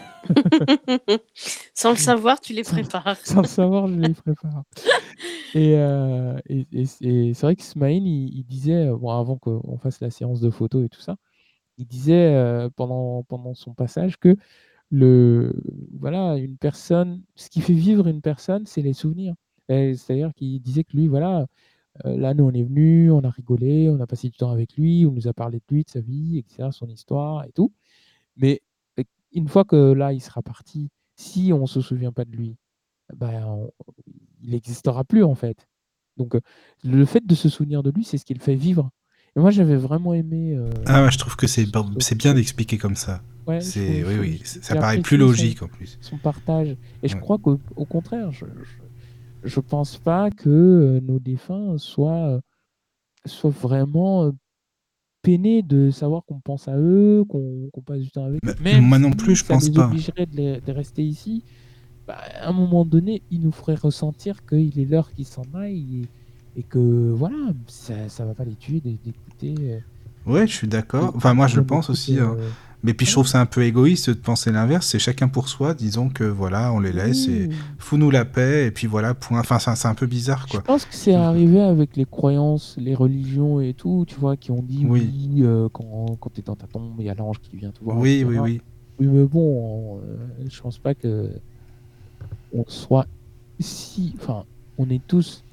Sans le savoir, tu les Sans, prépares. sans le savoir, je les prépare. Et, euh, et, et- et c'est vrai que Smaïn, il, il disait, euh, bon, avant qu'on fasse la séance de photos et tout ça, il disait euh, pendant, pendant son passage que le, voilà, une personne, ce qui fait vivre une personne, c'est les souvenirs. Et c'est-à-dire qu'il disait que lui, voilà, euh, là, nous, on est venus, on a rigolé, on a passé du temps avec lui, on nous a parlé de lui, de sa vie, et cetera, son histoire et tout. Mais euh, une fois que là, il sera parti, si on ne se souvient pas de lui, ben, on- il n'existera plus en fait. Donc euh, le fait de se souvenir de lui, c'est ce qui le fait vivre. Et moi, j'avais vraiment aimé euh, Ah ouais, je trouve que c'est ce- ce- c'est bien ce- d'expliquer comme ça. ouais, je trouve- C'est oui, je- oui, j'ai ça j'ai paraît plus apprécié son, logique en plus. son partage. Et je Ouais. crois qu'au au contraire, je, je, je pense pas que euh, nos défunts soient, euh, soient vraiment euh, peinés de savoir qu'on pense à eux, qu'on qu'on passe du temps avec Mais eux. Même moi non plus, si je ça pense les pas. obligerait de, les- de rester ici, bah, à un moment donné, il nous ferait ressentir qu'il est l'heure qu'ils s'en aillent et, et que voilà, ça, ça va pas les tuer d'é- d'écouter. euh, Ouais, je suis et- d'accord. Enfin, et moi, je qu'on pense écoute. aussi. Hein. euh, Mais puis, je voilà. trouve ça un peu égoïste de penser l'inverse. C'est chacun pour soi. Disons que voilà, on les laisse et Oui, fous-nous la paix. Et puis voilà, point. Enfin, c'est c'est un peu bizarre, je quoi. pense que Je c'est trouve que- arrivé avec les croyances, les religions et tout, tu vois, qui ont dit Oui, oui, euh, quand, quand tu es dans ta tombe, il y a l'ange qui vient te voir, oui, oui, et cetera. oui. Oui, mais bon, euh, je pense pas que on soit si. Enfin, on est tous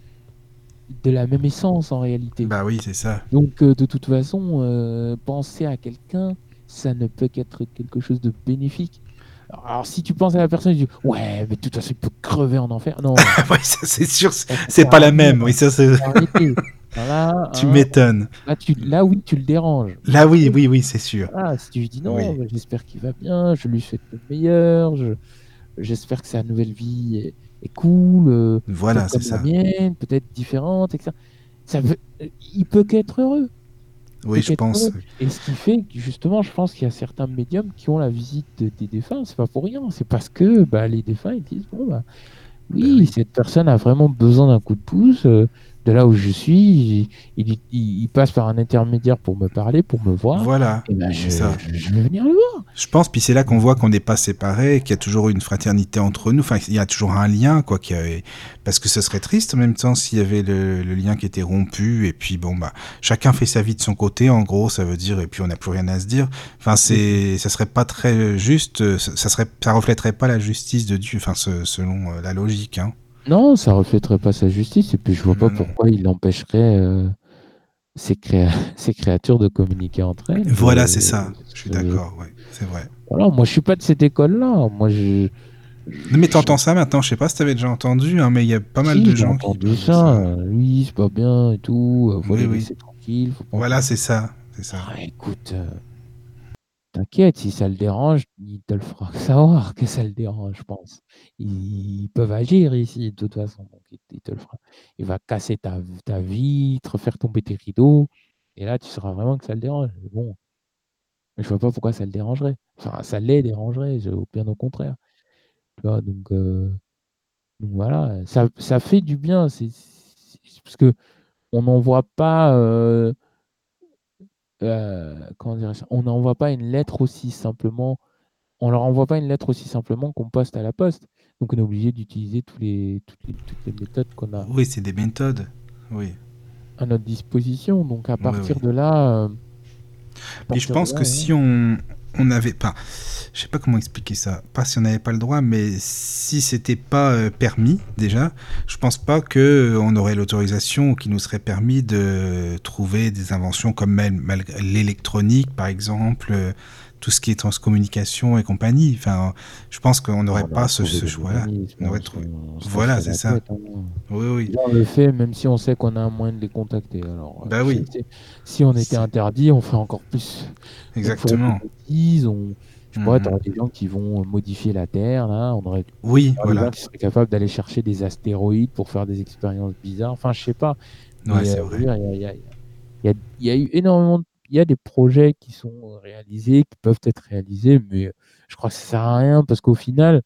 de la même essence en réalité. Bah oui, c'est ça. Donc, euh, de toute façon, euh, penser à quelqu'un, ça ne peut qu'être quelque chose de bénéfique. Alors, alors, si tu penses à la personne, tu dis ouais, mais de toute façon, il peut crever en enfer. Non, Ouais, ça, c'est sûr. ça, ça C'est sert pas à la rien. même. Oui, ça, c'est. Faut arrêter. Là, Tu hein, m'étonnes. là, tu, là, oui, tu le déranges. Là, Parce oui, que, oui, oui, c'est sûr. voilà, si tu lui dis non, Oui. bah, j'espère qu'il va bien, je lui souhaite le meilleur, je, j'espère que sa nouvelle vie est, est cool, euh, peut-être Voilà, c'est comme la ça. mienne, peut-être différente, et cetera. Ça veut, il peut qu'être heureux. Oui, je Peut-être pense. heureux. Et ce qui fait que justement, je pense qu'il y a certains médiums qui ont la visite de- des défunts. C'est pas pour rien. C'est parce que bah, les défunts ils disent bon bah Bah oui, oui. cette personne a vraiment besoin d'un coup de pouce. euh, de là où je suis, il, il- il- il passe par un intermédiaire pour me parler, pour me voir. Voilà, Et ben c'est je, ça. je, je vais venir le voir. Je pense, puis c'est là qu'on voit qu'on n'est pas séparés, qu'il y a toujours une fraternité entre nous. Enfin, il y a toujours un lien, quoi. Qu'il y avait... Parce que ce serait triste en même temps s'il y avait le, le lien qui était rompu. Et puis bon, bah, chacun fait sa vie de son côté. En gros, ça veut dire. Et puis on n'a plus rien à se dire. Enfin, c'est, ça serait pas très juste. Ça, ça serait, ça reflèterait pas la justice de Dieu. Enfin, ce- selon euh, la logique, hein. Non, ça reflèterait pas sa justice. Et puis je vois pas Non, non. pourquoi il empêcherait euh, ces, créa- ces créatures de communiquer entre elles. Voilà, Euh, c'est ça. Je suis je- d'accord. Ouais, c'est vrai. Voilà, moi je suis pas de cette école-là. Moi je. Mais je- t'entends ça maintenant. Je sais pas si t'avais déjà entendu, hein, mais il y a pas mal Si, de j'ai gens qui entendu parlent de ça. ça. euh, Oui, c'est pas bien et tout. euh, Faut Oui, les oui. laisser tranquilles. Faut pas Voilà, en- c'est ça. C'est ça. Ah, écoute, euh, T'inquiète, si ça le dérange, il te le fera savoir que ça le dérange, je pense. Ils, ils peuvent agir ici, de toute façon. Donc, il, il te le fera. Il va casser ta, ta vitre, faire tomber tes rideaux. Et là, tu sauras vraiment que ça le dérange. Mais bon, je vois pas pourquoi ça le dérangerait. Enfin, ça les dérangerait, je- bien au contraire. Tu vois, donc, euh, donc voilà, ça, ça fait du bien. C'est, c'est- parce que on n'envoie pas, euh, euh, comment dire ça, on n'envoie pas une lettre aussi simplement. On leur envoie pas une lettre aussi simplement qu'on poste à la poste. Donc on est obligé d'utiliser tous les, toutes, les, toutes les méthodes qu'on a Oui, c'est des méthodes. Oui, à notre disposition. Donc à oui, oui. partir de là, euh, à Mais je partir de pense là, que ouais. si on on avait pas, je sais pas comment expliquer ça. Pas si on n'avait pas le droit, mais si c'était pas euh, permis déjà, je pense pas que euh, on aurait l'autorisation qui nous serait permis de trouver des inventions comme mal- mal- l'électronique, par exemple, euh, tout ce qui est transcommunication et compagnie. Enfin, je pense qu'on Ah, n'aurait on pas aurait ce, trouvé ce des choix-là. mécanismes, On aurait on se, trouvé. on se Voilà, casserait c'est la ça. tête, hein. Oui, oui. Déjà, on le fait même si on sait qu'on a un moyen de les contacter. Alors, euh, Bah oui. c'est- si on était C'est- interdit, on ferait encore plus. On ferait des Exactement. bêtises. On... Je sais pas, tu Mhm. aurais des gens qui vont modifier la Terre, là. On aurait Oui, Alors, des gens voilà. qui seraient capables d'aller chercher des astéroïdes pour faire des expériences bizarres. Enfin, je sais pas. Ouais, Mais euh, c'est je veux vrai. dire, il y a, il y a- il y a- il y a eu énormément. de- Il y a des projets qui sont réalisés, qui peuvent être réalisés, mais je crois que ça sert à rien parce qu'au final,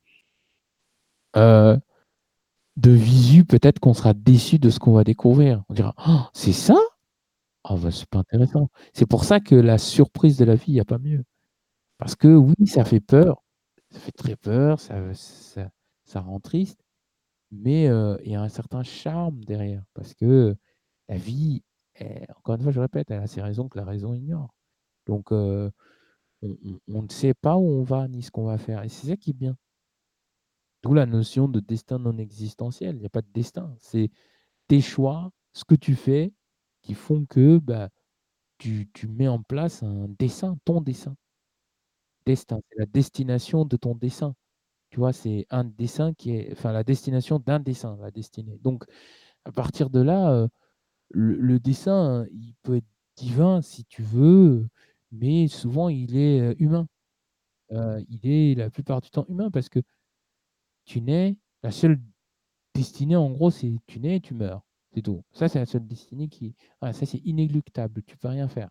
euh, de visu, peut-être qu'on sera déçu de ce qu'on va découvrir. On dira, oh, c'est ça? Oh, bah, c'est pas intéressant. C'est pour ça que la surprise de la vie, il n'y a pas mieux. Parce que oui, ça fait peur. Ça fait très peur, ça, ça, ça rend triste. Mais euh, il y a un certain charme derrière, parce que la vie, elle- encore une fois, je répète, elle a ses raisons que la raison ignore. Donc, euh, on, on- on ne sait pas où on va ni ce qu'on va faire. Et c'est ça qui est bien. D'où la notion de destin non existentiel. Il n'y a pas de destin. C'est tes choix, ce que tu fais, qui font que bah, tu, tu mets en place un dessin, ton dessin. Destin, c'est la destination de ton dessin. Tu vois, c'est un dessin qui est, enfin, la destination d'un dessin, la destinée. Donc, à partir de là, euh, le, le dessin, il peut être divin si tu veux, mais souvent il est euh, humain. Euh, il est la plupart du temps humain parce que tu nais, la seule destinée en gros, c'est tu nais et tu meurs. C'est tout. Ça, c'est la seule destinée qui. Voilà, ça, c'est inéluctable. Tu peux rien faire.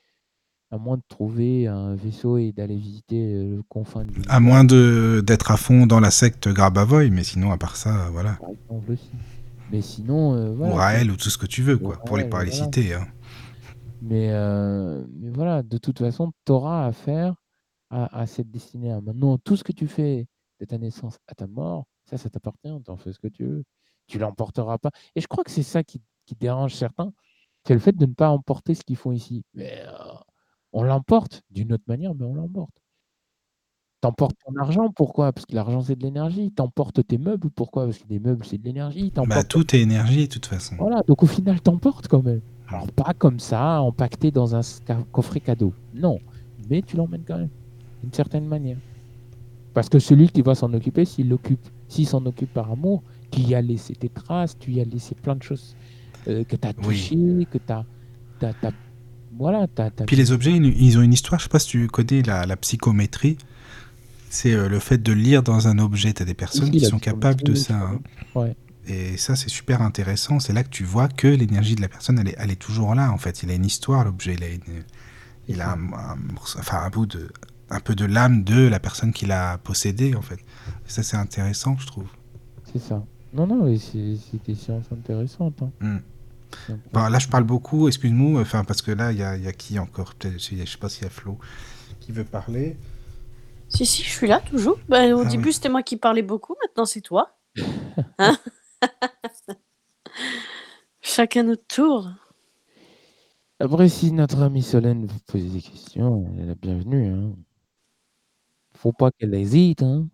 À moins de trouver un vaisseau et d'aller visiter euh, le confin de À l'univers, moins de d'être à fond dans la secte Grabavoy, mais sinon, à part ça, euh, voilà. par exemple aussi. Mais sinon, euh, Ou voilà, tu Raël, ou tout ce que tu veux, vois, quoi, pour les ouais, voilà. paralycités. Hein. Mais, euh, mais voilà, de toute façon, tu auras affaire à, à cette destinée. Maintenant, tout ce que tu fais de ta naissance à ta mort, ça, ça t'appartient, tu en fais ce que tu veux. Tu l'emporteras pas. Et je crois que c'est ça qui, qui dérange certains, c'est le fait de ne pas emporter ce qu'ils font ici. Mais euh, on l'emporte d'une autre manière, mais on l'emporte. T'emportes ton argent, pourquoi? Parce que l'argent, c'est de l'énergie. T'emportes tes meubles, pourquoi? Parce que les meubles, c'est de l'énergie. Bah, T'emportes tout est énergie, de toute façon. Voilà, donc au final, t'emportes quand même. Alors pas comme ça, empaqueté dans un sca- coffret cadeau. Non, mais tu l'emmènes quand même, d'une certaine manière. Parce que celui qui va s'en occuper, s'il l'occupe, s'il s'en occupe par amour, qui y a laissé tes traces, tu y as laissé plein de choses euh, que tu as Oui. touchées, que tu as, t'as, t'as- voilà, t'as, t'as Puis mis. les objets, ils, ils ont une histoire. Je sais pas si tu connais la, la psychométrie. C'est euh, le fait de lire dans un objet. Tu as des personnes Ici, qui la sont capables de psychométrie, je ça. Hein. connais. Ouais, Et ça, c'est super intéressant. C'est là que tu vois que l'énergie de la personne, elle est, elle est toujours là, en fait. Il a une histoire, l'objet. Il a, une, c'est il a ça. un, un morceau- enfin, un bout de, un peu de l'âme de la personne qui l'a possédé, en fait. Et ça, c'est intéressant, je trouve. C'est ça. Non, non, mais c'est, c'est des sciences intéressantes. Hein. Mm. C'est Bon, là, je intéressant. parle beaucoup, excuse-moi, enfin, parce que là, il y a, y a qui encore? Peut-être, je sais pas s'il y a Flo qui veut parler. Si, si, je suis là toujours. Ben, au Ah début, oui. c'était moi qui parlais beaucoup, maintenant c'est toi. Hein. Chacun notre tour. Après, si notre amie Solène vous pose des questions, elle est la bienvenue. Hein. Faut pas qu'elle hésite. Hein.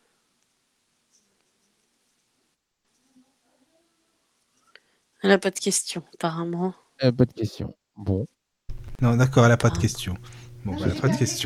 Elle n'a pas de questions, apparemment. Euh, pas de questions. Bon. Non, d'accord, elle a pas de Ah. questions. Bon, bah, elle a pas de questions.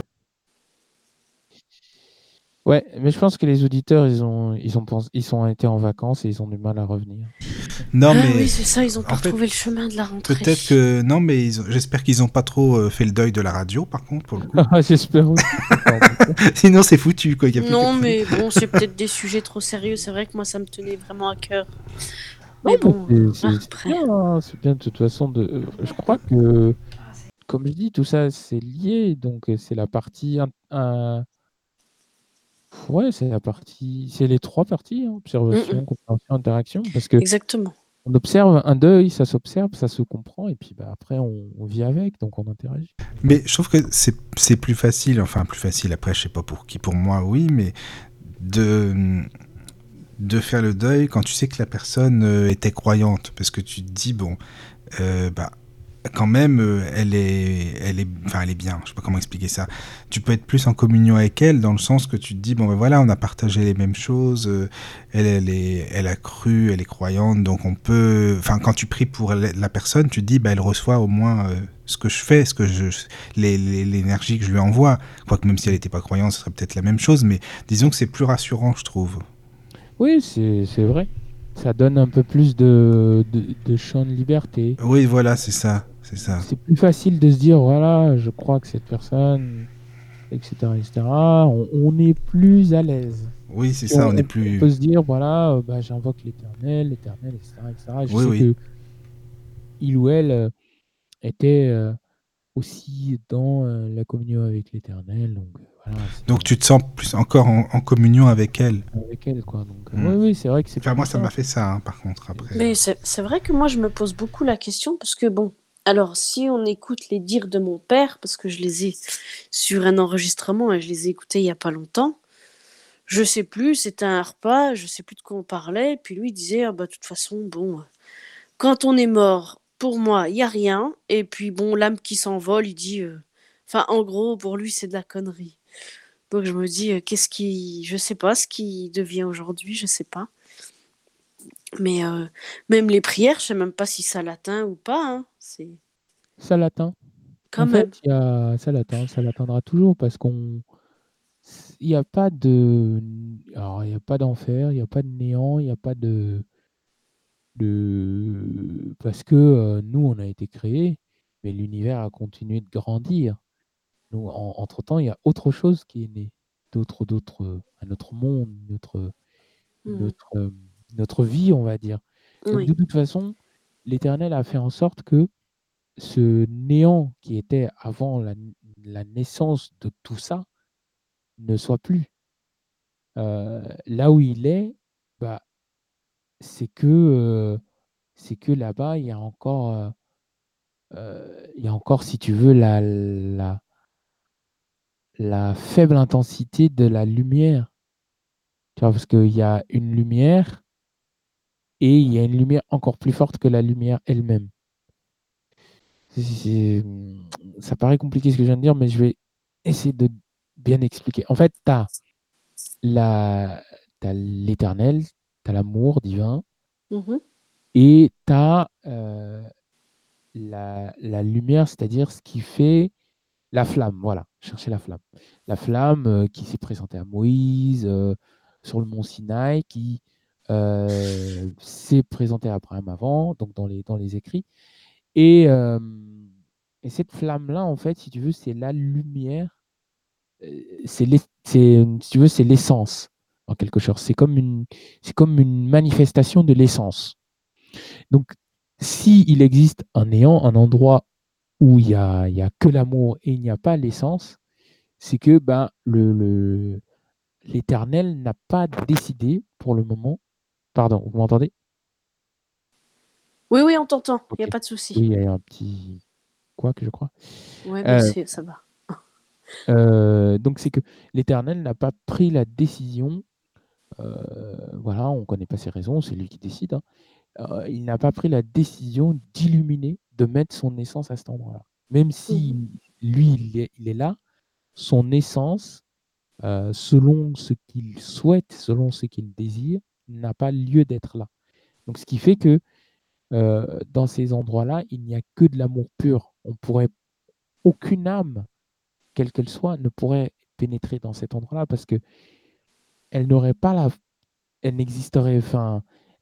Ouais, mais je pense que les auditeurs, ils ont, ils ont, pens- ils sont été en vacances et ils ont du mal à revenir. Non, Ah mais oui, c'est ça, ils ont en pas fait, retrouvé le chemin de la rentrée. peut-être que non, mais ils ont- j'espère qu'ils ont pas trop euh, fait le deuil de la radio, par contre, pour le coup. Ah, j'espère aussi. Pardon. Sinon, c'est foutu, quoi. Il y a plus Non, personne. mais bon, c'est peut-être des sujets trop sérieux. C'est vrai que moi, ça me tenait vraiment à cœur. Non, Mais mais bon, c'est euh, c'est- c'est après. bien, hein, c'est bien de toute façon. De, euh, je crois que, comme je dis, tout ça c'est lié. Donc euh, c'est la partie, un, un- ouais, c'est la partie, c'est les trois parties, hein, Mm, mm, observation, compréhension, interaction. Parce que exactement. on observe un deuil, ça s'observe, ça se comprend, et puis bah, après on, on vit avec, donc on interagit. Mais je trouve que c'est c'est plus facile, enfin plus facile. Après, je sais pas pour qui, pour moi, oui, mais de de faire le deuil quand tu sais que la personne euh, était croyante, parce que tu te dis bon, euh, bah quand même, euh, elle est, elle est, enfin, elle est bien. Je sais pas comment expliquer ça. Tu peux être plus en communion avec elle dans le sens que tu te dis bon ben voilà, on a partagé les mêmes choses. euh, elle, elle est, elle a cru, elle est croyante, donc on peut. Enfin, quand tu pries pour la la personne, tu te dis bah elle reçoit au moins euh, ce que je fais, ce que je, les- les- l'énergie que je lui envoie. Quoique même si elle n'était pas croyante, ce serait peut-être la même chose, mais disons que c'est plus rassurant, je trouve. Oui, c'est c'est vrai. Ça donne un peu plus de, de, de champ de liberté. Oui, voilà, c'est ça, c'est ça. C'est plus facile de se dire, voilà, je crois que cette personne, et cetera, et cetera. On, on est plus à l'aise. Oui, c'est Puis ça. on, On est on- on peut plus. se dire, voilà, euh, bah, j'invoque l'éternel, l'éternel, et cetera, et cetera. Je Oui, sais oui. que il ou elle euh, était euh, aussi dans euh, la communion avec l'éternel. Donc euh, voilà, Donc c'est tu te sens plus encore en, en communion avec elle. avec elle, quoi. Donc euh, Hmm. oui, oui, c'est vrai que c'est Enfin, moi, plus ça m'a simple. fait ça, hein, par contre, après. Mais c'est c'est vrai que moi, je me pose beaucoup la question parce que, bon, alors si on écoute les dires de mon père, parce que je les ai sur un enregistrement et je les ai écoutés il y a pas longtemps, je sais plus, c'était un repas, je sais plus de quoi on parlait, puis lui il disait, ah bah, de toute façon, bon, quand on est mort, pour moi, il y a rien, et puis bon, l'âme qui s'envole, il dit, euh, enfin, en gros, pour lui, c'est de la connerie. Donc je me dis, euh, qu'est-ce qui, je sais pas ce qui devient aujourd'hui, je sais pas. Mais euh, même les prières, je sais même pas si ça l'atteint ou pas, hein. C'est Ça l'atteint. quand En fait, même. il y a, ça l'atteint, ça l'atteindra toujours parce qu'on, il n'y a pas de, alors il n'y a pas d'enfer, il n'y a pas de néant, il n'y a pas de, de, parce que euh, nous on a été créés, mais l'univers a continué de grandir. Nous, en- entre-temps, il y a autre chose qui est né, d'autres, d'autres, un autre monde, notre, Mhm. notre, euh, notre vie, on va dire. Donc Oui. de toute façon, l'Éternel a fait en sorte que ce néant qui était avant la, la naissance de tout ça ne soit plus. Euh, là où il est, bah, c'est que, euh, c'est que là-bas, il y a encore, euh, euh, il y a encore, si tu veux, la, la, la faible intensité de la lumière. Tu vois, parce qu'il y a une lumière et il y a une lumière encore plus forte que la lumière elle-même. C'est- c'est- Ça paraît compliqué ce que je viens de dire, mais je vais essayer de bien expliquer. En fait, tu as la, t'as l'éternel, tu as l'amour divin Mhm. et tu as la, la lumière, c'est-à-dire ce qui fait la flamme. Voilà, chercher la flamme. La flamme euh, qui s'est présentée à Moïse euh, sur le mont Sinaï, qui euh, s'est présentée à Abraham avant, donc dans les, dans les écrits. Et, euh, et cette flamme-là, en fait, si tu veux, c'est la lumière, euh, c'est, l'es- c'est, si tu veux, c'est l'essence, en quelque sorte. C'est comme une, c'est comme une manifestation de l'essence. Donc, s'il existe un néant, un endroit où il n'y a, il y a que l'amour et il n'y a pas l'essence, c'est que ben, le, le- l'Éternel n'a pas décidé pour le moment. Pardon, vous m'entendez? Oui, oui, on t'entend, il n'y Ok. a pas de souci. Oui, il y a eu un petit quoi que je crois. Ouais, mais Euh, c'est, ça va. euh, donc c'est que l'Éternel n'a pas pris la décision. euh, voilà, on ne connaît pas ses raisons, c'est lui qui décide, hein. Euh, il n'a pas pris la décision d'illuminer, de mettre son essence à cet endroit-là. Même Mhm. si lui, il est, il est là, son essence, euh, selon ce qu'il souhaite, selon ce qu'il désire, n'a pas lieu d'être là. Donc, ce qui fait que euh, dans ces endroits-là, il n'y a que de l'amour pur. On pourrait, aucune âme, quelle qu'elle soit, ne pourrait pénétrer dans cet endroit-là parce que elle n'aurait pas la, elle n'existerait, enfin,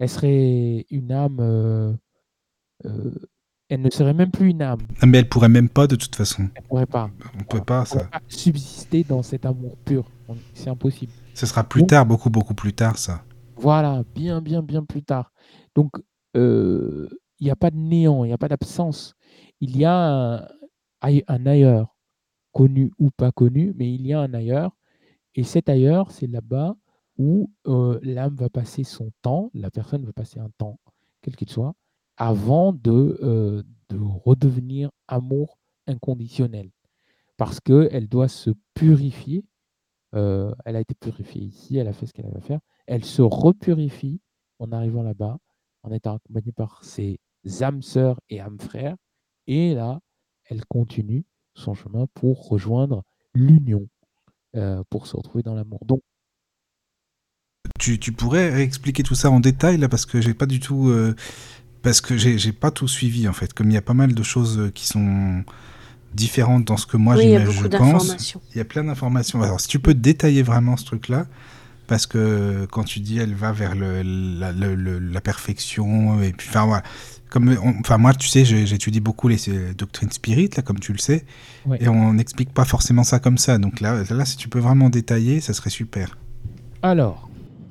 elle serait une âme, euh, euh, elle ne serait même plus une âme. Ah, mais elle pourrait même pas de toute façon. Elle pourrait pas. On peut Voilà. pas Elle pourrait ça. pas subsister dans cet amour pur. On- C'est impossible. Ce sera plus Donc, tard, beaucoup beaucoup plus tard ça. voilà, bien, bien, bien plus tard. Donc, euh, il n'y a pas de néant, il n'y a pas d'absence. Il y a un, aille- un ailleurs, connu ou pas connu, mais il y a un ailleurs. Et cet ailleurs, c'est là-bas où euh, l'âme va passer son temps, la personne va passer un temps, quel qu'il soit, avant de, euh, de redevenir amour inconditionnel. Parce qu'elle doit se purifier. Euh, elle a été purifiée ici, elle a fait ce qu'elle avait à faire. Elle se repurifie en arrivant là-bas, en étant accompagnée par ses âmes sœurs et âmes frères. Et là, elle continue son chemin pour rejoindre l'union, euh, pour se retrouver dans l'amour. Donc, Tu, tu pourrais expliquer tout ça en détail là parce que j'ai pas du tout euh, parce que j'ai j'ai pas tout suivi en fait. Comme il y a pas mal de choses qui sont différentes dans ce que moi Oui, il y a j'imagine, je beaucoup pense. d'informations. Il y a plein d'informations. Alors si tu peux détailler vraiment ce truc-là, parce que quand tu dis elle va vers le, la, le, le, la perfection et puis enfin voilà. Comme on, enfin moi tu sais j'étudie beaucoup les doctrines spirites là comme tu le sais ouais. et on n'explique pas forcément ça comme ça. Donc là là si tu peux vraiment détailler, ça serait super. Alors,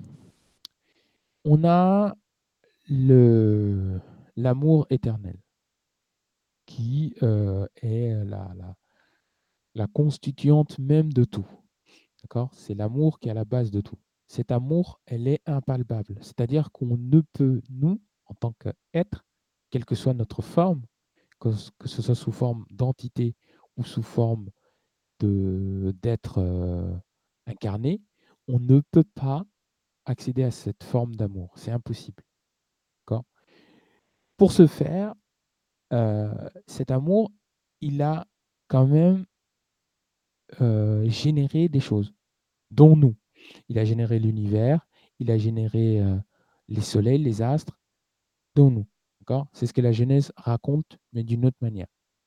on a le l'amour éternel qui euh, est la, la, la constituante même de tout. D'accord? C'est l'amour qui est à la base de tout. Cet amour, elle est impalpable. C'est-à-dire qu'on ne peut, nous, en tant qu'être, quelle que soit notre forme, que, que ce soit sous forme d'entité ou sous forme de, d'être euh, incarné, on ne peut pas accéder à cette forme d'amour. C'est impossible. D'accord? Pour ce faire, euh, cet amour, il a quand même euh, généré des choses, dont nous. Il a généré l'univers, il a généré euh, les soleils, les astres, dont nous. D'accord? C'est ce que la Genèse raconte, mais d'une autre manière.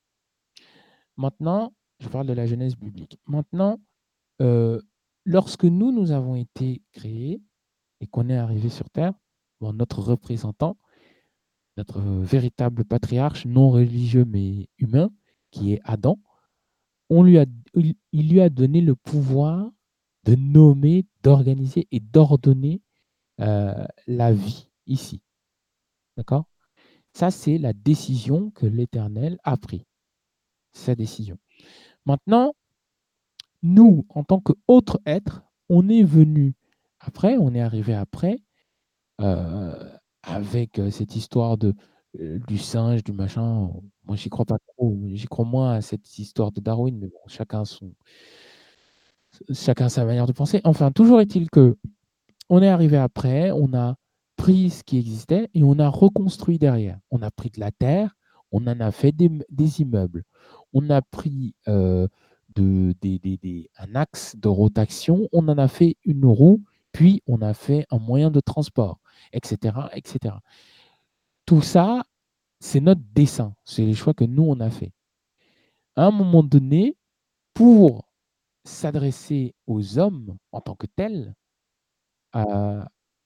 Maintenant, je parle de la Genèse biblique. Maintenant, euh, lorsque nous, nous avons été créés et qu'on est arrivé sur Terre, bon, notre représentant, notre véritable patriarche non religieux mais humain, qui est Adam, on lui a, il, il lui a donné le pouvoir de nommer, d'organiser et d'ordonner euh, la vie ici. D'accord? Ça, c'est la décision que l'Éternel a prise. Sa décision. Maintenant, nous, en tant qu'autres êtres, on est venu après, on est arrivé après, euh, avec euh, cette histoire de, euh, du singe, du machin. Moi, j'y crois pas trop. J'y crois moins à cette histoire de Darwin, mais bon, chacun son, chacun sa manière de penser. Enfin, toujours est-il que on est arrivé après, on a pris ce qui existait et on a reconstruit derrière. On a pris de la terre, on en a fait des, des immeubles. On a pris euh, de, des, des, des, un axe de rotation, on en a fait une roue, puis on a fait un moyen de transport, et cetera, et cetera. Tout ça, c'est notre dessin, c'est les choix que nous, on a fait. À un moment donné, pour s'adresser aux hommes en tant que tels, euh,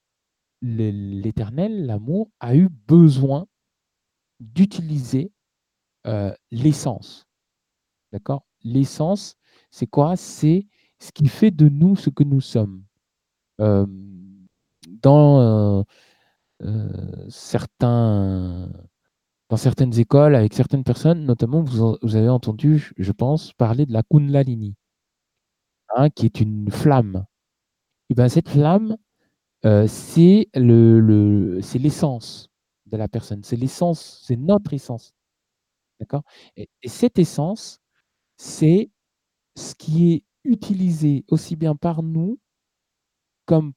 l'Éternel, l'amour, a eu besoin d'utiliser euh, l'essence. D'accord? L'essence, c'est quoi? C'est ce qui fait de nous ce que nous sommes. Euh, dans, euh, euh, certains, dans certaines écoles, avec certaines personnes, notamment, vous, vous avez entendu, je pense, parler de la Kundalini, hein, qui est une flamme. Et ben, cette flamme, euh, c'est le, le, c'est l'essence de la personne. C'est l'essence, c'est notre essence. D'accord? Et, et cette essence, c'est ce qui est utilisé aussi bien par nous comme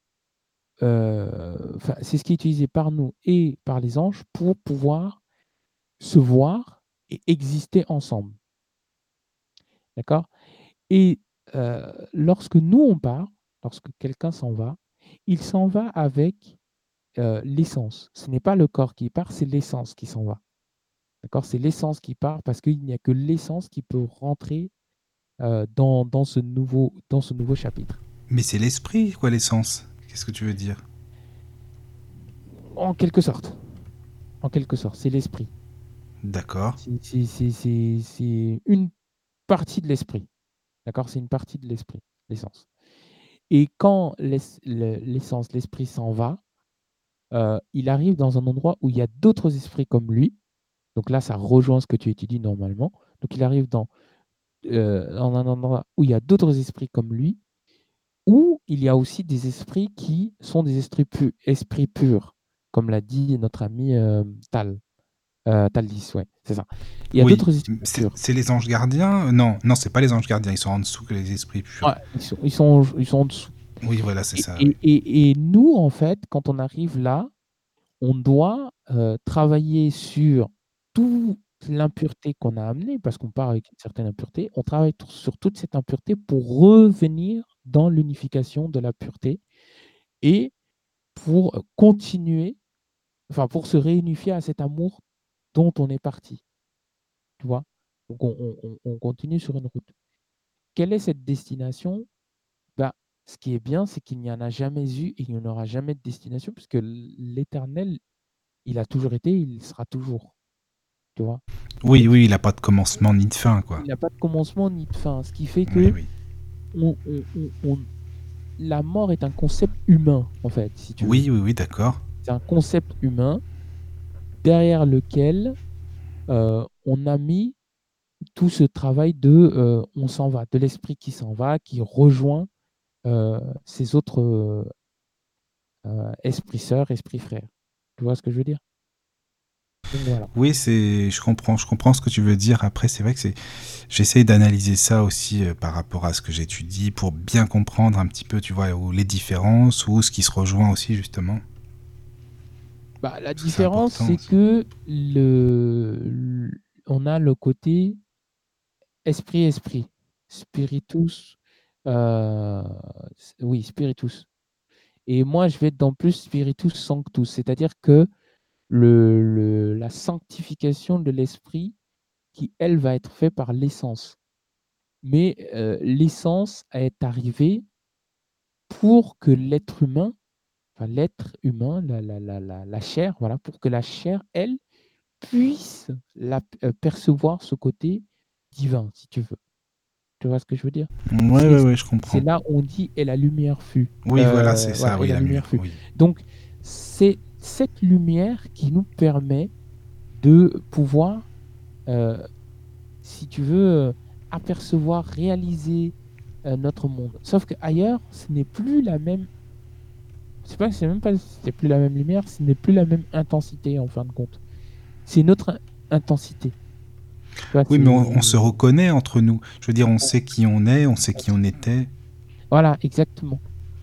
euh, enfin, c'est ce qui est utilisé par nous et par les anges pour pouvoir se voir et exister ensemble. D'accord? Et euh, lorsque nous on part, lorsque quelqu'un s'en va, il s'en va avec euh, l'essence. Ce n'est pas le corps qui part, c'est l'essence qui s'en va. D'accord? C'est l'essence qui part parce qu'il n'y a que l'essence qui peut rentrer euh, dans, dans, ce nouveau, dans ce nouveau chapitre. Mais c'est l'esprit, quoi, l'essence. Qu'est-ce que tu veux dire? En quelque sorte. En quelque sorte, c'est l'esprit. D'accord. C'est, c'est, c'est, c'est, c'est une partie de l'esprit. D'accord? C'est une partie de l'esprit, l'essence. Et quand l'ess- le- l'essence, l'esprit s'en va, euh, il arrive dans un endroit où il y a d'autres esprits comme lui. Donc là, ça rejoint ce que tu étudies normalement. Donc il arrive dans, euh, dans un endroit où il y a d'autres esprits comme lui, où il y a aussi des esprits qui sont des esprits, pu- esprits purs, comme l'a dit notre ami euh, Tal. Euh, Taldis, ouais, c'est ça. Il y a Oui, d'autres esprits c'est purs. c'est les anges gardiens? Euh, Non, non, c'est pas les anges gardiens, ils sont en dessous que les esprits Ouais, purs. ils sont, ils sont, ils sont en dessous. Oui, voilà, c'est Et, ça, oui. et, et, et nous, en fait, quand on arrive là, on doit euh, travailler sur toute l'impureté qu'on a amenée, parce qu'on part avec une certaine impureté, on travaille t- sur toute cette impureté pour revenir dans l'unification de la pureté et pour continuer, enfin pour se réunifier à cet amour dont on est parti, tu vois. Donc on, on- on- on continue sur une route. Quelle est cette destination? Bah, ce qui est bien, c'est qu'il n'y en a jamais eu et il n'y en aura jamais de destination, puisque l'éternel, il a toujours été, il sera toujours. Tu vois? Oui, Donc, oui, il n'a pas de commencement ni de fin, quoi. il n'a pas de commencement ni de fin, ce qui fait Oui, que oui. on, on- on- on- la mort est un concept humain, en fait, si tu veux. Oui, oui, oui, d'accord. C'est un concept humain derrière lequel euh, on a mis tout ce travail de euh, on s'en va, de l'esprit qui s'en va, qui rejoint euh, ces autres euh, euh, esprits sœurs, esprits frères. Tu vois ce que je veux dire? Donc voilà. Oui, c'est, je comprends, je comprends ce que tu veux dire. Après, c'est vrai que c'est, j'essaye d'analyser ça aussi euh, par rapport à ce que j'étudie pour bien comprendre un petit peu, tu vois, où les différences ou ce qui se rejoint aussi justement. Bah, la Parce que c'est différence, important c'est aussi. que le, le- on a le côté esprit-esprit, spiritus, euh, s- oui, spiritus. Et moi, je vais être dans plus spiritus sanctus, c'est-à-dire que le, le- la sanctification de l'esprit qui, elle, va être faite par l'essence. Mais euh, l'essence est arrivée pour que l'être humain, enfin l'être humain, la, la, la, la, la chair, voilà, pour que la chair, elle, puisse la, euh, percevoir ce côté divin, si tu veux. Tu vois ce que je veux dire? Ouais, C'est ouais, ouais, je c'est comprends. là où on dit et la lumière fut. Oui, voilà, c'est Euh, ça, voilà, et oui, la la lumière mur, fut. oui. Donc, c'est cette lumière qui nous permet de pouvoir, euh, si tu veux, euh, apercevoir, réaliser euh, notre monde. Sauf qu'ailleurs, ce n'est plus la même. C'est pas, c'est même pas, c'est plus la même lumière, ce n'est plus la même intensité en fin de compte. C'est une autre in- intensité. Tu vois, Oui, mais on, on se c'est. reconnaît entre nous. Je veux dire, on sait qui on est, on sait qui on était. Voilà, exactement.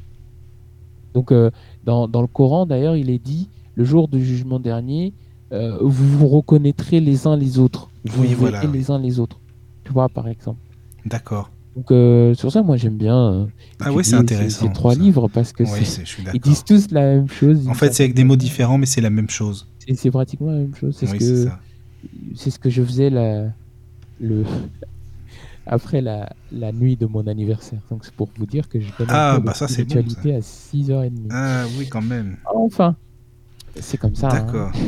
Donc, euh, dans, dans le Coran, d'ailleurs, il est dit, le jour du jugement dernier, euh, vous vous reconnaîtrez les uns les autres. Vous Oui, vous verrez voilà, oui. les uns les autres. Tu vois, par exemple. D'accord. Donc, euh, sur ça, moi, j'aime bien euh, Ah ouais, c'est étudier ces, ces intéressant tout trois ça. livres parce que Oui, c'est, c'est, je suis ils disent d'accord. tous la même chose En d'une fait, c'est certaine avec des mots manière. différents, mais c'est la même chose. C'est, c'est pratiquement la même chose. C'est ce Oui, c'est que, ça. c'est ce que je faisais la, le, après la, la nuit de mon anniversaire. Donc, c'est pour vous dire que je donne un Ah, cours de bah ça, c'est bon, ça. spiritualité à six heures trente. Ah oui, quand même. Enfin, c'est comme ça, hein. D'accord.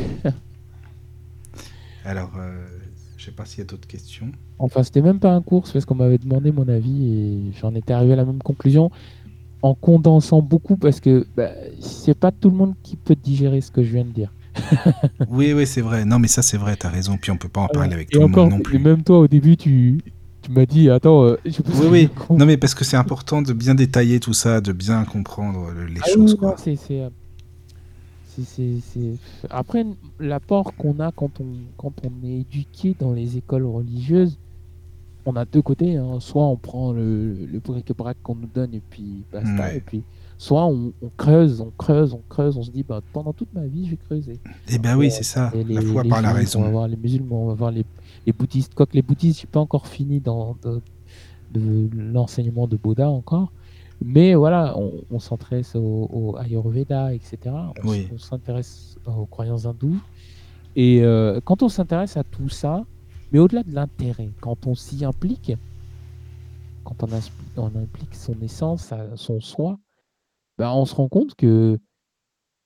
Alors, euh, je sais pas s'il y a d'autres questions. Enfin, c'était même pas un cours, c'est parce qu'on m'avait demandé mon avis et j'en étais arrivé à la même conclusion en condensant beaucoup parce que bah, c'est pas tout le monde qui peut digérer ce que je viens de dire. Oui, oui, c'est vrai. Non, mais ça, c'est vrai, t'as raison. Puis on peut pas en Voilà. parler avec Et tout le monde encore, non et plus. même toi au début, tu, tu m'as dit, attends, euh, je sais pas ce Oui, que je oui. compte. Non, mais parce que c'est important de bien détailler tout ça, de bien comprendre euh, les Ah oui, choses, oui, non, quoi. c'est, c'est, euh, c'est, c'est- c'est- Après, l'apport qu'on a quand on, quand on est éduqué dans les écoles religieuses, on a deux côtés, hein. Soit on prend le, le bric-à-brac qu'on nous donne et puis basta. Et Ouais. puis, soit on, on creuse, on creuse, on creuse, on se dit, bah, pendant toute ma vie, je vais creuser. Eh ben Et oui, on c'est va voir ça. les, La les, foi les par la juifs, on raison. va voir les musulmans, on va voir les, les bouddhistes. Quoique les bouddhistes, je n'ai pas encore fini dans de, de l'enseignement de Bouddha encore. Mais voilà, on, on s'intéresse au, au Ayurveda, et cetera. On, s- Oui. on s'intéresse aux croyances hindoues. Et euh, quand on s'intéresse à tout ça, mais au-delà de l'intérêt, quand on s'y implique, quand on, inspi- on implique son essence, sa- son soi, ben, on se rend compte que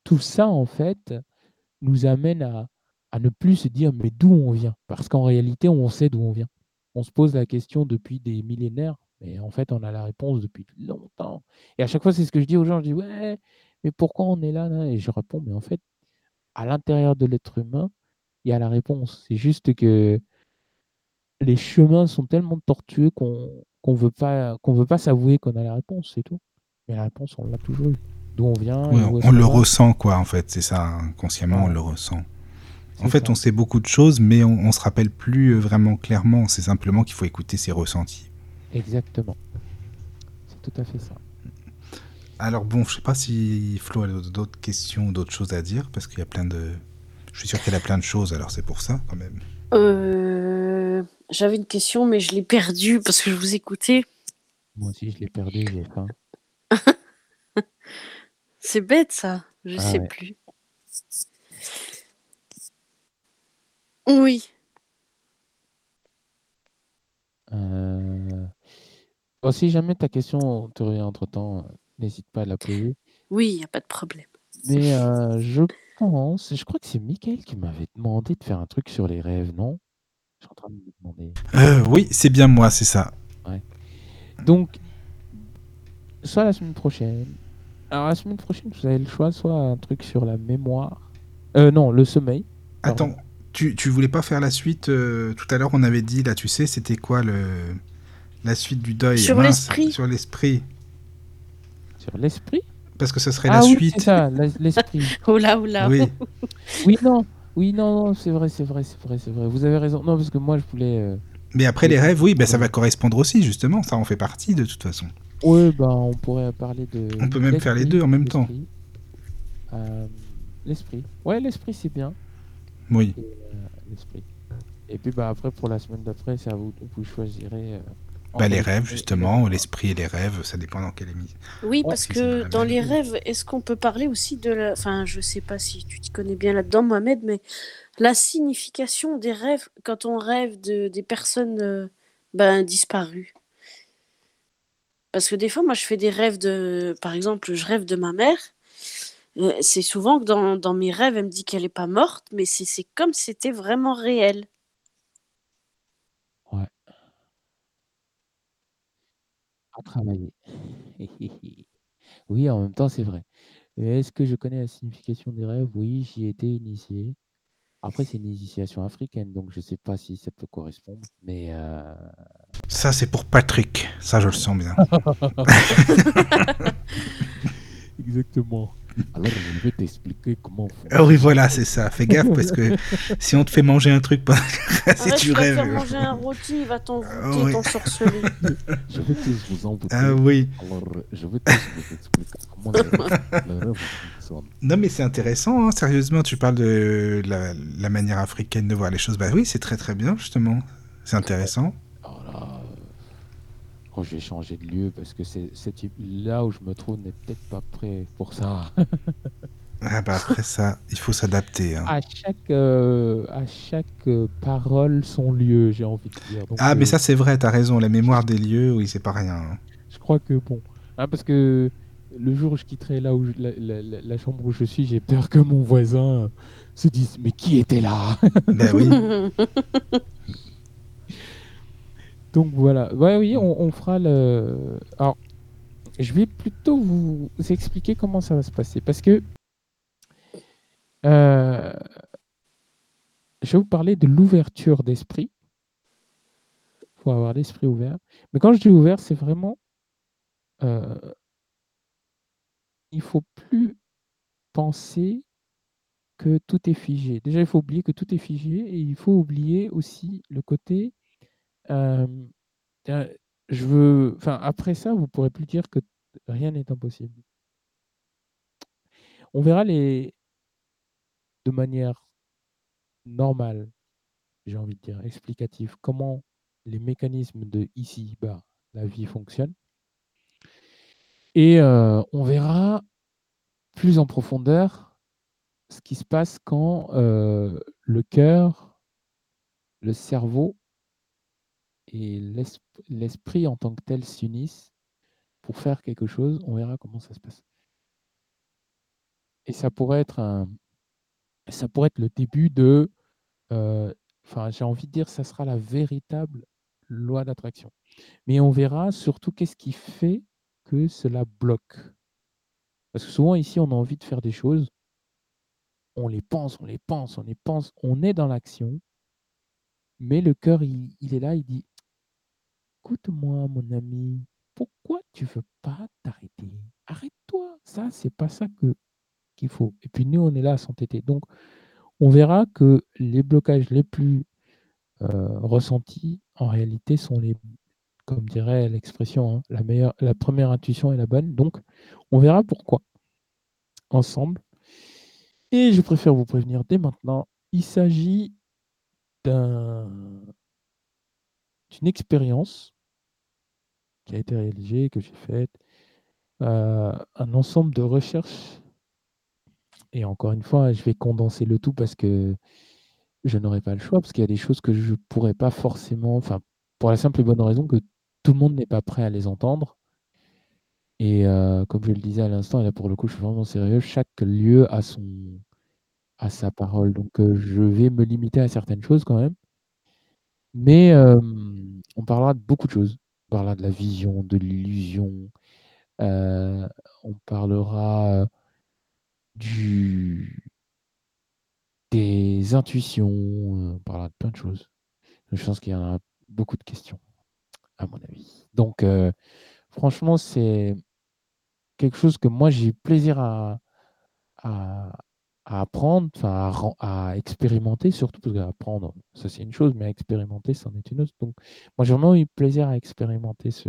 tout ça, en fait, nous amène à, à ne plus se dire mais d'où on vient. Parce qu'en réalité, on sait d'où on vient. On se pose la question depuis des millénaires, mais en fait, on a la réponse depuis longtemps. Et à chaque fois, c'est ce que je dis aux gens, je dis ouais, mais pourquoi on est là, là Et je réponds, mais en fait, à l'intérieur de l'être humain, il y a la réponse. C'est juste que les chemins sont tellement tortueux qu'on qu'on veut pas qu'on veut pas s'avouer qu'on a la réponse, c'est tout. Mais la réponse, on l'a toujours eu. D'où on vient Ouais, et où est-ce on le qu'on va. ressent, quoi, en fait, c'est ça, inconsciemment, on Voilà, le ressent. En c'est fait, ça. on sait beaucoup de choses, mais on, on se rappelle plus euh, vraiment clairement. C'est simplement qu'il faut écouter ses ressentis. Exactement. C'est tout à fait ça. Alors bon, je sais pas si Flo a d'autres questions ou d'autres choses à dire, parce qu'il y a plein de... Je suis sûr qu'elle a plein de choses, alors c'est pour ça, quand même. Euh, J'avais une question, mais je l'ai perdue parce que je vous écoutais. Moi aussi, je l'ai perdu, j'ai faim. C'est bête, ça. Je Ah sais ouais. plus. Oui. Euh... Bon, si jamais ta question te revient entre-temps, euh, n'hésite pas à la poser. Oui, il n'y a pas de problème. Mais euh, je pense, je crois que c'est Mickaël qui m'avait demandé de faire un truc sur les rêves, non? Je suis en train de me demander. Euh, oui, c'est bien moi, c'est ça. Ouais. Donc, soit la semaine prochaine. Alors, la semaine prochaine, vous avez le choix, soit un truc sur la mémoire. Euh, non, le sommeil. Pardon. Attends, tu, tu voulais pas faire la suite euh, tout à l'heure, on avait dit, là, tu sais, c'était quoi le la suite du deuil? Sur Mince, l'esprit. sur l'esprit. Sur l'esprit? Parce que ce serait Ah la oui, suite. c'est ça, la- l'esprit. Oh là, oh là. Oui. Oui, non, oui, non, non, c'est vrai, c'est vrai, c'est vrai, c'est vrai. Vous avez raison. Non, parce que moi, je voulais. euh, Mais après je les voulais rêves, oui, ben, ça va parler- correspondre aussi, justement. Ça en fait partie, de toute façon. Ouais, bah, on pourrait parler de. On Oui, peut même faire les deux en même temps. l'esprit. Euh, l'esprit. Ouais, l'esprit, c'est bien. Oui. Et, euh, l'esprit. Et puis, bah, après, pour la semaine d'après, c'est à vous. Vous choisirez. euh, Bah, entre les le rêves, sommeil et la justement, mémoire. l'esprit et les rêves, ça dépend dans quelle émission. Oui, Ouais. parce Si c'est dans que la dans même. les rêves, est-ce qu'on peut parler aussi de la... Enfin, je sais pas si tu t'y connais bien là-dedans, Mohamed, mais la signification des rêves quand on rêve de des personnes euh, ben, disparues. Parce que des fois, moi, je fais des rêves de... Par exemple, je rêve de ma mère. Euh, c'est souvent que dans, dans mes rêves, elle me dit qu'elle n'est pas morte, mais c'est c'est comme si c'était vraiment réel. Ouais. À travailler. Oui, en même temps, c'est vrai. Mais est-ce que je connais la signification des rêves? Oui, j'y ai été initié. Après, c'est une initiation africaine, donc je sais pas si ça peut correspondre. Mais euh, Ça, c'est pour Patrick. Ça, je le sens bien. Exactement. Alors, je vais t'expliquer comment Ah oui, fonctionne. voilà, c'est ça. Fais gaffe parce que si on te fait manger un truc pendant si Arrête, tu tu vas te faire rêves. manger un rôti, il va t'envoûter, Ah oui. t'ensorceler. Je vais tous vous envoûter. Ah oui. Alors, je vais tous vous expliquer comment le rêve, le rêve fonctionne. Non, mais c'est intéressant, hein. Sérieusement, tu parles de la, la manière africaine de voir les choses. Bah oui, c'est très très bien, justement. C'est intéressant. Alors là, euh, oh, je vais changer de lieu parce que c'est, c'est type- là où je me trouve n'est peut-être pas prêt pour ça. Ah bah après ça, il faut s'adapter, hein. À chaque, euh, à chaque euh, parole son lieu, j'ai envie de dire. Donc, Ah, mais euh, ça, c'est vrai, t'as raison. La mémoire des lieux, oui, c'est pas rien, hein. je crois que bon, hein, parce que le jour où je quitterai là où je- la, la- la- la chambre où je suis, j'ai peur que mon voisin euh, se dise mais qui était là? Ben oui. Donc voilà, ouais, oui, on, on fera le. Alors, je vais plutôt vous expliquer comment ça va se passer parce que euh, je vais vous parler de l'ouverture d'esprit. Il faut avoir l'esprit ouvert. Mais quand je dis ouvert, c'est vraiment euh, il faut plus penser que tout est figé. Déjà, il faut oublier que tout est figé et il faut oublier aussi le côté. euh, euh, je veux. Enfin, après ça, vous pourrez plus dire que rien n'est impossible. On verra les de manière normale, j'ai envie de dire, explicative, comment les mécanismes de ici-bas, la vie fonctionne. Et euh, on verra plus en profondeur ce qui se passe quand euh, le cœur, le cerveau et l'esp- l'esprit en tant que tel s'unissent pour faire quelque chose. On verra comment ça se passe. et ça pourrait être un, ça pourrait être le début de, euh, enfin, j'ai envie de dire, ça sera la véritable loi d'attraction. Mais on verra surtout qu'est-ce qui fait que cela bloque. Parce que souvent ici, on a envie de faire des choses, on les pense, on les pense, on les pense, on est dans l'action, mais le cœur, il, il est là, il dit, écoute-moi, mon ami, pourquoi tu veux pas t'arrêter? Arrête-toi, ça, c'est pas ça que qu'il faut. Et puis nous, on est là à s'entêter. Donc, on verra que les blocages les plus euh, ressentis, en réalité, sont les, comme dirait l'expression, hein, la meilleure, la première intuition est la bonne. Donc, on verra pourquoi ensemble. Et je préfère vous prévenir dès maintenant, il s'agit d'un, d'une expérience qui a été réalisée, que j'ai faite, euh, un ensemble de recherches. Et encore une fois, je vais condenser le tout parce que je n'aurai pas le choix, parce qu'il y a des choses que je ne pourrais pas forcément, enfin, pour la simple et bonne raison que tout le monde n'est pas prêt à les entendre. Et euh, comme je le disais à l'instant, et là pour le coup, je suis vraiment sérieux, chaque lieu a, son, a sa parole. Donc euh, je vais me limiter à certaines choses quand même. Mais euh, on parlera de beaucoup de choses. On parlera de la vision, de l'illusion. Euh, on parlera du, des intuitions. On parlera de plein de choses. Je pense qu'il y en a beaucoup de questions, à mon avis. Donc, euh, franchement, c'est quelque chose que moi, j'ai plaisir à, à, à apprendre, enfin à, à expérimenter, surtout parce qu'apprendre, ça c'est une chose, mais à expérimenter, c'en est une autre. Donc, moi, j'ai vraiment eu plaisir à expérimenter ce,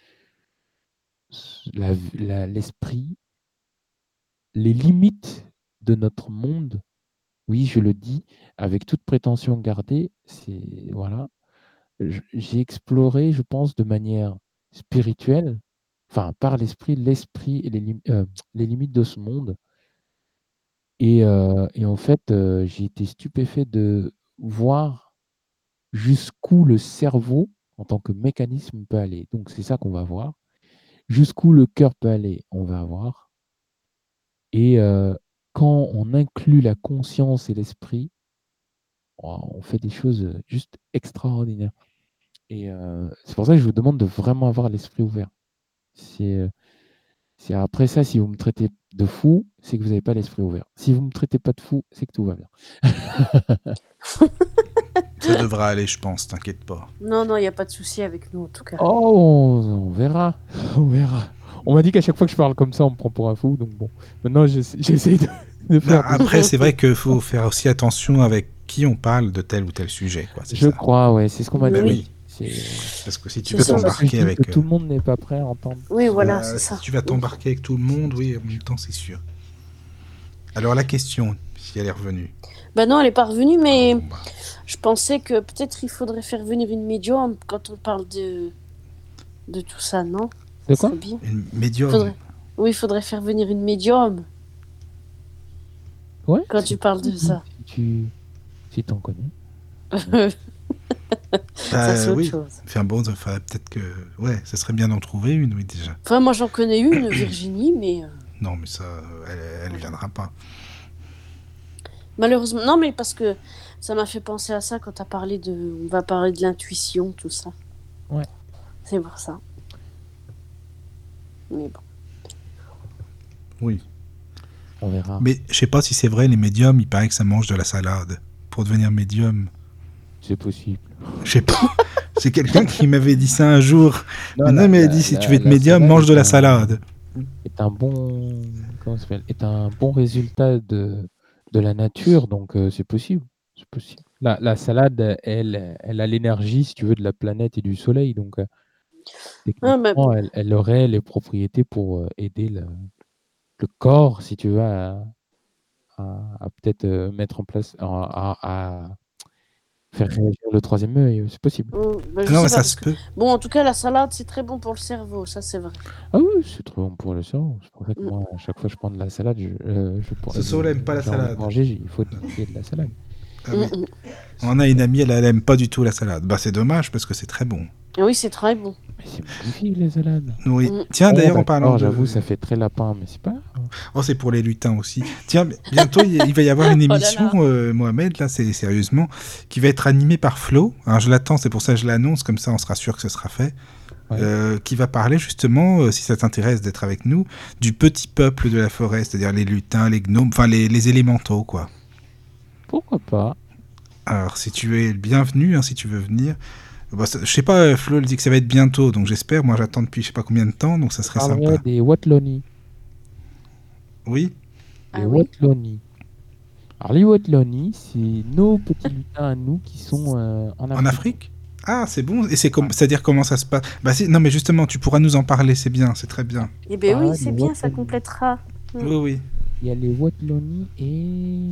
ce- la- la- l'esprit, les limites de notre monde. Oui, je le dis avec toute prétention gardée, c'est voilà. Je- J'ai exploré, je pense, de manière spirituelle, enfin par l'esprit, l'esprit et les, lim- euh, les limites de ce monde. Et, euh, et en fait, euh, j'ai été stupéfait de voir jusqu'où le cerveau, en tant que mécanisme, peut aller. Donc c'est ça qu'on va voir. Jusqu'où le cœur peut aller, on va voir. Et euh, quand on inclut la conscience et l'esprit, oh, on fait des choses juste extraordinaires. Et euh, c'est pour ça que je vous demande de vraiment avoir l'esprit ouvert. C'est, euh, c'est après ça, si vous me traitez de fou, c'est que vous n'avez pas l'esprit ouvert. Si vous ne me traitez pas de fou, c'est que tout va bien. Ça devra aller, je pense, t'inquiète pas. Non, non, il n'y a pas de souci avec nous, en tout cas. Oh, on verra. On verra. On m'a dit qu'à chaque fois que je parle comme ça, on me prend pour un fou. Donc bon, maintenant, j'essa- j'essaye de, de Bah, faire. des- après, c'est vrai qu'il faut faire aussi attention avec qui on parle de tel ou tel sujet, quoi. C'est Je ça. crois, ouais, c'est ce qu'on m'a Mais dit. oui. C'est Parce que si tu C'est veux ça, pour ça que je t'embarquer dis avec... que tout euh, le monde n'est pas prêt à entendre. Oui, voilà, bah, c'est si ça. tu vas t'embarquer avec tout le monde, oui, en même temps, c'est sûr. Alors, la question, si elle est revenue. Bah non, elle n'est pas revenue, mais Bon, bah, je pensais que peut-être il faudrait faire venir une médium quand on parle de, de tout ça, non? De Ça quoi serait bien. une médium. Faudrait... Oui, il faudrait faire venir une médium Ouais. quand si- tu parles de ça. Si tu si t'en connais. Ça, c'est Bah, autre oui. chose. Enfin bon, enfin, peut-être que... Ouais, ça serait bien d'en trouver une, oui, déjà. Enfin, moi, j'en connais une, Virginie, mais euh, Non, mais ça, euh, elle, elle viendra pas. malheureusement... Non, mais parce que ça m'a fait penser à ça quand tu as parlé de... On va parler de l'intuition, tout ça. Ouais. C'est pour ça. Mais bon. Oui. On verra. Mais je sais pas si c'est vrai, les médiums, il paraît que ça mange de la salade. Pour devenir médium. C'est possible. Je sais pas. C'est quelqu'un qui m'avait dit ça un jour. Non, Non, la- mais elle la- dit, si la- tu veux être la médium, salade mange de est la un- salade. Est un bon comment ça s'appelle est un bon résultat de de la nature, donc euh, c'est possible. C'est possible. La, la salade, elle, elle a l'énergie, si tu veux, de la planète et du soleil, donc euh, Ah, mais techniquement, elle, elle aurait les propriétés pour euh, aider le, le corps, si tu veux, à, à- à peut-être euh, mettre en place, à, à- à faire réagir le troisième œil. C'est possible. Oh, bah, je Non, sais mais pas, ça parce se que... peut. Bon, en tout cas, la salade, c'est très bon pour le cerveau, ça, c'est vrai. Ah oui, c'est très bon pour le cerveau. C'est pour ça que Mm. moi, à chaque fois que je prends de la salade, je, euh, je, prends- Ce soir, elle aime pas la j'ai envie de salade. manger, il faut qu'il y ait de la salade. Ah oui. Mm, mm. On a une amie, elle, elle aime pas du tout la salade. Bah, c'est dommage parce que c'est très bon. Ah oui, c'est très bon. Mais c'est magnifique, les salades. Oui. Mm. Tiens, Oh, d'ailleurs, en parlant d'accord, de... j'avoue, ça fait très lapin, mais c'est pas grave. Oh, c'est pour les lutins aussi. Tiens, bientôt, il il va y avoir une Oh là émission, là. euh, Mohamed, là, c'est sérieusement, qui va être animée par Flo. Alors, je l'attends, c'est pour ça que je l'annonce, comme ça, on sera sûr que ce sera fait. Ouais. Euh, qui va parler justement, euh, si ça t'intéresse d'être avec nous, du petit peuple de la forêt, c'est-à-dire les lutins, les gnomes, enfin les, les élémentaux, quoi. Pourquoi pas? Alors, si tu es le bienvenu, hein, si tu veux venir. Bah, ça- je sais pas, euh, Flo elle dit que ça va être bientôt, donc j'espère. Moi, j'attends depuis je sais pas combien de temps, donc ça Je serait parlerai sympa. des Watloni. Oui. Les Ah oui. Watloni. Alors, les Watloni, c'est nos petits lutins à nous qui sont euh, en Afrique. En Afrique. Ah, c'est bon. Et c'est comme, Ouais. c'est-à-dire comment ça se passe. Bah, c'est- non, mais justement, tu pourras nous en parler. C'est bien, c'est très bien. Eh bien Ah, oui, les c'est bien, ça Watloni. complétera. Mm. Oui, oui. Il y a les Watloni et...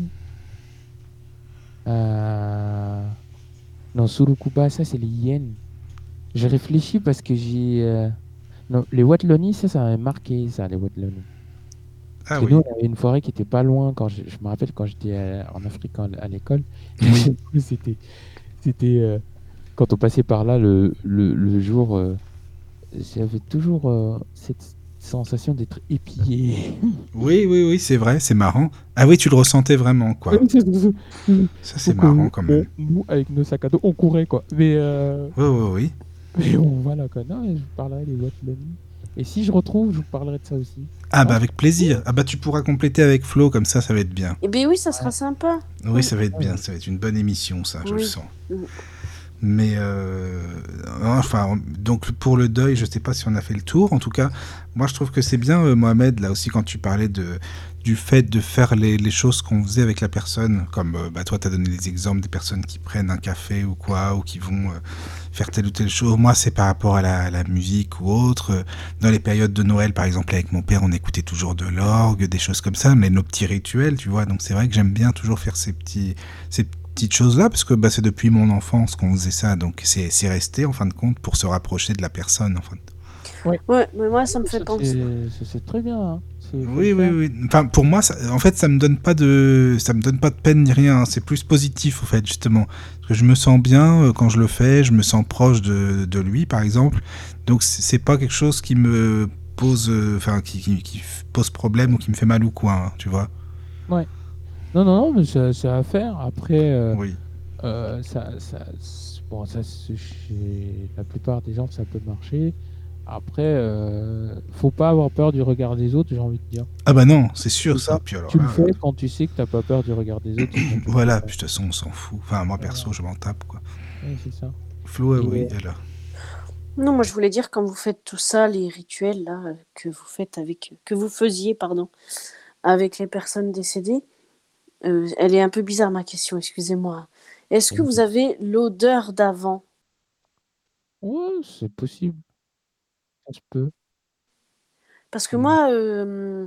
Euh... Non, Surukuba, ça, c'est les hyènes. Je réfléchis parce que j'ai... euh, Non, les Watloni, ça, ça m'a marqué, ça, les Watloni. Ah Parce que oui. nous, on avait une forêt qui était pas loin quand je, je me rappelle quand j'étais euh, en Afrique en- à l'école. Et Oui. chaque fois, c'était, c'était euh, quand on passait par là le, le, le jour, euh, j'avais toujours euh, cette sensation d'être épié. Oui, oui, oui, c'est vrai, c'est marrant. Ah oui, tu le ressentais vraiment, quoi. Ça, c'est Donc, euh, marrant quand bon, même. nous, avec nos sacs à dos, on courait, quoi. Mais, euh, Oui, oui, oui. mais on, voilà, quoi. Non, je vous parlerai des Watloni. Et si je retrouve, je vous parlerai de ça aussi. Ah Non, bah avec plaisir. Ah bah tu pourras compléter avec Flo, comme ça, ça va être bien. Eh bien oui, ça ouais, sera sympa. Oui, Mm. ça va être bien. ouais. Ça va être une bonne émission, ça, je le Oui. sens. Mm. Mais euh, enfin, donc pour le deuil, je sais pas si on a fait le tour. En tout cas, moi je trouve que c'est bien, euh, Mohamed, là aussi quand tu parlais de du fait de faire les, les choses qu'on faisait avec la personne, comme euh, bah, toi tu as donné les exemples des personnes qui prennent un café ou quoi, ou qui vont euh, faire telle ou telle chose. Moi c'est par rapport à la, à la musique ou autre. Euh, Dans les périodes de Noël, par exemple, avec mon père, on écoutait toujours de l'orgue, des choses comme ça, mais nos petits rituels, tu vois. Donc c'est vrai que j'aime bien toujours faire ces petits ces petites choses-là, parce que bah, c'est depuis mon enfance qu'on faisait ça, donc c'est c'est resté en fin de compte pour se rapprocher de la personne. En fin de... Ouais. Ouais, mais moi, ça me Ça, fait penser. c'est ça, c'est très bien. Hein. C'est- faut Oui, le oui, faire. oui. Enfin, pour moi, ça, en fait, ça me donne pas de, ça me donne pas de peine ni rien. Hein. C'est plus positif, en fait, justement, parce que je me sens bien euh, quand je le fais. Je me sens proche de, de lui, par exemple. Donc, c'est c'est pas quelque chose qui me pose, euh, enfin, qui, qui, qui f- pose problème ou qui me fait mal ou quoi, hein, tu vois. Ouais. Non, non, non, mais ça, ça à faire. Après, euh, Oui. euh, ça, ça, c'est- bon, ça, c'est chez la plupart des gens, ça peut marcher. Après, euh, faut pas avoir peur du regard des autres, j'ai envie de dire. Ah bah non, c'est sûr C'est ça. ça. Puis alors Tu le là, fais quand tu sais que t'as pas peur du regard des autres. C'est quand tu voilà. fais Puis de toute façon, on s'en fout. Enfin, moi ça. Voilà. perso, je m'en tape, quoi. Ouais, c'est ça. Flo, euh, Et oui, euh, elle a. Non, moi je voulais dire quand vous faites tout ça, les rituels là euh, que vous faites avec, que vous faisiez, pardon, avec les personnes décédées. euh, elle est un peu bizarre ma question, excusez-moi. Est-ce que vous avez l'odeur d'avant? ouais, c'est possible. Ça se peut. Parce que Mm. moi, euh,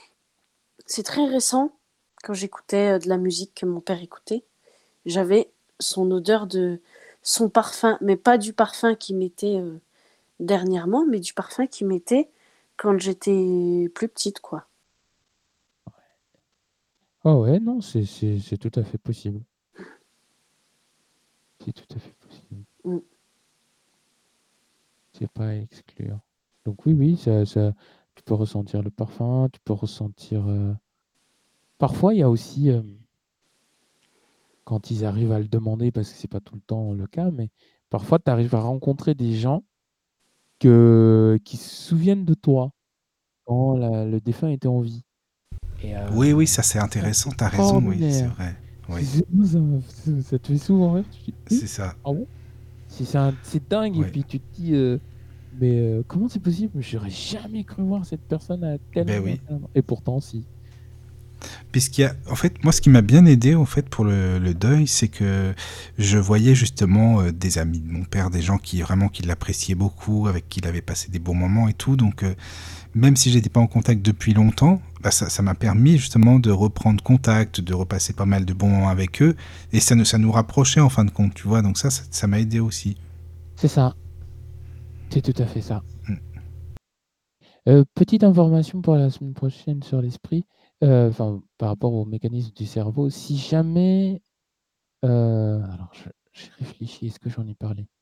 c'est très récent, quand j'écoutais euh, de la musique que mon père écoutait, j'avais son odeur de son parfum, mais pas du parfum qu'il mettait euh, dernièrement, mais du parfum qu'il mettait quand j'étais plus petite, quoi. Ah ouais, non, c'est c'est- c'est tout à fait possible. C'est tout à fait possible. Mm. C'est pas à exclure. Donc oui, oui, ça, ça, tu peux ressentir le parfum, tu peux ressentir. euh, Parfois, il y a aussi, euh, quand ils arrivent à le demander, parce que c'est pas tout le temps le cas, mais parfois, tu arrives à rencontrer des gens que... qui se souviennent de toi quand la- le défunt était en vie. Et euh, Oui, oui, ça c'est c'est intéressant. T'as raison, oui, c'est extraordinaire. vrai. Oui, C'est- c'est- Ça, ça- ça te fait souvent rire. Tu te dis, c'est oui, ça. ah bon? C'est c'est un- c'est dingue. Et Oui. puis tu te dis, euh, mais euh, comment c'est possible? J'aurais jamais cru voir cette personne à tel Ben moment, oui. tel moment. Et pourtant, si. Puisqu'il y a, en fait, moi, ce qui m'a bien aidé, en fait, pour le, le deuil, c'est que je voyais justement euh, des amis de mon père, des gens qui vraiment qui l'appréciaient beaucoup, avec qui il avait passé des bons moments et tout. Donc, euh, même si j'étais pas en contact depuis longtemps, bah, ça, ça m'a permis justement de reprendre contact, de repasser pas mal de bons moments avec eux, et ça, ne- ça nous rapprochait en fin de compte, tu vois. Donc ça, ça ça m'a aidé aussi. C'est ça. C'est tout à fait ça. Mm. Euh, petite information pour la semaine prochaine sur l'esprit, euh, enfin, par rapport au mécanisme du cerveau. Si jamais. euh, alors, je, je réfléchis, est-ce que j'en ai parlé?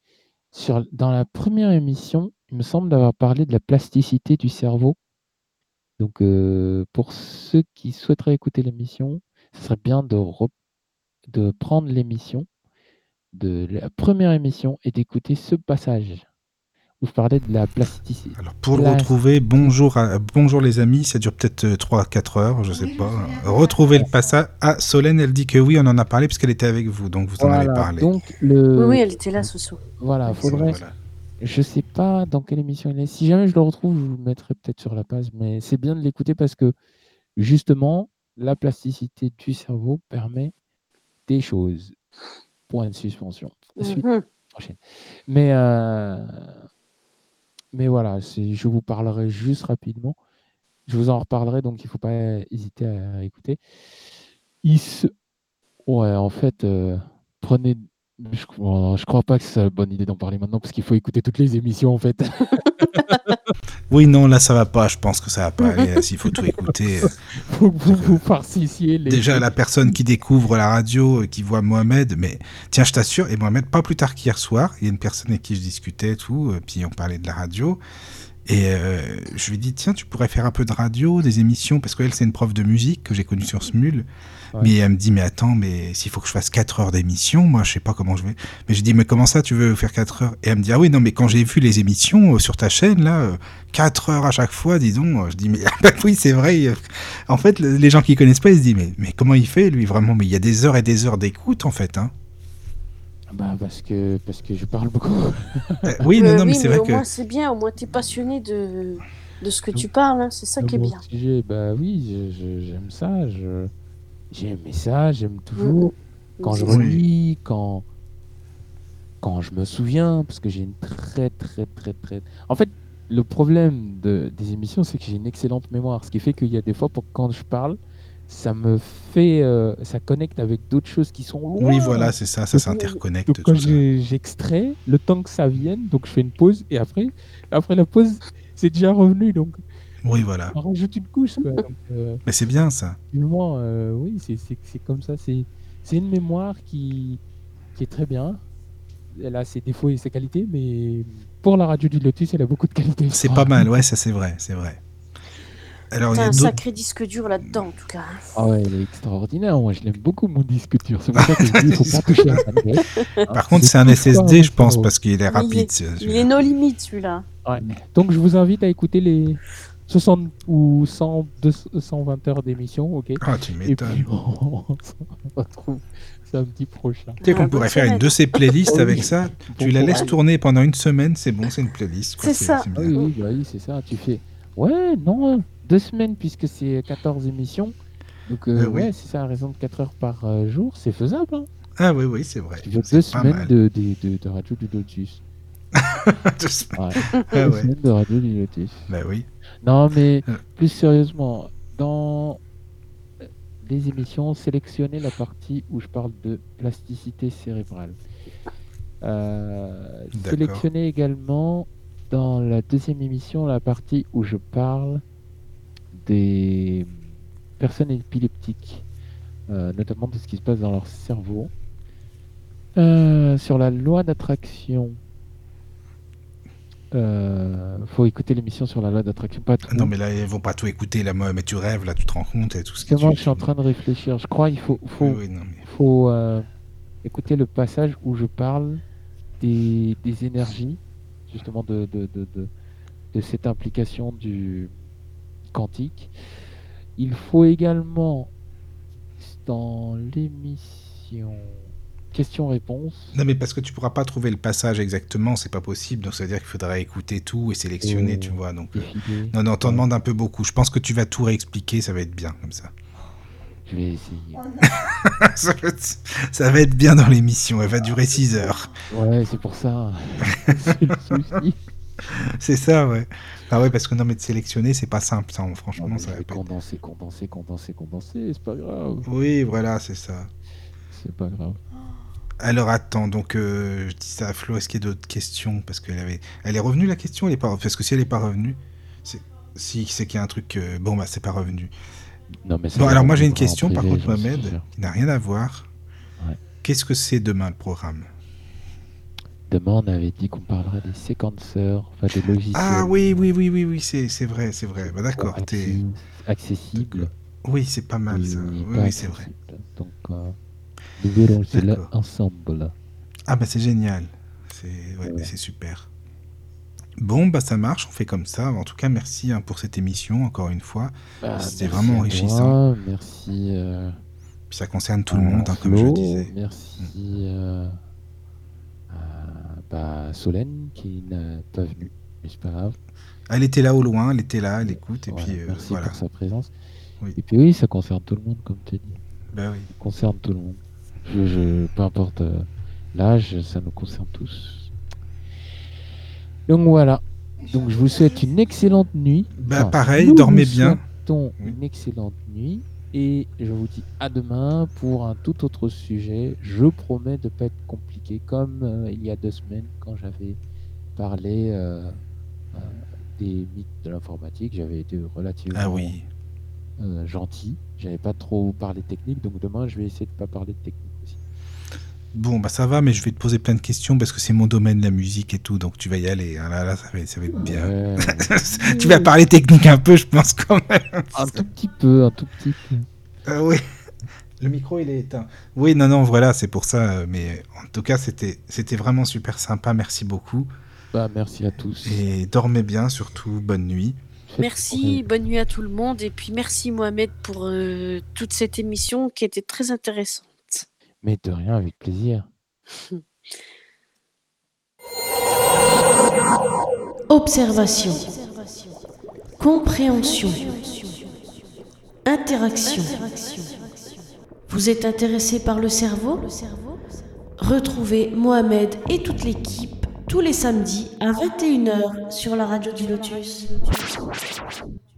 sur, dans la première émission, il me semble d'avoir parlé de la plasticité du cerveau. Donc, euh, pour ceux qui souhaiteraient écouter l'émission, ce serait bien de, re- de prendre l'émission, de la première émission, et d'écouter ce passage où je parlais de la plasticité. Alors pour le retrouver, bonjour, à, bonjour les amis, ça dure peut-être trois à quatre heures, je sais Oui, pas. je suis Retrouver là. le passage. Ah, Solène, elle dit que oui, on en a parlé puisqu'elle était avec vous, donc vous en Voilà, avez parlé. donc le... Oui, oui, elle était là ce soir. Voilà, C'est- faudrait... voilà. Je sais pas dans quelle émission il est. Si jamais je le retrouve, je vous le mettrai peut-être sur la page, mais c'est bien de l'écouter parce que justement, la plasticité du cerveau permet des choses. Point de suspension. Suite Mhm. prochaine. Mais, euh, mais voilà, c'est- je vous parlerai juste rapidement. Je vous en reparlerai, donc il ne faut pas hésiter à écouter. Il se... Ouais, en fait, euh, prenez. Je ne crois pas que c'est la bonne idée d'en parler maintenant parce qu'il faut écouter toutes les émissions en fait. Oui, non, là ça va pas, je pense que ça va pas aller, s'il faut tout écouter. Faut que vous vous farcissiez les. Déjà, la personne qui découvre la radio, euh, qui voit Mohamed, mais tiens, je t'assure, et Mohamed, pas plus tard qu'hier soir, il y a une personne avec qui je discutais, tout, euh, puis on parlait de la radio, et euh, je lui ai dit, tiens, tu pourrais faire un peu de radio, des émissions, parce qu'elle, c'est une prof de musique que j'ai connue sur Smule, Ouais. mais elle me dit, mais attends, mais s'il faut que je fasse quatre heures d'émission, moi, je sais pas comment je vais. Mais j'ai dit, mais comment ça, tu veux faire quatre heures? Et elle me dit, ah oui, non, mais quand j'ai vu les émissions euh, sur ta chaîne, là, euh, quatre heures à chaque fois, disons, euh, je dis, mais bah oui, c'est vrai. euh, En fait, le- les gens qui connaissent pas, ils se disent, mais, mais comment il fait, lui, vraiment? Mais il y a des heures et des heures d'écoute, en fait, hein. Bah parce que parce que je parle beaucoup. Euh, oui, non, Euh, non, mais oui, c'est mais vrai au que. moins c'est bien, au moins tu es passionné de, de ce que tu Donc, parles, hein, c'est ça le qui est bon bien. sujet, bah oui, je- je- j'aime ça. Je, j'ai aimé ça, j'aime Mm, toujours. mm. Quand je C'est ça. Oui. relis, quand quand je me souviens, parce que j'ai une très très très très. En fait, le problème de, des émissions, c'est que j'ai une excellente mémoire, ce qui fait qu'il y a des fois, pour quand je parle, ça me fait, euh, ça connecte avec d'autres choses qui sont loin. Oui, voilà, c'est ça, ça Donc, s'interconnecte, donc tout quand ça. j'ai- j'extrais, le temps que ça vienne, donc je fais une pause et après, après la pause, c'est déjà revenu. Donc, Oui, voilà. on rajoute une couche, quoi. Donc, euh, Mais c'est bien, ça. effectivement, euh, oui, c'est c'est- c'est comme ça. C'est c'est une mémoire qui, qui est très bien. Elle a ses défauts et ses qualités, mais pour la radio du Lotus, elle a beaucoup de qualités. C'est pas mal, ouais, ça c'est vrai, c'est vrai. Alors, il y T'as a un d'autres. sacré disque dur là-dedans en tout cas. Ah ouais, elle est extraordinaire. Moi, je l'aime beaucoup, mon disque dur. C'est pour ça que je dis il faut pas toucher à ça. Hein, Par contre, c'est un tout S S ça, D, hein, je pense, ça. parce qu'il est Il rapide. est, ce- il celui-là. est no limite celui-là. Ouais. Donc, je vous invite à écouter les soixante ou cent, deux cent vingt heures d'émission, ok? Ah, tu Et m'étonnes. puis, on se retrouve samedi prochain. Tu sais qu'on Ah, pourrait bonne faire une semaine. de ces playlists Oui. avec ça. Tu Bon la laisses courage. tourner pendant une semaine, c'est bon, c'est une playlist. quoi, C'est ça. c'est Ah bien. oui, oui, bah oui, c'est ça. Tu fais, ouais, non, deux semaines puisque c'est quatorze émissions. Donc, euh, Euh, oui. ouais, c'est ça, à raison de quatre heures par euh, jour, c'est faisable. Hein. Ah oui, oui, c'est vrai. Tu veux C'est deux pas semaines mal. de, de, de, de radio du Lotus. Deux semaines. Ouais, Ah deux ouais. semaines de radio du Lotus. Bah oui. Non, mais Euh. plus sérieusement, dans les émissions, sélectionnez la partie où je parle de plasticité cérébrale. Euh, D'accord. sélectionnez également dans la deuxième émission la partie où je parle des personnes épileptiques, euh, notamment de ce qui se passe dans leur cerveau. Euh, sur la loi d'attraction, euh, faut écouter l'émission sur la loi d'attraction, pas trop. Non, mais là, ils vont pas tout écouter, là, moi, mais tu rêves, là, tu te rends compte et tout ce que Justement, tu. je suis en train de réfléchir. Je crois qu'il faut, faut, Oui, oui, non, mais. faut euh, écouter le passage où je parle des, des énergies, justement de, de, de, de, de cette implication du quantique. Il faut également, dans l'émission questions-réponses, Non, mais parce que tu pourras pas trouver le passage exactement, c'est pas possible. Donc, ça veut dire qu'il faudra écouter tout et sélectionner, Euh, tu vois. Donc, euh, défiler. non, non, t'en Ouais. demandes un peu beaucoup. Je pense que tu vas tout réexpliquer, ça va être bien comme ça. Je vais essayer. ça, va être, ça va être bien dans l'émission, elle va durer six heures. Ouais, c'est pour ça. C'est le souci. C'est ça, ouais. Ah ouais, parce que non, mais de sélectionner, c'est pas simple, ça, Non, franchement, mais ça je va vais pas être... condenser, condenser, condenser, condenser. C'est pas grave. Oui, voilà, c'est ça. C'est pas grave. Alors attends, donc euh, je dis ça à Flo, est-ce qu'il y a d'autres questions? Parce qu'elle avait... Elle est revenue la question, elle est pas... Parce que si elle est pas revenue, c'est... si c'est qu'il y a un truc... euh, Bon, bah c'est pas revenu. Non, mais ça Bon, va alors moi j'ai une revenir en question, par privé, contre, j'en suis Mohamed, sûr. qui n'a rien à voir. Ouais. Qu'est-ce que c'est demain, le programme? demain, on avait dit qu'on parlerait des séquenceurs, enfin des logiciels. Ah oui, oui, oui, oui, oui, c'est, c'est vrai, c'est vrai. Bah, d'accord. Accessi- T'es... accessibles. Oui, c'est pas mal ça. et Oui, pas oui, c'est vrai. accessibles. Donc, euh, nous verrons cela D'accord. ensemble. Ah bah c'est génial. C'est, ouais, Voilà. c'est super. Bon, bah ça marche, on fait comme ça. En tout cas, merci hein, pour cette émission, encore une fois. Bah, C'était merci vraiment à enrichissant. toi, merci euh, Puis ça concerne tout à le monde, hein, comme je Flo, disais. merci euh, à bah, Solène qui n'a pas venu, mais c'est pas grave. Elle était là au loin, elle était là, elle écoute, et Voilà, puis euh, merci voilà. pour sa présence. Oui. Et puis oui, ça concerne tout le monde, comme tu dis. Bah oui. Ça concerne tout le monde. Je, je- peu importe euh, l'âge, ça nous concerne tous. Donc voilà. Donc je vous souhaite une excellente nuit. Bah Enfin, pareil, nous dormez vous bien. souhaitons Oui. une excellente nuit et je vous dis à demain pour un tout autre sujet. Je promets de ne pas être compliqué comme euh, il y a deux semaines quand j'avais parlé euh, euh, des mythes de l'informatique. J'avais été relativement Ah oui. euh, gentil. J'avais pas trop parlé technique, donc demain je vais essayer de pas parler de technique aussi. Bon, bah ça va, mais je vais te poser plein de questions parce que c'est mon domaine, la musique et tout, donc tu vas y aller. hein. Là, là, ça va, ça va être bien. Ouais. Tu vas parler technique un peu, je pense quand même. Un tout petit peu, un tout petit peu. Ah oui. Le micro, il est éteint. Oui, non, non, voilà, c'est pour ça. euh, Mais en tout cas, c'était, c'était vraiment super sympa. Merci beaucoup. Bah, merci à tous. Et dormez bien, surtout. Bonne nuit. Faites Merci, pour- bonne nuit à tout le monde et puis merci Mohamed pour euh, toute cette émission qui était très intéressante. Mais de rien, avec plaisir. Observation. Compréhension. Interaction. Vous êtes intéressé par le cerveau ? Retrouvez Mohamed et toute l'équipe tous les samedis à vingt et une heures sur la radio du Lotus.